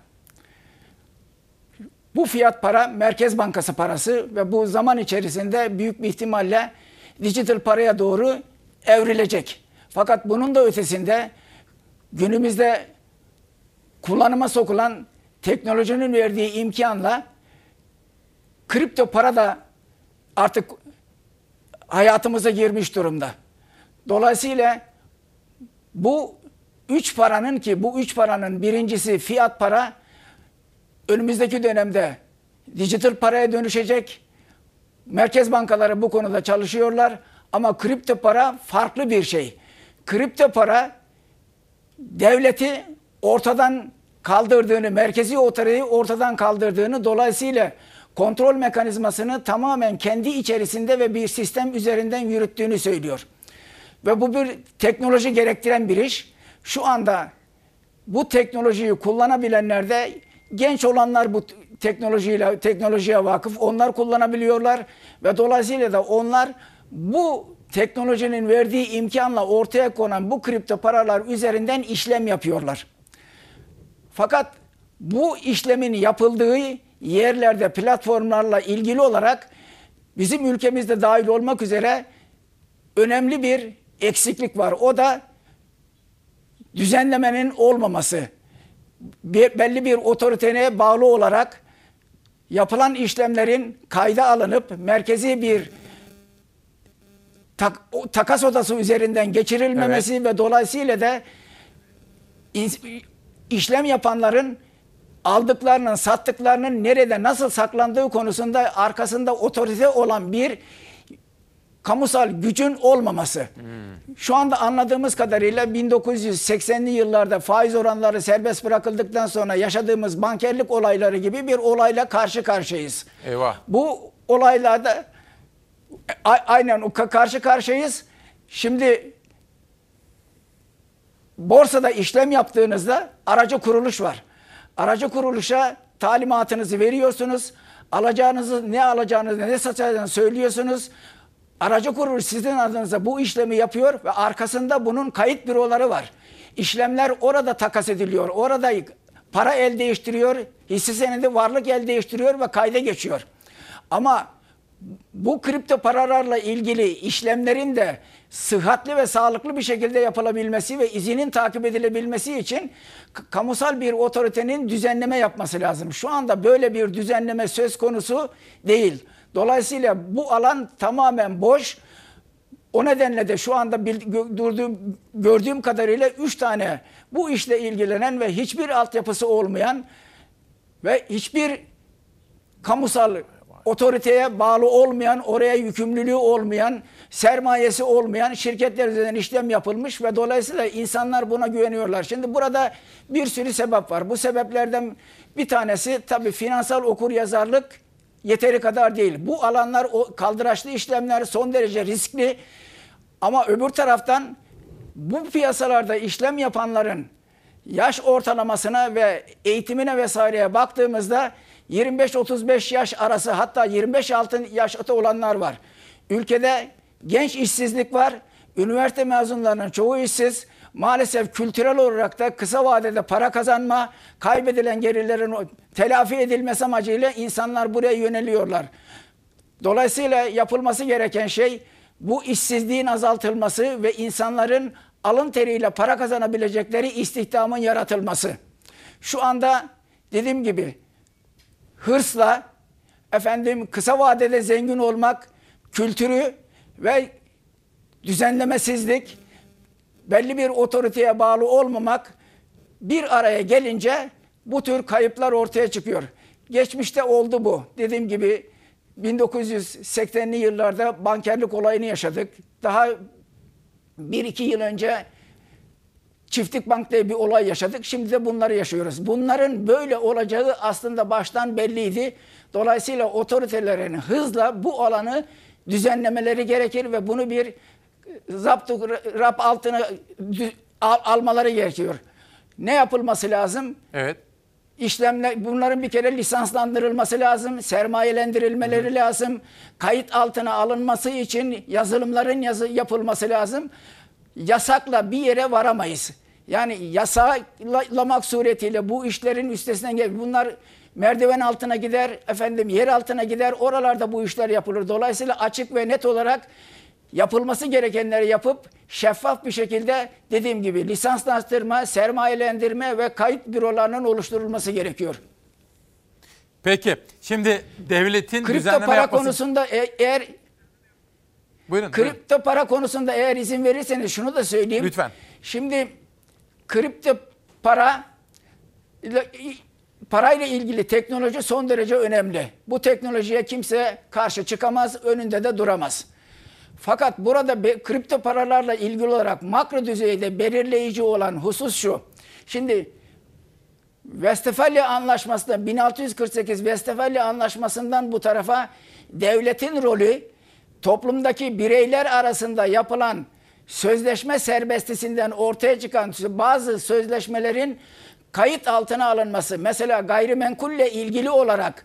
Bu fiyat para Merkez Bankası parası ve bu zaman içerisinde büyük bir ihtimalle dijital paraya doğru evrilecek. Fakat bunun da ötesinde günümüzde kullanıma sokulan teknolojinin verdiği imkanla kripto para da artık hayatımıza girmiş durumda. Dolayısıyla bu üç paranın ki bu üç paranın birincisi fiyat para önümüzdeki dönemde dijital paraya dönüşecek. Merkez bankaları bu konuda çalışıyorlar ama kripto para farklı bir şey. Kripto para devleti ortadan kaldırdığını, merkezi otoriteyi ortadan kaldırdığını, dolayısıyla kontrol mekanizmasını tamamen kendi içerisinde ve bir sistem üzerinden yürüttüğünü söylüyor. Ve bu bir teknoloji gerektiren bir iş. Şu anda bu teknolojiyi kullanabilenler de genç olanlar bu teknolojiyle teknolojiye vakıf, onlar kullanabiliyorlar ve dolayısıyla da onlar bu teknolojinin verdiği imkanla ortaya konan bu kripto paralar üzerinden işlem yapıyorlar. Fakat bu işlemin yapıldığı yerlerde platformlarla ilgili olarak bizim ülkemizde dahil olmak üzere önemli bir eksiklik var. O da düzenlemenin olmaması. Belli bir otoriteye bağlı olarak yapılan işlemlerin kayda alınıp merkezi bir tak, takas odası üzerinden geçirilmemesi, evet, ve dolayısıyla da işlem yapanların aldıklarının, sattıklarının nerede, nasıl saklandığı konusunda arkasında otorite olan bir kamusal gücün olmaması. Hmm. Şu anda anladığımız kadarıyla bin dokuz yüz seksenli yıllarda faiz oranları serbest bırakıldıktan sonra yaşadığımız bankerlik olayları gibi bir olayla karşı karşıyayız. Eyvah. Bu olaylarda aynen karşı karşıyayız. Şimdi borsada işlem yaptığınızda aracı kuruluş var. Aracı kuruluşa talimatınızı veriyorsunuz. Alacağınızı, ne alacağınızı, ne satacağınızı söylüyorsunuz. Aracı kuruluş sizin adınıza bu işlemi yapıyor ve arkasında bunun kayıt büroları var. İşlemler orada takas ediliyor. Orada para el değiştiriyor, hisse senedi varlık el değiştiriyor ve kayda geçiyor. Ama bu kripto paralarla ilgili işlemlerin de sıhhatli ve sağlıklı bir şekilde yapılabilmesi ve izinin takip edilebilmesi için kamusal bir otoritenin düzenleme yapması lazım. Şu anda böyle bir düzenleme söz konusu değil. Dolayısıyla bu alan tamamen boş. O nedenle de şu anda gördüğüm, gördüğüm kadarıyla üç tane bu işle ilgilenen ve hiçbir altyapısı olmayan ve hiçbir kamusal otoriteye bağlı olmayan, oraya yükümlülüğü olmayan, sermayesi olmayan şirketler üzerinden işlem yapılmış ve dolayısıyla insanlar buna güveniyorlar. Şimdi burada bir sürü sebep var. Bu sebeplerden bir tanesi tabii finansal okuryazarlık yeteri kadar değil. Bu alanlar kaldıraçlı işlemler, son derece riskli. Ama öbür taraftan bu piyasalarda işlem yapanların yaş ortalamasına ve eğitimine vesaireye baktığımızda yirmi beş otuz beş yaş arası, hatta yirmi beş altı yaşta olanlar var. Ülkede genç işsizlik var. Üniversite mezunlarının çoğu işsiz. Maalesef kültürel olarak da kısa vadede para kazanma, kaybedilen gelirlerin telafi edilmesi amacıyla insanlar buraya yöneliyorlar. Dolayısıyla yapılması gereken şey bu işsizliğin azaltılması ve insanların alın teriyle para kazanabilecekleri istihdamın yaratılması. Şu anda dediğim gibi hırsla, efendim kısa vadede zengin olmak kültürü ve düzenlemesizlik, belli bir otoriteye bağlı olmamak bir araya gelince bu tür kayıplar ortaya çıkıyor. Geçmişte oldu bu. Dediğim gibi bin dokuz yüz seksenli yıllarda bankerlik olayını yaşadık. Daha bir iki yıl önce Çiftlik Bank diye bir olay yaşadık. Şimdi de bunları yaşıyoruz. Bunların böyle olacağı aslında baştan belliydi. Dolayısıyla otoritelerin hızla bu alanı düzenlemeleri gerekir ve bunu bir zapt rap altına al, almaları gerekiyor. Ne yapılması lazım? Evet. İşlemler, bunların bir kere lisanslandırılması lazım, sermayelendirilmeleri Hı-hı. lazım, kayıt altına alınması için yazılımların yazı, yapılması lazım. Yasakla bir yere varamayız. Yani yasaklamak suretiyle bu işlerin üstesinden gelir. Bunlar merdiven altına gider, efendim yer altına gider, oralarda bu işler yapılır. Dolayısıyla açık ve net olarak yapılması gerekenleri yapıp şeffaf bir şekilde dediğim gibi lisanslandırma, sermayelendirme ve kayıt bürolarının oluşturulması gerekiyor. Peki şimdi devletin kripto düzenleme para yapması... konusunda e- eğer buyurun, kripto buyurun. para konusunda eğer izin verirseniz şunu da söyleyeyim. Lütfen. Şimdi kripto para parayla ilgili teknoloji son derece önemli. Bu teknolojiye kimse karşı çıkamaz, önünde de duramaz. Fakat burada be, kripto paralarla ilgili olarak makro düzeyde belirleyici olan husus şu. Şimdi Westfalia Anlaşması'nda bin altı yüz kırk sekiz Westfalia Anlaşması'ndan bu tarafa devletin rolü toplumdaki bireyler arasında yapılan sözleşme serbestisinden ortaya çıkan bazı sözleşmelerin kayıt altına alınması, mesela gayrimenkulle ilgili olarak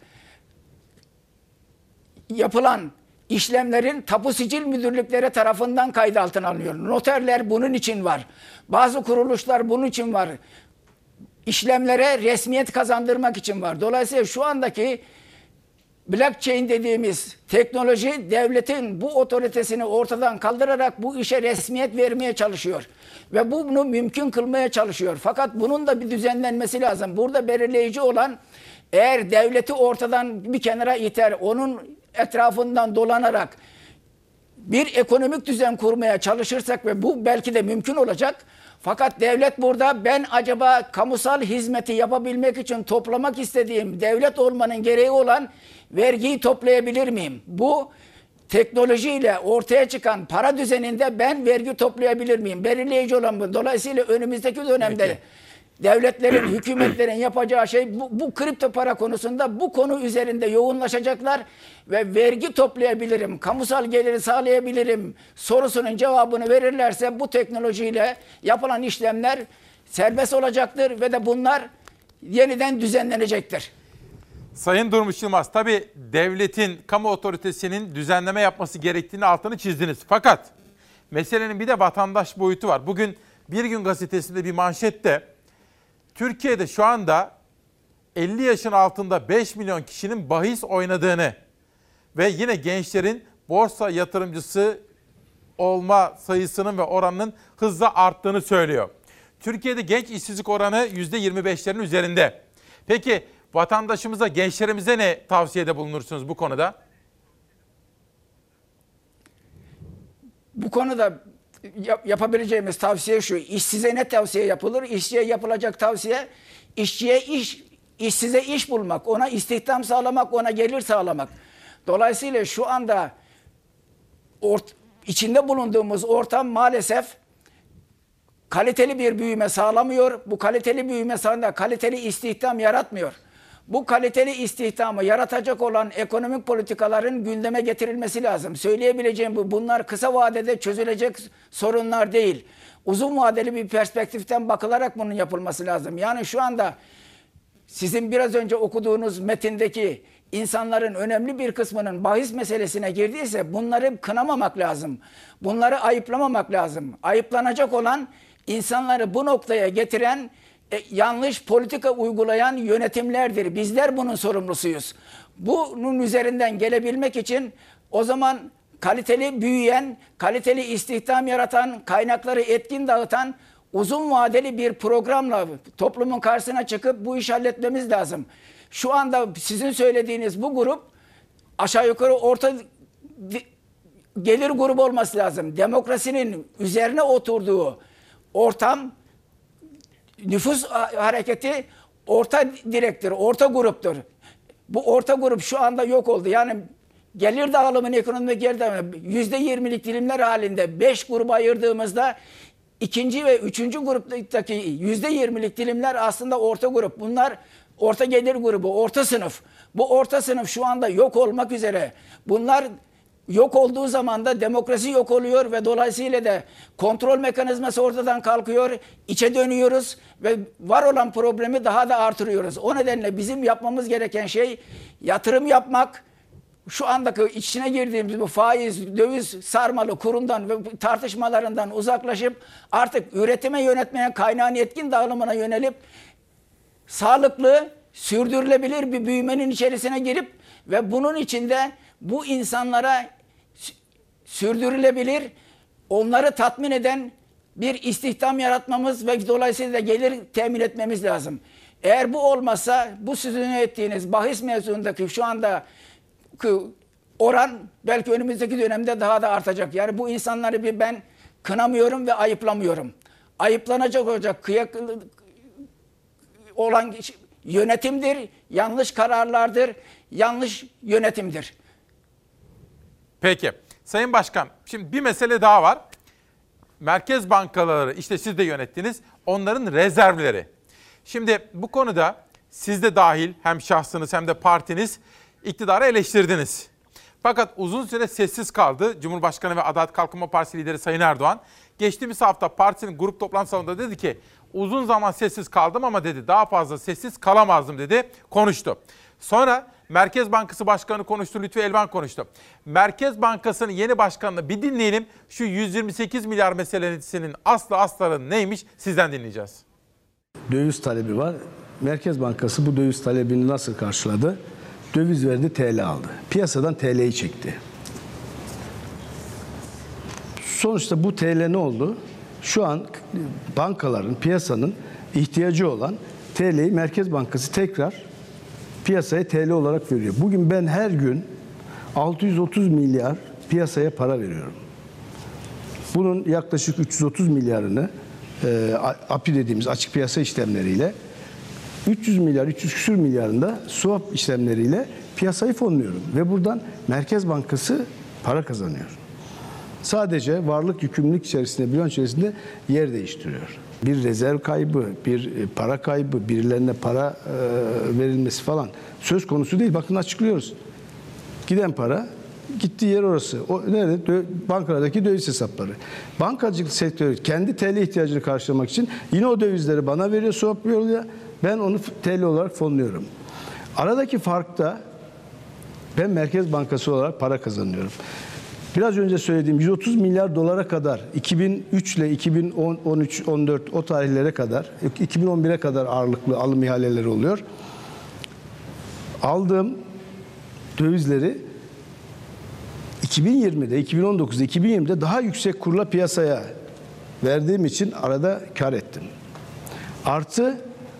yapılan işlemlerin tapu sicil müdürlükleri tarafından kayıt altına alınıyor. Noterler bunun için var. Bazı kuruluşlar bunun için var. İşlemlere resmiyet kazandırmak için var. Dolayısıyla şu andaki blockchain dediğimiz teknoloji devletin bu otoritesini ortadan kaldırarak bu işe resmiyet vermeye çalışıyor. Ve bunu mümkün kılmaya çalışıyor. Fakat bunun da bir düzenlenmesi lazım. Burada belirleyici olan eğer devleti ortadan bir kenara iter, onun etrafından dolanarak bir ekonomik düzen kurmaya çalışırsak ve bu belki de mümkün olacak. Fakat devlet burada ben acaba kamusal hizmeti yapabilmek için toplamak istediğim devlet olmanın gereği olan vergiyi toplayabilir miyim? Bu teknolojiyle ortaya çıkan para düzeninde ben vergi toplayabilir miyim? Belirleyici olan bu. Dolayısıyla önümüzdeki dönemde Peki. devletlerin, hükümetlerin yapacağı şey bu, bu kripto para konusunda bu konu üzerinde yoğunlaşacaklar ve vergi toplayabilirim, kamusal geliri sağlayabilirim sorusunun cevabını verirlerse bu teknolojiyle yapılan işlemler serbest olacaktır ve de bunlar yeniden düzenlenecektir. Sayın Durmuş Yılmaz, tabii devletin, kamu otoritesinin düzenleme yapması gerektiğini altını çizdiniz. Fakat meselenin bir de vatandaş boyutu var. Bugün Bir Gün Gazetesi'nde bir manşette Türkiye'de şu anda elli yaşın altında beş milyon kişinin bahis oynadığını ve yine gençlerin borsa yatırımcısı olma sayısının ve oranının hızla arttığını söylüyor. Türkiye'de genç işsizlik oranı yüzde yirmi beşlerin üzerinde. Peki vatandaşımıza, gençlerimize ne tavsiyede bulunursunuz bu konuda? Bu konuda yap- yapabileceğimiz tavsiye şu. İşsize ne tavsiye yapılır? İşçiye yapılacak tavsiye, işçiye iş, işsize iş bulmak, ona istihdam sağlamak, ona gelir sağlamak. Dolayısıyla şu anda ort- içinde bulunduğumuz ortam maalesef kaliteli bir büyüme sağlamıyor. Bu kaliteli büyüme sağlamıyor, kaliteli istihdam yaratmıyor. Bu kaliteli istihdamı yaratacak olan ekonomik politikaların gündeme getirilmesi lazım. Söyleyebileceğim bu. Bunlar kısa vadede çözülecek sorunlar değil. Uzun vadeli bir perspektiften bakılarak bunun yapılması lazım. Yani şu anda sizin biraz önce okuduğunuz metindeki insanların önemli bir kısmının bahis meselesine girdiyse bunları kınamamak lazım. Bunları ayıplamamak lazım. Ayıplanacak olan insanları bu noktaya getiren E, yanlış politika uygulayan yönetimlerdir. Bizler bunun sorumlusuyuz. Bunun üzerinden gelebilmek için o zaman kaliteli büyüyen, kaliteli istihdam yaratan, kaynakları etkin dağıtan uzun vadeli bir programla toplumun karşısına çıkıp bu işi halletmemiz lazım. Şu anda sizin söylediğiniz bu grup aşağı yukarı orta gelir grubu olması lazım. Demokrasinin üzerine oturduğu ortam, nüfus hareketi orta direktir, orta gruptur. Bu orta grup şu anda yok oldu. Yani gelir dağılımını, ekonomik gelir dağılımını yüzde yirmilik dilimler halinde beş gruba ayırdığımızda ikinci ve üçüncü gruptaki yüzde yirmilik dilimler aslında orta grup. Bunlar orta gelir grubu, orta sınıf. Bu orta sınıf şu anda yok olmak üzere. Bunlar yok olduğu zaman da demokrasi yok oluyor ve dolayısıyla da kontrol mekanizması ortadan kalkıyor. İçe dönüyoruz ve var olan problemi daha da artırıyoruz. O nedenle bizim yapmamız gereken şey yatırım yapmak. Şu andaki içine girdiğimiz bu faiz, döviz sarmalı kurundan ve tartışmalarından uzaklaşıp artık üretime yönetmeye, kaynağın etkin dağılımına yönelip sağlıklı, sürdürülebilir bir büyümenin içerisine girip ve bunun içinde bu insanlara sürdürülebilir, onları tatmin eden bir istihdam yaratmamız ve dolayısıyla da gelir temin etmemiz lazım. Eğer bu olmazsa bu sizin ettiğiniz bahis mevzuundaki şu anda oran belki önümüzdeki dönemde daha da artacak. Yani bu insanları bir ben kınamıyorum ve ayıplamıyorum. Ayıplanacak olacak kıyak olan yönetimdir, yanlış kararlardır, yanlış yönetimdir. Peki. Sayın Başkan, şimdi bir mesele daha var. Merkez bankaları, işte siz de yönettiniz, onların rezervleri. Şimdi bu konuda siz de dahil hem şahsınız hem de partiniz iktidarı eleştirdiniz. Fakat uzun süre sessiz kaldı Cumhurbaşkanı ve Adalet Kalkınma Partisi lideri Sayın Erdoğan. Geçtiğimiz hafta partisinin grup toplantı salonunda dedi ki uzun zaman sessiz kaldım ama dedi daha fazla sessiz kalamazdım dedi, konuştu. Sonra Merkez Bankası Başkanı konuştu, Lütfü Elvan konuştu. Merkez Bankası'nın yeni başkanını bir dinleyelim. Şu yüz yirmi sekiz milyar meselesinin aslı astarı neymiş sizden dinleyeceğiz. Döviz talebi var. Merkez Bankası bu döviz talebini nasıl karşıladı? Döviz verdi, T L aldı. Piyasadan T L'yi çekti. Sonuçta bu T L ne oldu? Şu an bankaların, piyasanın ihtiyacı olan T L'yi Merkez Bankası tekrar piyasaya T L olarak veriyor. Bugün ben her gün altı yüz otuz milyar piyasaya para veriyorum. Bunun yaklaşık üç yüz otuz milyarını e, A P I dediğimiz açık piyasa işlemleriyle, üç yüz milyar, üç yüz küsür milyarında swap işlemleriyle piyasayı fonluyorum. Ve buradan Merkez Bankası para kazanıyor. Sadece varlık yükümlülük içerisinde, bilanço içerisinde yer değiştiriyor. Bir rezerv kaybı, bir para kaybı, birilerine para e, verilmesi falan söz konusu değil. Bakın açıklıyoruz. Giden para, gittiği yer orası. O nerede? Dö bankalardaki döviz hesapları. Bankacılık sektörü kendi T L ihtiyacını karşılamak için yine o dövizleri bana veriyor, swap yoluyla. Ben onu T L olarak fonluyorum. Aradaki farkta ben Merkez Bankası olarak para kazanıyorum. Biraz önce söylediğim yüz otuz milyar dolara kadar iki bin üç ile iki bin on üç on dört o tarihlere kadar, iki bin on bire kadar ağırlıklı alım ihaleleri oluyor. Aldığım dövizleri iki bin yirmide, iki bin on dokuzda, iki bin yirmide daha yüksek kurla piyasaya verdiğim için arada kar ettim. Artı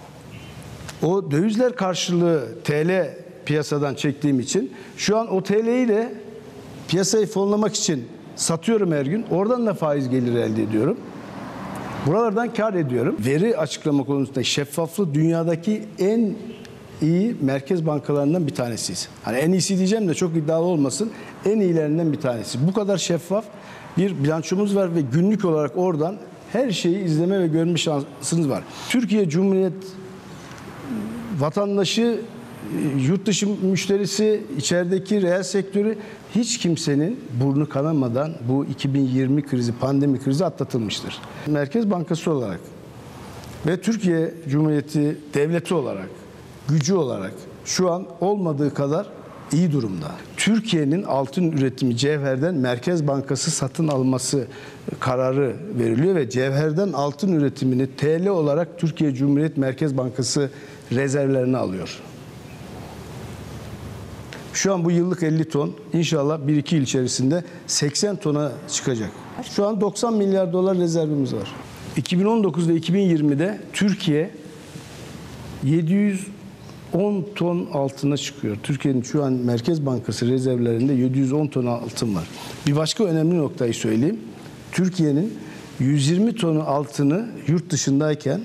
o dövizler karşılığı T L piyasadan çektiğim için şu an o T L'yi de piyasayı fonlamak için satıyorum her gün. Oradan da faiz geliri elde ediyorum. Buralardan kar ediyorum. Veri açıklama konusunda şeffaflığı dünyadaki en iyi merkez bankalarından bir tanesiyiz. Hani en iyisi diyeceğim de çok iddialı olmasın. En iyilerinden bir tanesi. Bu kadar şeffaf bir bilançomuz var ve günlük olarak oradan her şeyi izleme ve görme şansınız var. Türkiye Cumhuriyet vatandaşı, yurt dışı müşterisi, içerideki reel sektörü hiç kimsenin burnu kanamadan bu iki bin yirmi krizi, pandemi krizi atlatılmıştır. Merkez Bankası olarak ve Türkiye Cumhuriyeti devleti olarak, gücü olarak şu an olmadığı kadar iyi durumda. Türkiye'nin altın üretimi cevherden Merkez Bankası satın alması kararı veriliyor ve cevherden altın üretimini T L olarak Türkiye Cumhuriyet Merkez Bankası rezervlerine alıyor. Şu an bu yıllık elli ton, inşallah bir iki yıl içerisinde seksen tona çıkacak. Şu an doksan milyar dolar rezervimiz var. iki bin on dokuz ve iki bin yirmide Türkiye yedi yüz on ton altına çıkıyor. Türkiye'nin şu an Merkez Bankası rezervlerinde yedi yüz on ton altın var. Bir başka önemli noktayı söyleyeyim. Türkiye'nin yüz yirmi tonu altını yurt dışındayken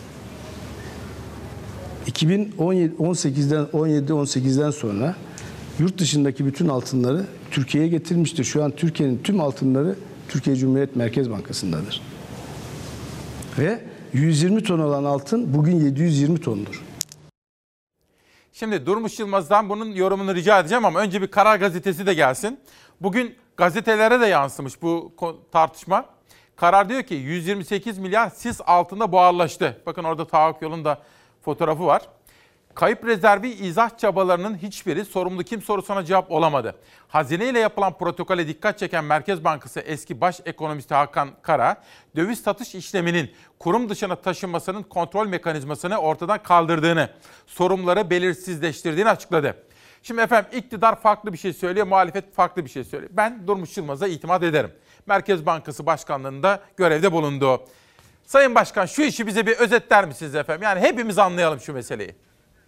iki bin on yedi on sekizden on yedi on sekizden sonra yurt dışındaki bütün altınları Türkiye'ye getirmiştir. Şu an Türkiye'nin tüm altınları Türkiye Cumhuriyet Merkez Bankası'ndadır. Ve yüz yirmi ton olan altın bugün yedi yüz yirmi tondur. Şimdi Durmuş Yılmaz'dan bunun yorumunu rica edeceğim ama önce bir Karar Gazetesi de gelsin. Bugün gazetelere de yansımış bu tartışma. Karar diyor ki yüz yirmi sekiz milyar sis altında buharlaştı. Bakın orada tahakkuk yolun da fotoğrafı var. Kayıp rezervi izah çabalarının hiçbiri sorumlu kim sorusuna cevap olamadı. Hazine ile yapılan protokole dikkat çeken Merkez Bankası eski baş ekonomisti Hakan Kara, döviz satış işleminin kurum dışına taşınmasının kontrol mekanizmasını ortadan kaldırdığını, sorumluları belirsizleştirdiğini açıkladı. Şimdi efendim iktidar farklı bir şey söylüyor, muhalefet farklı bir şey söylüyor. Ben Durmuş Yılmaz'a itimat ederim. Merkez Bankası Başkanlığı'nda görevde bulundu. Sayın Başkan şu işi bize bir özetler misiniz efendim? Yani hepimiz anlayalım şu meseleyi.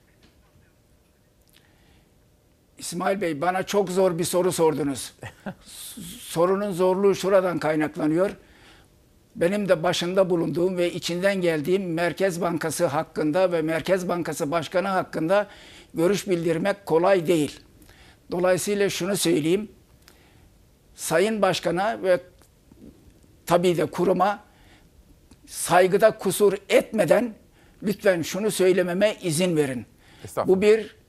İsmail Bey, bana çok zor bir soru sordunuz. Sorunun zorluğu şuradan kaynaklanıyor. Benim de başında bulunduğum ve içinden geldiğim Merkez Bankası hakkında ve Merkez Bankası Başkanı hakkında görüş bildirmek kolay değil. Dolayısıyla şunu söyleyeyim. Sayın Başkan'a ve tabii de kuruma saygıda kusur etmeden lütfen şunu söylememe izin verin. Bu bir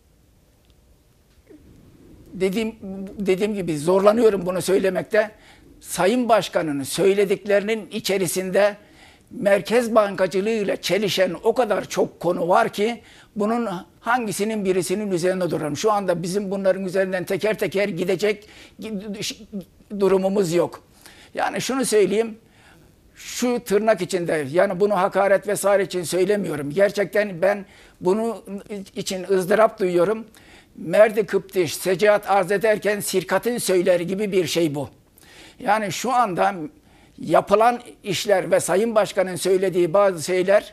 Dediğim, dediğim gibi zorlanıyorum bunu söylemekte. Sayın Başkan'ın söylediklerinin içerisinde merkez bankacılığıyla çelişen o kadar çok konu var ki bunun hangisinin birisinin üzerinde duralım. Şu anda bizim bunların üzerinden teker teker gidecek durumumuz yok. Yani şunu söyleyeyim, şu tırnak içinde, yani bunu hakaret vesaire için söylemiyorum. Gerçekten ben bunu için ızdırap duyuyorum. Merdi Kıptiş, secaat arz ederken sirkatin söyler gibi bir şey bu. Yani şu anda yapılan işler ve Sayın Başkan'ın söylediği bazı şeyler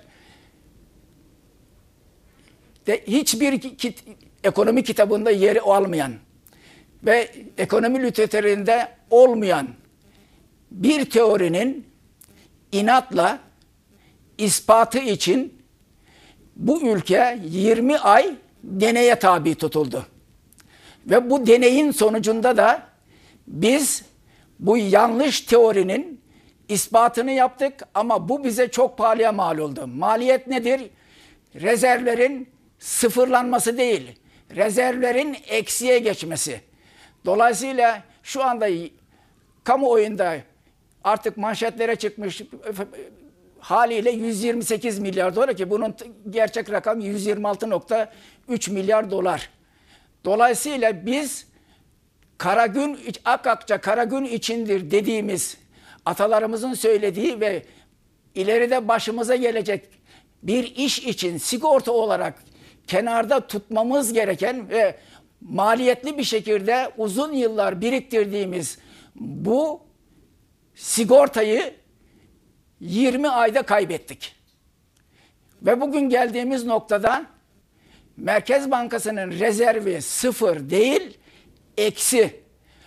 de hiçbir kit, ekonomi kitabında yeri almayan ve ekonomi literatüründe olmayan bir teorinin inatla ispatı için bu ülke yirmi ay deneye tabi tutuldu. Ve bu deneyin sonucunda da biz bu yanlış teorinin ispatını yaptık ama bu bize çok pahalıya mal oldu. Maliyet nedir? Rezervlerin sıfırlanması değil, rezervlerin eksiye geçmesi. Dolayısıyla şu anda kamuoyunda artık manşetlere çıkmış haliyle yüz yirmi sekiz milyar dolar ki bunun gerçek rakam yüz yirmi altı nokta üç milyar dolar. Dolayısıyla biz kara gün, Akakça kara gün içindir dediğimiz atalarımızın söylediği ve ileride başımıza gelecek bir iş için sigorta olarak kenarda tutmamız gereken ve maliyetli bir şekilde uzun yıllar biriktirdiğimiz bu sigortayı yirmi ayda kaybettik. Ve bugün geldiğimiz noktada Merkez Bankası'nın rezervi sıfır değil, eksi.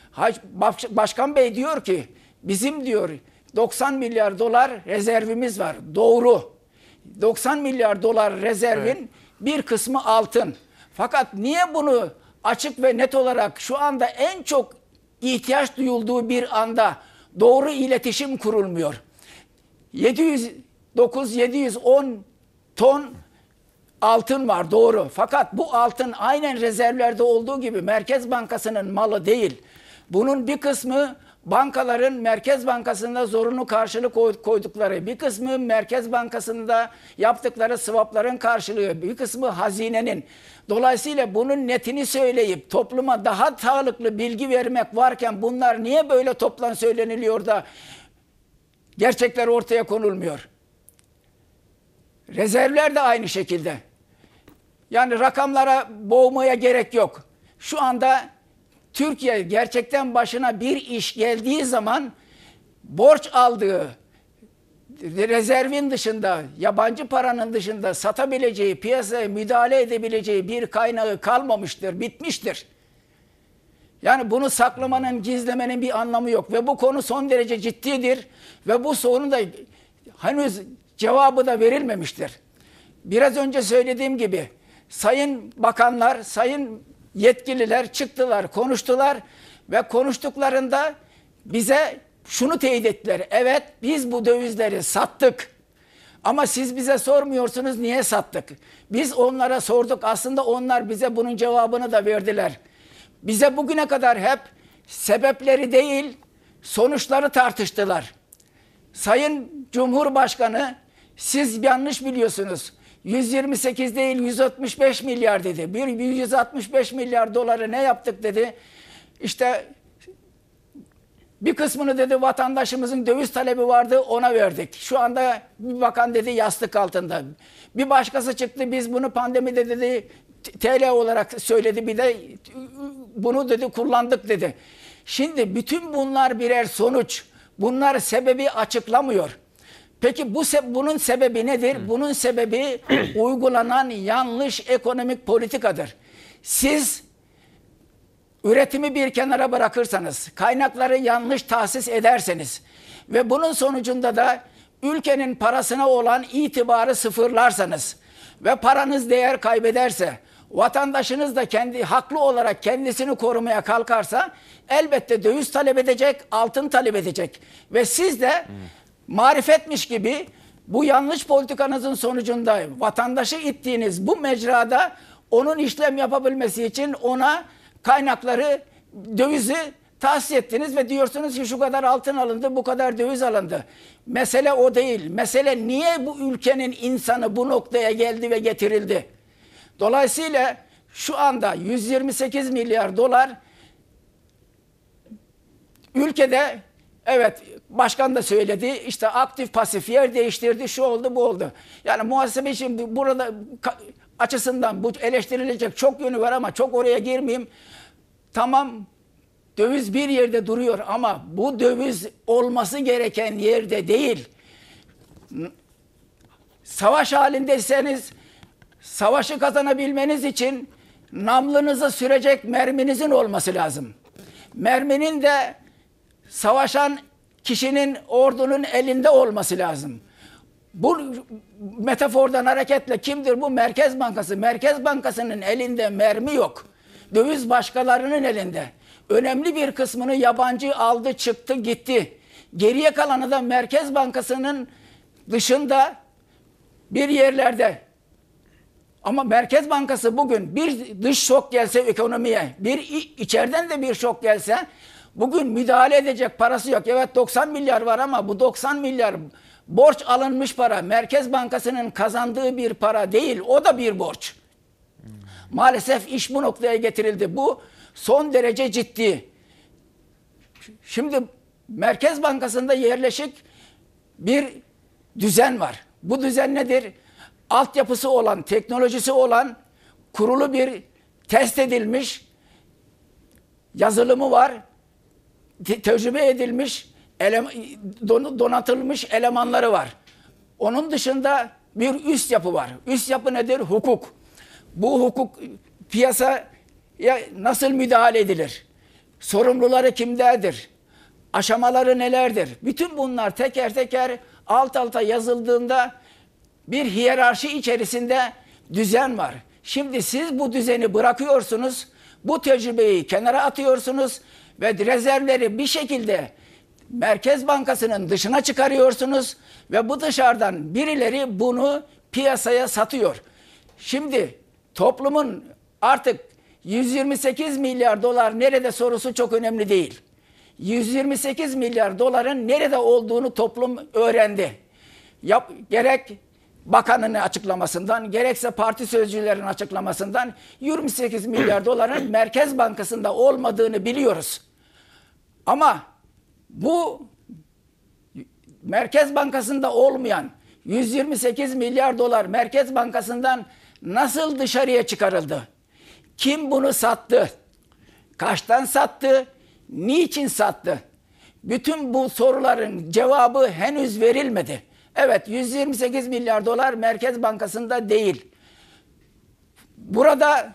Başkan Bey diyor ki, bizim diyor doksan milyar dolar rezervimiz var. Doğru. doksan milyar dolar rezervin evet. bir kısmı altın. Fakat niye bunu açık ve net olarak şu anda en çok ihtiyaç duyulduğu bir anda doğru iletişim kurulmuyor? yedi yüz dokuz yedi yüz on ton altın var, doğru. Fakat bu altın aynen rezervlerde olduğu gibi Merkez Bankası'nın malı değil. Bunun bir kısmı bankaların Merkez Bankası'nda zorunlu karşılık koydukları, bir kısmı Merkez Bankası'nda yaptıkları swapların karşılığı, bir kısmı hazinenin. Dolayısıyla bunun netini söyleyip topluma daha sağlıklı bilgi vermek varken bunlar niye böyle toplan söyleniliyor da gerçekler ortaya konulmuyor? Rezervler de aynı şekilde. Yani rakamlara boğmaya gerek yok. Şu anda Türkiye gerçekten başına bir iş geldiği zaman borç aldığı, rezervin dışında, yabancı paranın dışında satabileceği, piyasaya müdahale edebileceği bir kaynağı kalmamıştır, bitmiştir. Yani bunu saklamanın, gizlemenin bir anlamı yok. Ve bu konu son derece ciddidir. Ve bu sorunun da henüz cevabı da verilmemiştir. Biraz önce söylediğim gibi sayın bakanlar, sayın yetkililer çıktılar, konuştular ve konuştuklarında bize şunu teyit ettiler. Evet, biz bu dövizleri sattık. Ama siz bize sormuyorsunuz niye sattık? Biz onlara sorduk. Aslında onlar bize bunun cevabını da verdiler. Bize bugüne kadar hep sebepleri değil, sonuçları tartıştılar. Sayın Cumhurbaşkanı, siz yanlış biliyorsunuz. yüz yirmi sekiz değil yüz altmış beş milyar dedi. Bir yüz altmış beş milyar doları ne yaptık dedi. İşte bir kısmını dedi vatandaşımızın döviz talebi vardı, ona verdik. Şu anda bir bakan dedi yastık altında. Bir başkası çıktı, biz bunu pandemide dedi T L olarak söyledi, bir de bunu dedi kullandık dedi. Şimdi bütün bunlar birer sonuç. Bunlar sebebi açıklamıyor. Peki bu bunun sebebi nedir? Hı. Bunun sebebi uygulanan yanlış ekonomik politikadır. Siz üretimi bir kenara bırakırsanız, kaynakları yanlış tahsis ederseniz ve bunun sonucunda da ülkenin parasına olan itibarı sıfırlarsanız ve paranız değer kaybederse, vatandaşınız da kendi haklı olarak kendisini korumaya kalkarsa elbette döviz talep edecek, altın talep edecek ve siz de hmm. marifetmiş gibi bu yanlış politikanızın sonucunda vatandaşı ittiğiniz bu mecrada onun işlem yapabilmesi için ona kaynakları, dövizi tahsis ettiniz ve diyorsunuz ki şu kadar altın alındı, bu kadar döviz alındı. Mesele o değil. Mesele niye bu ülkenin insanı bu noktaya geldi ve getirildi? Dolayısıyla şu anda yüz yirmi sekiz milyar dolar ülkede, evet başkan da söyledi, işte aktif pasif yer değiştirdi, şu oldu bu oldu. Yani muhasebe için burada açısından bu eleştirilecek çok yönü var ama çok oraya girmeyeyim. Tamam, döviz bir yerde duruyor ama bu döviz olması gereken yerde değil. Savaş halindeyseniz savaşı kazanabilmeniz için namlınızı sürecek merminizin olması lazım. Merminin de savaşan kişinin, ordunun elinde olması lazım. Bu metafordan hareketle kimdir bu? Merkez Bankası. Merkez Bankası'nın elinde mermi yok. Döviz başkalarının elinde. Önemli bir kısmını yabancı aldı, çıktı, gitti. Geriye kalanı da Merkez Bankası'nın dışında bir yerlerde. Ama Merkez Bankası bugün bir dış şok gelse ekonomiye, bir içeriden de bir şok gelse bugün müdahale edecek parası yok. Evet doksan milyar var ama bu doksan milyar borç alınmış para. Merkez Bankası'nın kazandığı bir para değil. O da bir borç. Maalesef iş bu noktaya getirildi. Bu son derece ciddi. Şimdi Merkez Bankası'nda yerleşik bir düzen var. Bu düzen nedir? Altyapısı olan, teknolojisi olan, kurulu bir test edilmiş, yazılımı var, te tecrübe edilmiş, ele don donatılmış elemanları var. Onun dışında bir üst yapı var. Üst yapı nedir? Hukuk. Bu hukuk piyasaya nasıl müdahale edilir? Sorumluları kimlerdir? Aşamaları nelerdir? Bütün bunlar teker teker alt alta yazıldığında bir hiyerarşi içerisinde düzen var. Şimdi siz bu düzeni bırakıyorsunuz, bu tecrübeyi kenara atıyorsunuz ve rezervleri bir şekilde Merkez Bankası'nın dışına çıkarıyorsunuz ve bu dışarıdan birileri bunu piyasaya satıyor. Şimdi toplumun artık yüz yirmi sekiz milyar dolar nerede sorusu çok önemli değil. yüz yirmi sekiz milyar doların nerede olduğunu toplum öğrendi. Yap, gerek bakanın açıklamasından, gerekse parti sözcülerin açıklamasından yirmi sekiz milyar doların Merkez Bankası'nda olmadığını biliyoruz. Ama bu Merkez Bankası'nda olmayan yüz yirmi sekiz milyar dolar Merkez Bankası'ndan nasıl dışarıya çıkarıldı? Kim bunu sattı? Kaçtan sattı? Niçin sattı? Bütün bu soruların cevabı henüz verilmedi. Evet, yüz yirmi sekiz milyar dolar Merkez Bankası'nda değil. Burada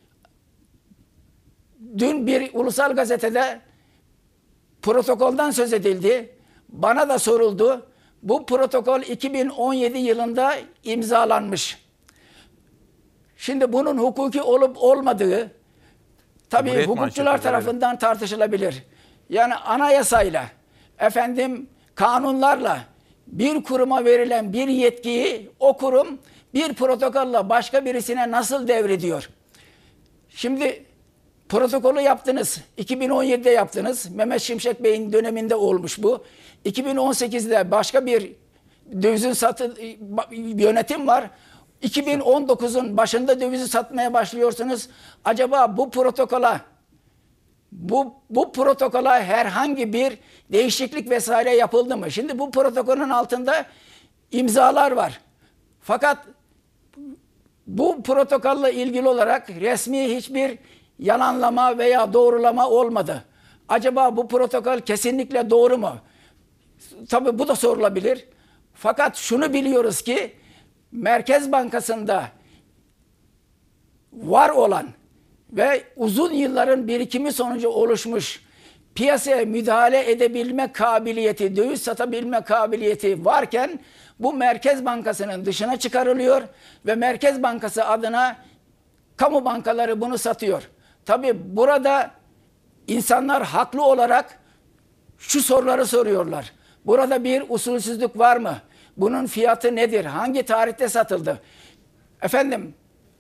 dün bir ulusal gazetede protokoldan söz edildi. Bana da soruldu. Bu protokol iki bin on yedi yılında imzalanmış. Şimdi bunun hukuki olup olmadığı tabii Cumhuriyet hukukçular manşeti tarafından tartışılabilir. Yani anayasayla, efendim kanunlarla bir kuruma verilen bir yetkiyi o kurum bir protokolla başka birisine nasıl devrediyor? Şimdi protokolü yaptınız. iki bin on yedide yaptınız. Mehmet Şimşek Bey'in döneminde olmuş bu. iki bin on sekizde başka bir dövizin satı yönetim var. iki bin on dokuzun başında dövizi satmaya başlıyorsunuz. Acaba bu protokola bu bu protokola herhangi bir değişiklik vesaire yapıldı mı? Şimdi bu protokolün altında imzalar var. Fakat bu protokolle ilgili olarak resmi hiçbir yalanlama veya doğrulama olmadı. Acaba bu protokol kesinlikle doğru mu? Tabii bu da sorulabilir. Fakat şunu biliyoruz ki Merkez Bankası'nda var olan ve uzun yılların birikimi sonucu oluşmuş piyasaya müdahale edebilme kabiliyeti, döviz satabilme kabiliyeti varken bu Merkez Bankası'nın dışına çıkarılıyor ve Merkez Bankası adına kamu bankaları bunu satıyor. Tabii burada insanlar haklı olarak şu soruları soruyorlar. Burada bir usulsüzlük var mı? Bunun fiyatı nedir? Hangi tarihte satıldı? Efendim,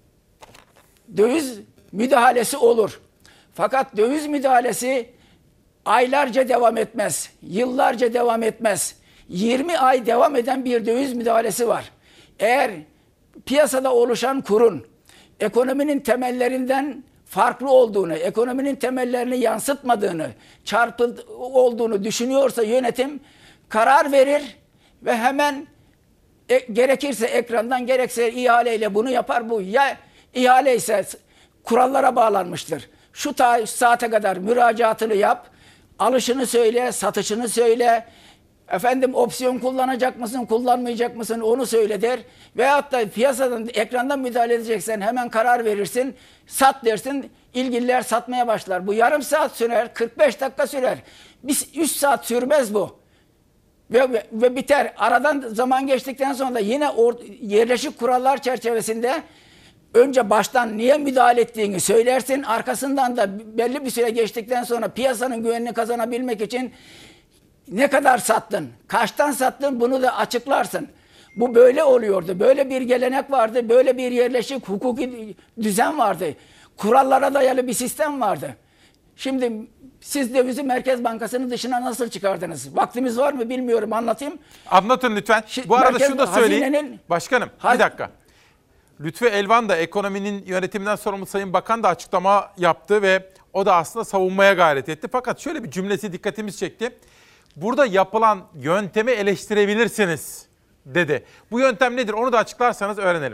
döviz müdahalesi olur. Fakat döviz müdahalesi aylarca devam etmez. Yıllarca devam etmez. yirmi ay devam eden bir döviz müdahalesi var. Eğer piyasada oluşan kurun ekonominin temellerinden farklı olduğunu, ekonominin temellerini yansıtmadığını, çarpı olduğunu düşünüyorsa yönetim karar verir ve hemen e, gerekirse ekrandan gerekse ihaleyle bunu yapar. Bu ya ihale ise kurallara bağlanmıştır. Şu ta saate kadar müracaatını yap, alışını söyle, satışını söyle, efendim opsiyon kullanacak mısın, kullanmayacak mısın onu söyle der. Veyahut da piyasadan, ekrandan müdahale edeceksen hemen karar verirsin, sat dersin, ilgililer satmaya başlar. Bu yarım saat sürer, kırk beş dakika sürer. Biz üç saat sürmez bu. Ve, ve, ve biter. Aradan zaman geçtikten sonra da yine or, yerleşik kurallar çerçevesinde önce baştan niye müdahale ettiğini söylersin. Arkasından da belli bir süre geçtikten sonra piyasanın güvenini kazanabilmek için ne kadar sattın, kaçtan sattın bunu da açıklarsın. Bu böyle oluyordu. Böyle bir gelenek vardı. Böyle bir yerleşik hukuki düzen vardı. Kurallara dayalı bir sistem vardı. Şimdi siz dövizi Merkez Bankası'nın dışına nasıl çıkardınız? Vaktimiz var mı bilmiyorum, anlatayım. Anlatın lütfen. Bu arada Merkez, şunu da söyleyeyim. hazinenin, Başkanım haz- bir dakika. Lütfü Elvan da ekonominin yönetiminden sorumlu Sayın Bakan da açıklama yaptı ve o da aslında savunmaya gayret etti. Fakat şöyle bir cümlesi dikkatimiz çekti. Burada yapılan yöntemi eleştirebilirsiniz dedi. Bu yöntem nedir? Onu da açıklarsanız öğrenelim.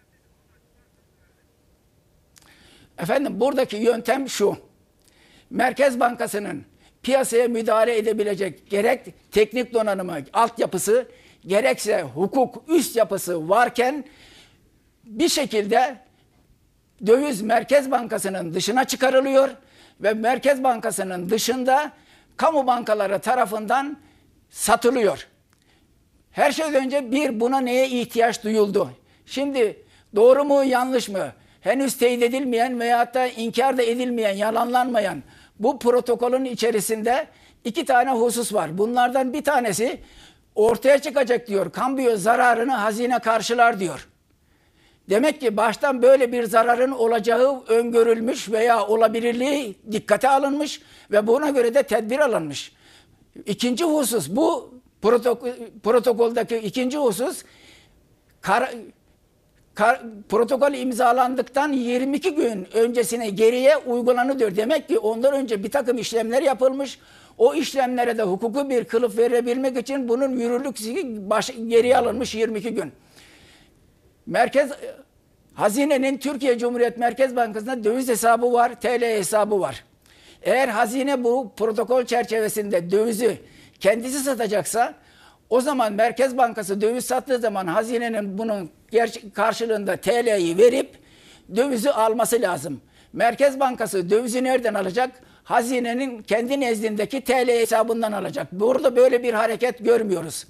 Efendim buradaki yöntem şu. Merkez Bankası'nın piyasaya müdahale edebilecek gerek teknik donanımı, altyapısı, gerekse hukuk üst yapısı varken bir şekilde döviz Merkez Bankası'nın dışına çıkarılıyor ve Merkez Bankası'nın dışında kamu bankaları tarafından satılıyor. Her şeyden önce bir buna neye ihtiyaç duyuldu? Şimdi doğru mu yanlış mı? Henüz teyit edilmeyen veyahut da inkar da edilmeyen, yalanlanmayan bu protokolün içerisinde iki tane husus var. Bunlardan bir tanesi ortaya çıkacak diyor. Kambiyo zararını hazine karşılar diyor. Demek ki baştan böyle bir zararın olacağı öngörülmüş veya olabilirliği dikkate alınmış ve buna göre de tedbir alınmış. İkinci husus bu protokol, protokoldaki ikinci husus kar, kar, protokol imzalandıktan yirmi iki gün öncesine geriye uygulanıyor. Demek ki ondan önce bir takım işlemler yapılmış. O işlemlere de hukuku bir kılıf verebilmek için bunun yürürlük baş, geriye alınmış yirmi iki gün. Merkez Hazine'nin Türkiye Cumhuriyet Merkez Bankası'nda döviz hesabı var, T L hesabı var. Eğer hazine bu protokol çerçevesinde dövizi kendisi satacaksa o zaman Merkez Bankası döviz sattığı zaman hazinenin bunun karşılığında T L'yi verip dövizi alması lazım. Merkez Bankası dövizi nereden alacak? Hazinenin kendi nezdindeki T L hesabından alacak. Burada böyle bir hareket görmüyoruz.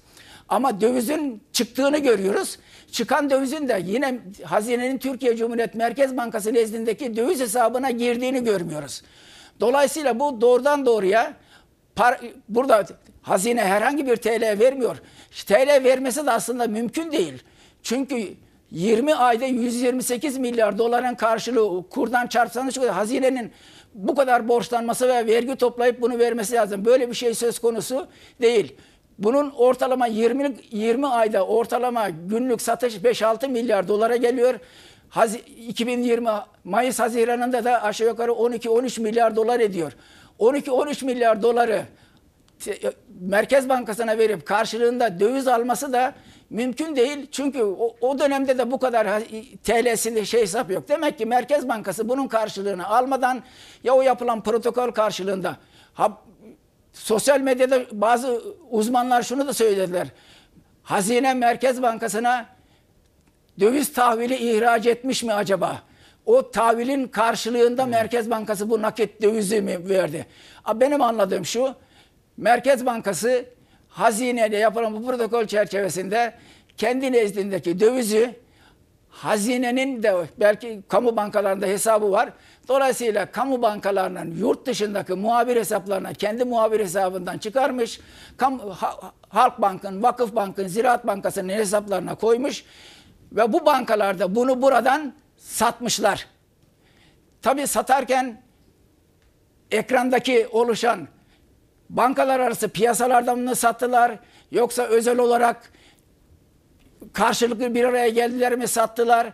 Ama dövizin çıktığını görüyoruz. Çıkan dövizin de yine hazinenin Türkiye Cumhuriyet Merkez Bankası nezdindeki döviz hesabına girdiğini görmüyoruz. Dolayısıyla bu doğrudan doğruya par, burada hazine herhangi bir T L vermiyor. T L vermesi de aslında mümkün değil. Çünkü yirmi ayda yüz yirmi sekiz milyar doların karşılığı kurdan çarpsanız hazinenin bu kadar borçlanması ve vergi toplayıp bunu vermesi lazım. Böyle bir şey söz konusu değil. Bunun ortalama yirmi, yirmi ayda ortalama günlük satış beş altı milyar dolara geliyor. iki bin yirmi Mayıs Haziran'ında da aşağı yukarı on iki on üç milyar dolar ediyor. on iki on üç milyar doları Merkez Bankası'na verip karşılığında döviz alması da mümkün değil. Çünkü o, o dönemde de bu kadar T L'sinde şey hesap yok. Demek ki Merkez Bankası bunun karşılığını almadan ya o yapılan protokol karşılığında ha, sosyal medyada bazı uzmanlar şunu da söylediler. Hazine Merkez Bankası'na döviz tahvili ihraç etmiş mi acaba? O tahvilin karşılığında hmm. Merkez Bankası bu nakit dövizi mi verdi? Benim anladığım şu. Merkez Bankası hazineyle yapılan bu protokol çerçevesinde kendi nezdindeki dövizi hazinenin de belki kamu bankalarında hesabı var. Dolayısıyla kamu bankalarının yurt dışındaki muhabir hesaplarına kendi muhabir hesabından çıkarmış. Kamu, ha, Halk Bank'ın, Vakıf Bank'ın, Ziraat Bankası'nın hesaplarına koymuş. Ve bu bankalarda bunu buradan satmışlar. Tabii satarken ekrandaki oluşan bankalar arası piyasalardan mı sattılar yoksa özel olarak karşılıklı bir araya geldiler mi sattılar?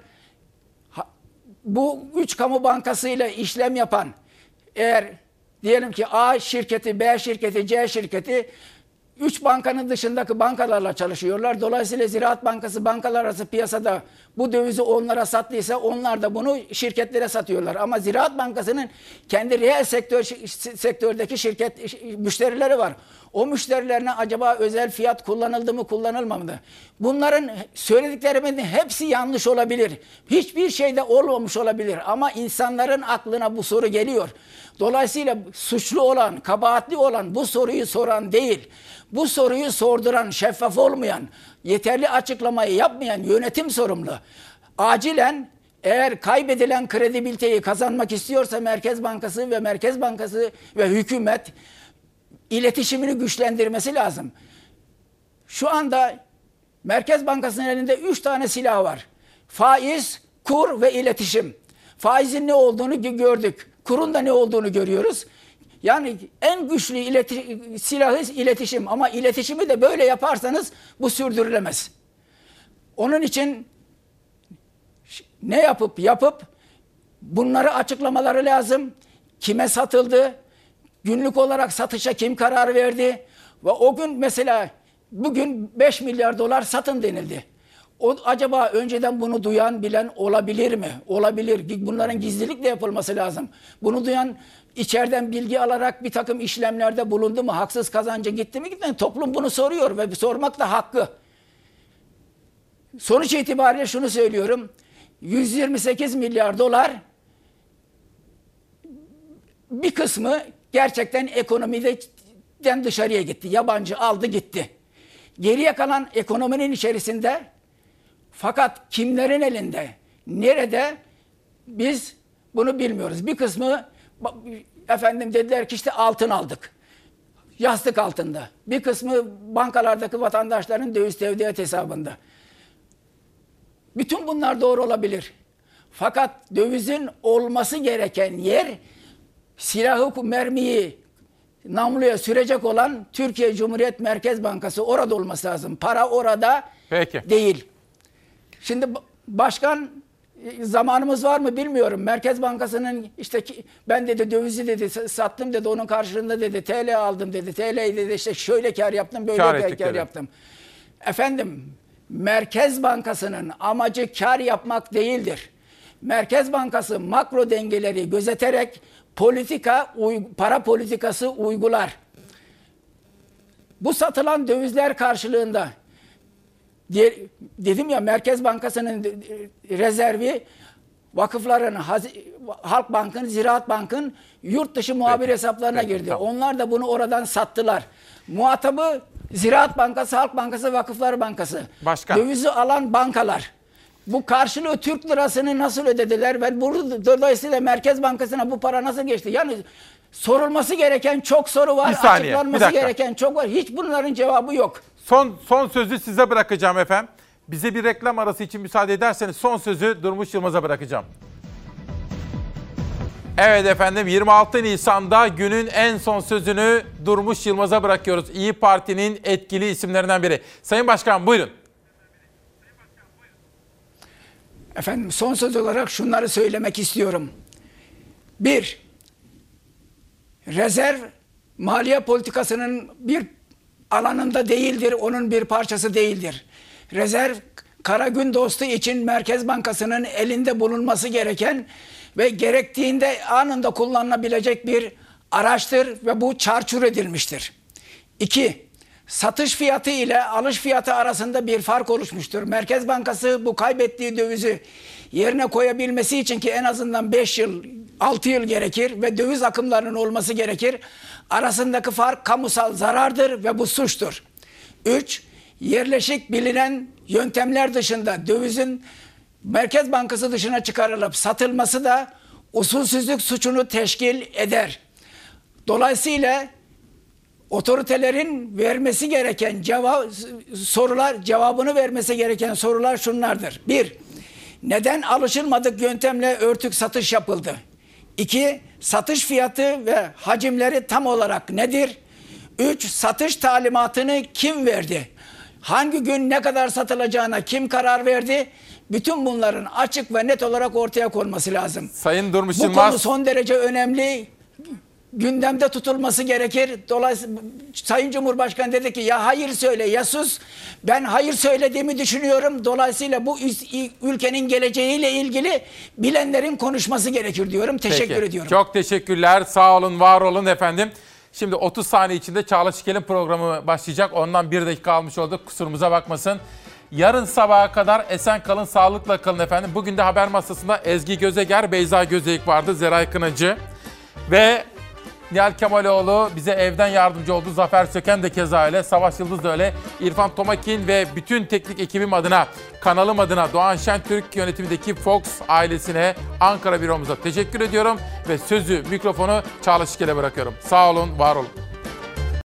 Bu üç kamu bankasıyla işlem yapan eğer diyelim ki A şirketi, B şirketi, C şirketi üç bankanın dışındaki bankalarla çalışıyorlar. Dolayısıyla Ziraat Bankası bankalar arası piyasada bu dövizi onlara sattıysa onlar da bunu şirketlere satıyorlar. Ama Ziraat Bankası'nın kendi reel sektör sektördeki şirket müşterileri var. O müşterilerine acaba özel fiyat kullanıldı mı kullanılmadı? Bunların söylediklerimin hepsi yanlış olabilir. Hiçbir şey de olmamış olabilir. Ama insanların aklına bu soru geliyor. Dolayısıyla suçlu olan, kabahatli olan bu soruyu soran değil. Bu soruyu sorduran, şeffaf olmayan, yeterli açıklamayı yapmayan yönetim sorumlu. Acilen eğer kaybedilen kredibiliteyi kazanmak istiyorsa Merkez Bankası ve Merkez Bankası ve hükümet iletişimini güçlendirmesi lazım. Şu anda Merkez Bankası'nın elinde üç tane silah var. Faiz, kur ve iletişim. Faizin ne olduğunu gördük. Kurun da ne olduğunu görüyoruz. Yani en güçlü ileti silahı iletişim ama iletişimi de böyle yaparsanız bu sürdürülemez. Onun için ne yapıp yapıp bunları açıklamaları lazım. Kime satıldı? Günlük olarak satışa kim karar verdi? Ve o gün mesela bugün beş milyar dolar satın denildi. O, acaba önceden bunu duyan bilen olabilir mi? Olabilir. Bunların gizlilikle yapılması lazım. Bunu duyan içeriden bilgi alarak bir takım işlemlerde bulundu mu? Haksız kazanca gitti mi gitmedi mi? Toplum bunu soruyor ve sormak da hakkı. Sonuç itibariyle şunu söylüyorum. yüz yirmi sekiz milyar dolar bir kısmı gerçekten ekonomiden dışarıya gitti. Yabancı aldı gitti. Geriye kalan ekonominin içerisinde fakat kimlerin elinde, nerede biz bunu bilmiyoruz. Bir kısmı efendim dediler ki işte altın aldık. Yastık altında. Bir kısmı bankalardaki vatandaşların döviz tevdiat hesabında. Bütün bunlar doğru olabilir. Fakat dövizin olması gereken yer silahı, mermiyi namluya sürecek olan Türkiye Cumhuriyet Merkez Bankası orada olması lazım. Para orada Peki. değil. Şimdi başkan zamanımız var mı bilmiyorum. Merkez Bankası'nın işte ben dedi dövizi dedi sattım dedi onun karşılığında dedi T L aldım dedi. T L'yi dedi işte şöyle kar yaptım böyle kar, kar yaptım. Efendim Merkez Bankası'nın amacı kar yapmak değildir. Merkez Bankası makro dengeleri gözeterek politika, para politikası uygular. Bu satılan dövizler karşılığında dedim ya Merkez Bankası'nın rezervi vakıfların, Halk Bank'ın, Ziraat Bank'ın yurt dışı muhabir Peki. hesaplarına Peki. girdi. Tamam. Onlar da bunu oradan sattılar. Muhatabı Ziraat Bankası, Halk Bankası, Vakıflar Bankası. Başka? Dövizi alan bankalar. Bu karşılığı Türk lirasını nasıl ödediler? Ben burada dolayısıyla Merkez Bankası'na bu para nasıl geçti? Yani sorulması gereken çok soru var. Bir saniye, açıklanması bir dakika. gereken çok var. Hiç bunların cevabı yok. Son son sözü size bırakacağım efendim. Bize bir reklam arası için müsaade ederseniz son sözü Durmuş Yılmaz'a bırakacağım. Evet efendim, yirmi altı Nisan'da günün en son sözünü Durmuş Yılmaz'a bırakıyoruz. İyi Parti'nin etkili isimlerinden biri. Sayın Başkan buyurun. Efendim son söz olarak şunları söylemek istiyorum. Bir, rezerv maliye politikasının bir alanında değildir, onun bir parçası değildir. Rezerv, kara gün dostu için Merkez Bankası'nın elinde bulunması gereken ve gerektiğinde anında kullanılabilecek bir araçtır ve bu çarçur edilmiştir. İki, satış fiyatı ile alış fiyatı arasında bir fark oluşmuştur. Merkez Bankası bu kaybettiği dövizi yerine koyabilmesi için ki en azından beş yıl, altı yıl gerekir ve döviz akımlarının olması gerekir. Arasındaki fark kamusal zarardır ve bu suçtur. Üç, yerleşik bilinen yöntemler dışında dövizin Merkez Bankası dışına çıkarılıp satılması da usulsüzlük suçunu teşkil eder. Dolayısıyla otoritelerin vermesi gereken cevap sorular, cevabını vermesi gereken sorular şunlardır. Bir, neden alışılmadık yöntemle örtük satış yapıldı? İki, satış fiyatı ve hacimleri tam olarak nedir? Üç, satış talimatını kim verdi? Hangi gün ne kadar satılacağına kim karar verdi? Bütün bunların açık ve net olarak ortaya konması lazım. Sayın Durmuş Bu Yılmaz. konu son derece önemli. Gündemde tutulması gerekir. Dolayısıyla Sayın Cumhurbaşkanı dedi ki ya hayır söyle ya sus. Ben hayır söylediğimi düşünüyorum. Dolayısıyla bu ülkenin geleceğiyle ilgili bilenlerin konuşması gerekir diyorum. Teşekkür Peki. ediyorum. Çok teşekkürler. Sağ olun, var olun efendim. Şimdi otuz saniye içinde Çağla Şikel'in programı başlayacak. Ondan bir dakika almış olduk. Kusurumuza bakmasın. Yarın sabaha kadar esen kalın, sağlıkla kalın efendim. Bugün de haber masasında Ezgi Gözeger, Beyza Gözeyik vardı, Zeray Kınacı. Ve Nihal Kemaloğlu bize evden yardımcı oldu. Zafer Söken de keza öyle, Savaş Yıldız da öyle. İrfan Tomakin ve bütün teknik ekibim adına, kanalım adına, Doğan Şentürk yönetimindeki Fox ailesine, Ankara büromuza teşekkür ediyorum. Ve sözü, mikrofonu Çağla Şikel'e bırakıyorum. Sağ olun, var olun.